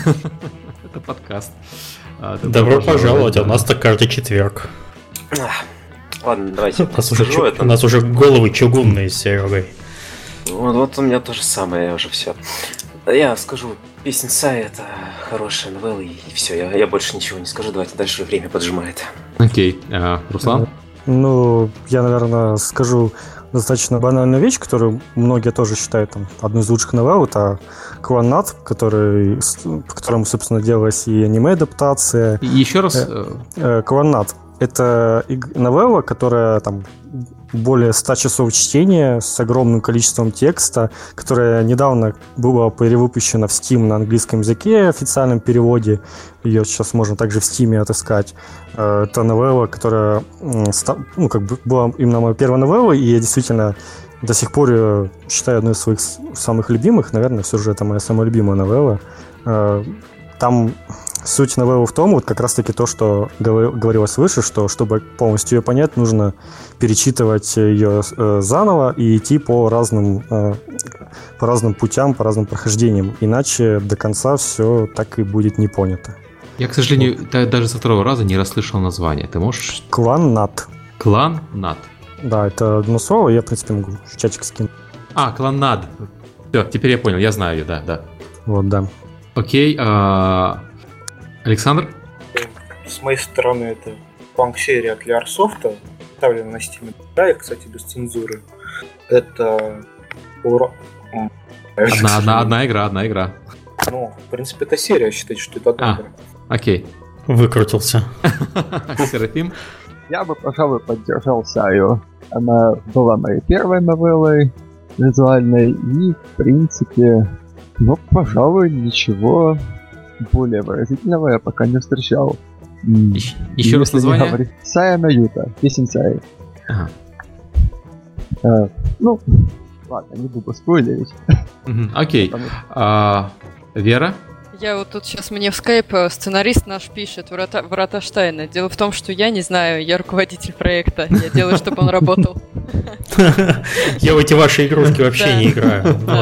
Speaker 1: Это подкаст.
Speaker 2: Добро пожаловать, у нас так каждый четверг.
Speaker 7: Ладно, давайте.
Speaker 2: У нас уже головы чугунные с Серегой.
Speaker 7: Вот у меня то же самое уже все. Я скажу, «Песнь Саи» — это хорошая новелла, и все, я больше ничего не скажу, давайте дальше, время поджимает.
Speaker 1: Окей, Руслан?
Speaker 5: Ну, я, наверное, скажу достаточно банальную вещь, которую многие тоже считают там, одной из лучших новелл, это Кланнад, по которому, собственно, делалась и аниме-адаптация.
Speaker 1: Еще раз.
Speaker 5: Кланнад — это новелла, которая там более 100 часов чтения с огромным количеством текста, которая недавно была перевыпущена в Steam на английском языке в официальном переводе. Ее сейчас можно также в Steam отыскать. Это новелла, которая была именно моя первая новелла, и я действительно до сих пор ее считаю одной из своих самых любимых. Наверное, все же это моя самая любимая новелла. Там суть новеллы в том, вот как раз-таки то, что говорилось выше, что чтобы полностью ее понять, нужно перечитывать ее заново и идти по разным путям, по разным прохождениям. Иначе до конца все так и будет не понято.
Speaker 1: Я, к сожалению, даже со второго раза не расслышал название. Ты можешь...
Speaker 5: Кланнад.
Speaker 1: Кланнад.
Speaker 5: Да, это одно слово, я, в принципе, могу в чатик скинуть.
Speaker 1: Кланнад. Все, теперь я понял, я знаю ее, да.
Speaker 5: Вот, да.
Speaker 1: Окей, Александр?
Speaker 8: С моей стороны, это панк-серия от Лиарсофта, представлена на Steam. Да, кстати, без цензуры. Это...
Speaker 1: Одна игра.
Speaker 8: Ну, в принципе, это серия, считайте, что это одна игра.
Speaker 1: Окей.
Speaker 2: Выкрутился.
Speaker 1: Серафим?
Speaker 9: Я бы, пожалуй, поддержал Саю. Она была моей первой новеллой визуальной, и, в принципе, пожалуй, ничего более выразительного я пока не встречал.
Speaker 1: Еще раз название?
Speaker 9: Сая Наюта, песень Саи.
Speaker 1: Ага.
Speaker 9: Ладно, не буду спойлерить.
Speaker 1: Окей. Вера?
Speaker 6: Я вот тут сейчас мне в скайп сценарист наш пишет Врата Штайна. Дело в том, что я не знаю, я руководитель проекта. Я делаю, чтобы он работал.
Speaker 2: Я в эти ваши игрушки вообще не играю.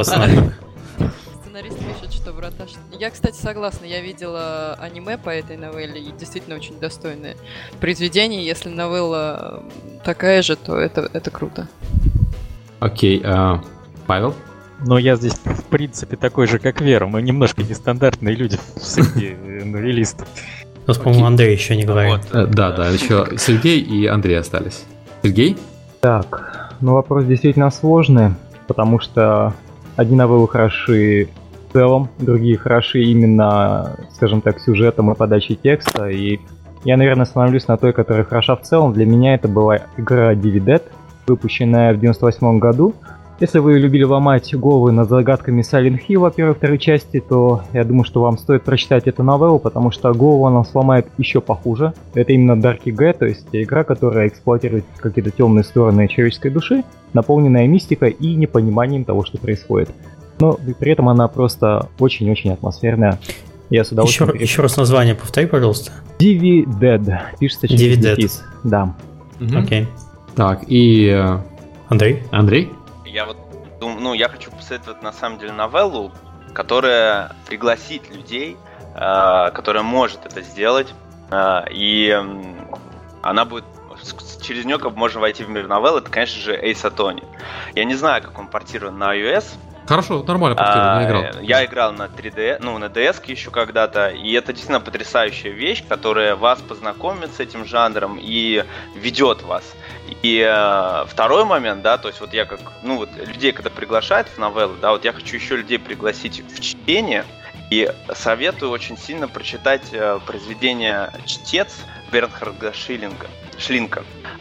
Speaker 6: Сценарист пишет, что Врата Штайна. Я, кстати, согласна. Я видела аниме по этой новелле, и действительно очень достойное произведение. Если новелла такая же, то это круто.
Speaker 1: Окей. Павел?
Speaker 4: Но я здесь, в принципе, такой же, как Вера. Мы немножко нестандартные люди среди новеллистов.
Speaker 2: У нас, по-моему, Андрей еще не говорил.
Speaker 1: Да, еще Сергей и Андрей остались. Сергей?
Speaker 4: Так, вопрос действительно сложный, потому что одни новеллы хороши в целом, другие хороши именно, скажем так, сюжетом и подачей текста. И я, наверное, остановлюсь на той, которая хороша в целом. Для меня это была игра Divided, выпущенная в 98 году. Если вы любили ломать головы над загадками Silent Hill, во-первых, второй части, то я думаю, что вам стоит прочитать эту новеллу, потому что голову она сломает еще похуже. Это именно Dark EG, то есть игра, которая эксплуатирует какие-то темные стороны человеческой души, наполненная мистикой и непониманием того, что происходит. Но при этом она просто очень-очень атмосферная. Я с удовольствием...
Speaker 2: Еще раз название повтори, пожалуйста.
Speaker 4: Divided. Пишется через дефис. Да.
Speaker 2: Окей.
Speaker 1: Так, и...
Speaker 2: Андрей?
Speaker 3: Я вот думаю, я хочу посоветовать на самом деле новеллу, которая пригласит людей, которая может это сделать, и она будет... Через нее можно войти в мир новеллы, это, конечно же, Ace Attorney. Я не знаю, как он портирован на iOS.
Speaker 1: Хорошо, нормально портирован, я играл.
Speaker 3: Я играл на 3D, на DS еще когда-то, и это действительно потрясающая вещь, которая вас познакомит с этим жанром и ведет вас. И второй момент, да, то есть вот я людей, когда приглашают в новеллы, да, вот я хочу еще людей пригласить в чтение, и советую очень сильно прочитать произведение «Чтец» Бернхарда Шлинка.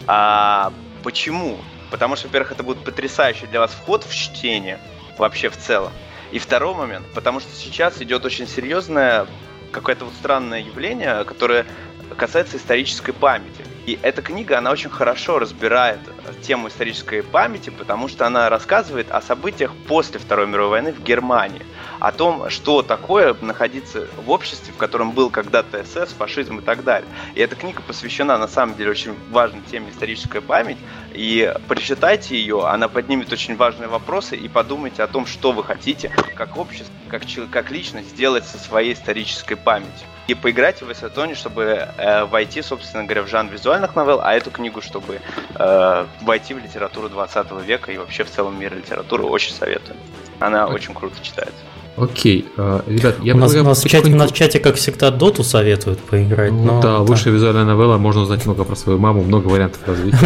Speaker 3: Почему? Потому что, во-первых, это будет потрясающий для вас вход в чтение, вообще в целом. И второй момент, потому что сейчас идет очень серьезное, какое-то вот странное явление, которое касается исторической памяти. И эта книга, она очень хорошо разбирает тему исторической памяти, потому что она рассказывает о событиях после Второй мировой войны в Германии, о том, что такое находиться в обществе, в котором был когда-то СС, фашизм и так далее. И эта книга посвящена, на самом деле, очень важной теме историческая память, и прочитайте ее, она поднимет очень важные вопросы, и подумайте о том, что вы хотите, как общество, как личность сделать со своей исторической памятью. и поиграть в Эсотоне, чтобы войти, собственно говоря, в жанр визуальных новелл, а эту книгу, чтобы войти в литературу 20 века и вообще в целом мир литературы, очень советую. Она очень круто читается.
Speaker 1: Окей, ребят, я
Speaker 2: у нас в чате, как всегда, доту советуют поиграть.
Speaker 1: Ну, да, лучшая визуальная новелла, можно узнать много про свою маму, много вариантов развития.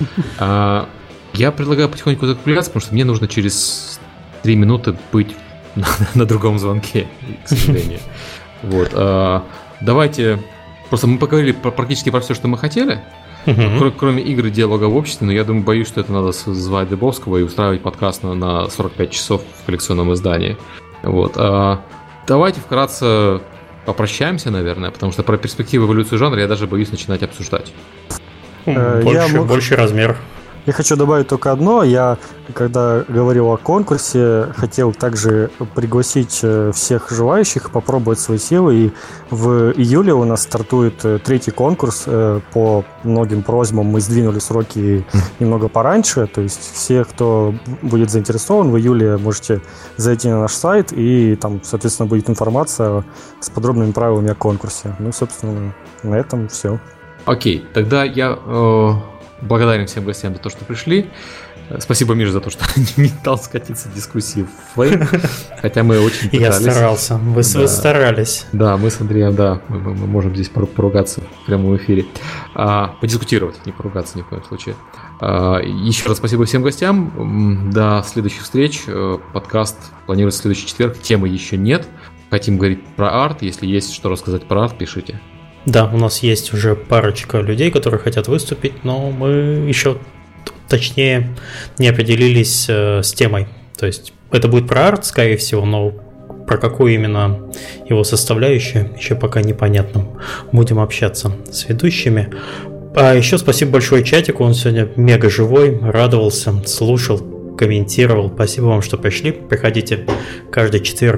Speaker 1: Я предлагаю потихоньку закругляться, потому что мне нужно через 3 минуты быть на другом звонке, к сожалению. Вот. Давайте. Просто мы поговорили практически про все, что мы хотели. Кроме игры диалога в обществе, но я думаю, боюсь, что это надо звать Дыбовского и устраивать подкаст на 45 часов в коллекционном издании. Вот. Давайте вкратце попрощаемся, наверное, потому что про перспективы эволюции жанра я даже боюсь начинать обсуждать.
Speaker 2: Больше размер.
Speaker 5: Я хочу добавить только одно. Я, когда говорил о конкурсе, хотел также пригласить всех желающих попробовать свои силы. И в июле у нас стартует 3-й конкурс. По многим просьбам мы сдвинули сроки немного пораньше. То есть все, кто будет заинтересован, в июле можете зайти на наш сайт, и там, соответственно, будет информация с подробными правилами о конкурсе. Ну, собственно, на этом все.
Speaker 1: Окей, тогда я... благодарен всем гостям за то, что пришли. Спасибо, Миша, за то, что не дал скатиться в дискуссии в Flame. Хотя мы очень пытались.
Speaker 2: Я старался. Вы старались.
Speaker 1: Да, мы с Андреем, да, мы можем здесь поругаться в прямом эфире. Подискутировать, не поругаться ни в коем случае. Еще раз спасибо всем гостям. До следующих встреч. Подкаст планируется в следующий четверг. Темы еще нет. Хотим говорить про арт. Если есть что рассказать про арт, пишите.
Speaker 2: Да, у нас есть уже парочка людей, которые хотят выступить, но мы еще точнее не определились с темой. То есть это будет про арт, скорее всего, но про какую именно его составляющую еще пока непонятно. Будем общаться с ведущими. А еще спасибо большое чатику, он сегодня мега живой, радовался, слушал, комментировал. Спасибо вам, что пришли. Приходите каждый четверг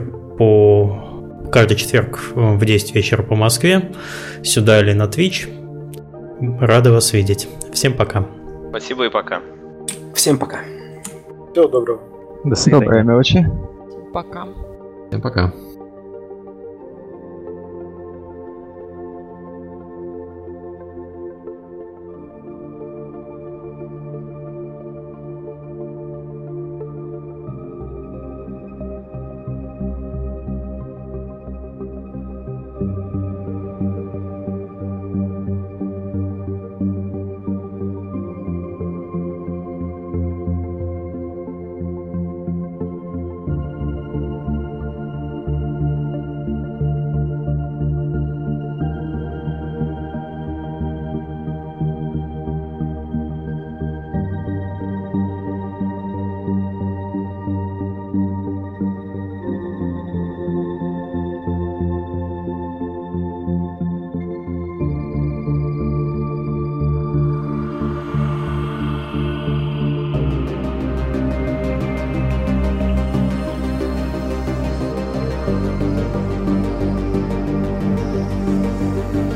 Speaker 2: в 10 вечера по Москве, сюда или на Twitch. Рады вас видеть. Всем пока.
Speaker 3: Спасибо и пока.
Speaker 7: Всем пока.
Speaker 8: Всего доброго.
Speaker 9: До свидания. Доброй ночи.
Speaker 6: Пока.
Speaker 1: Всем пока.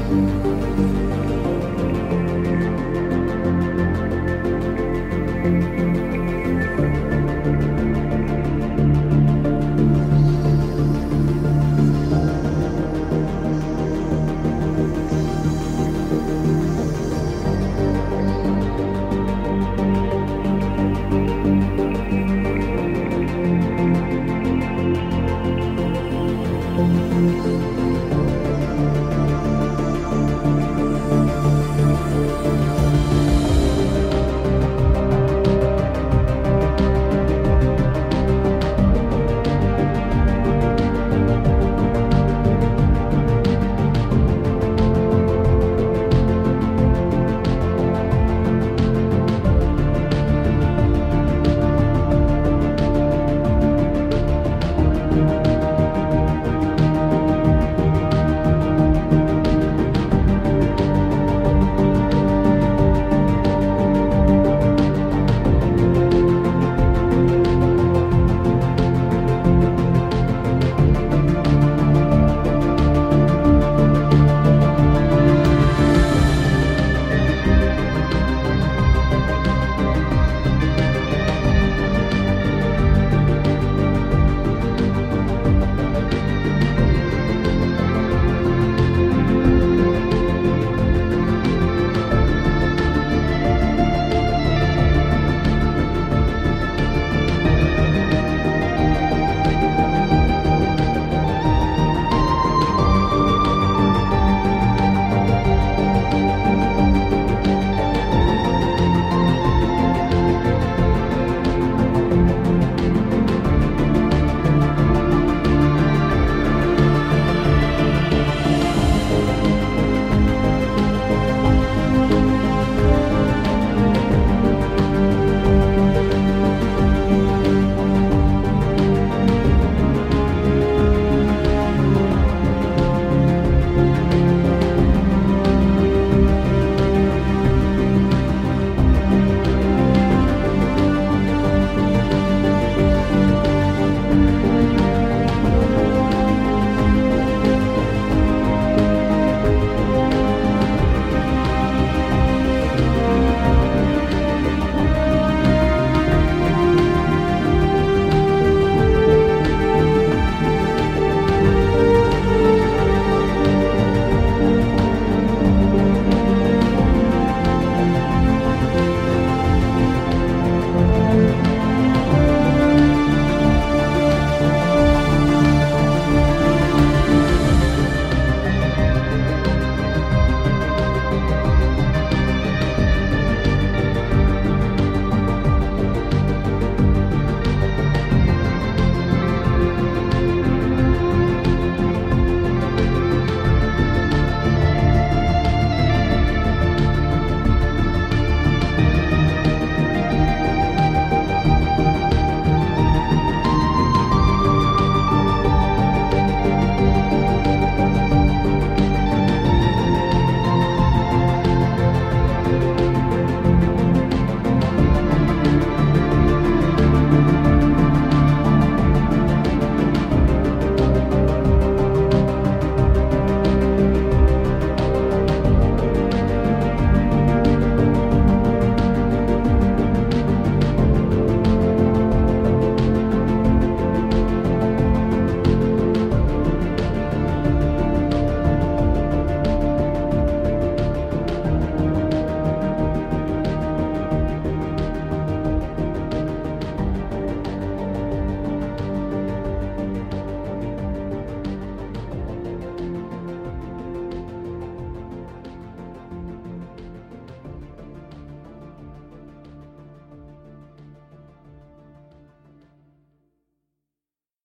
Speaker 6: Thank you.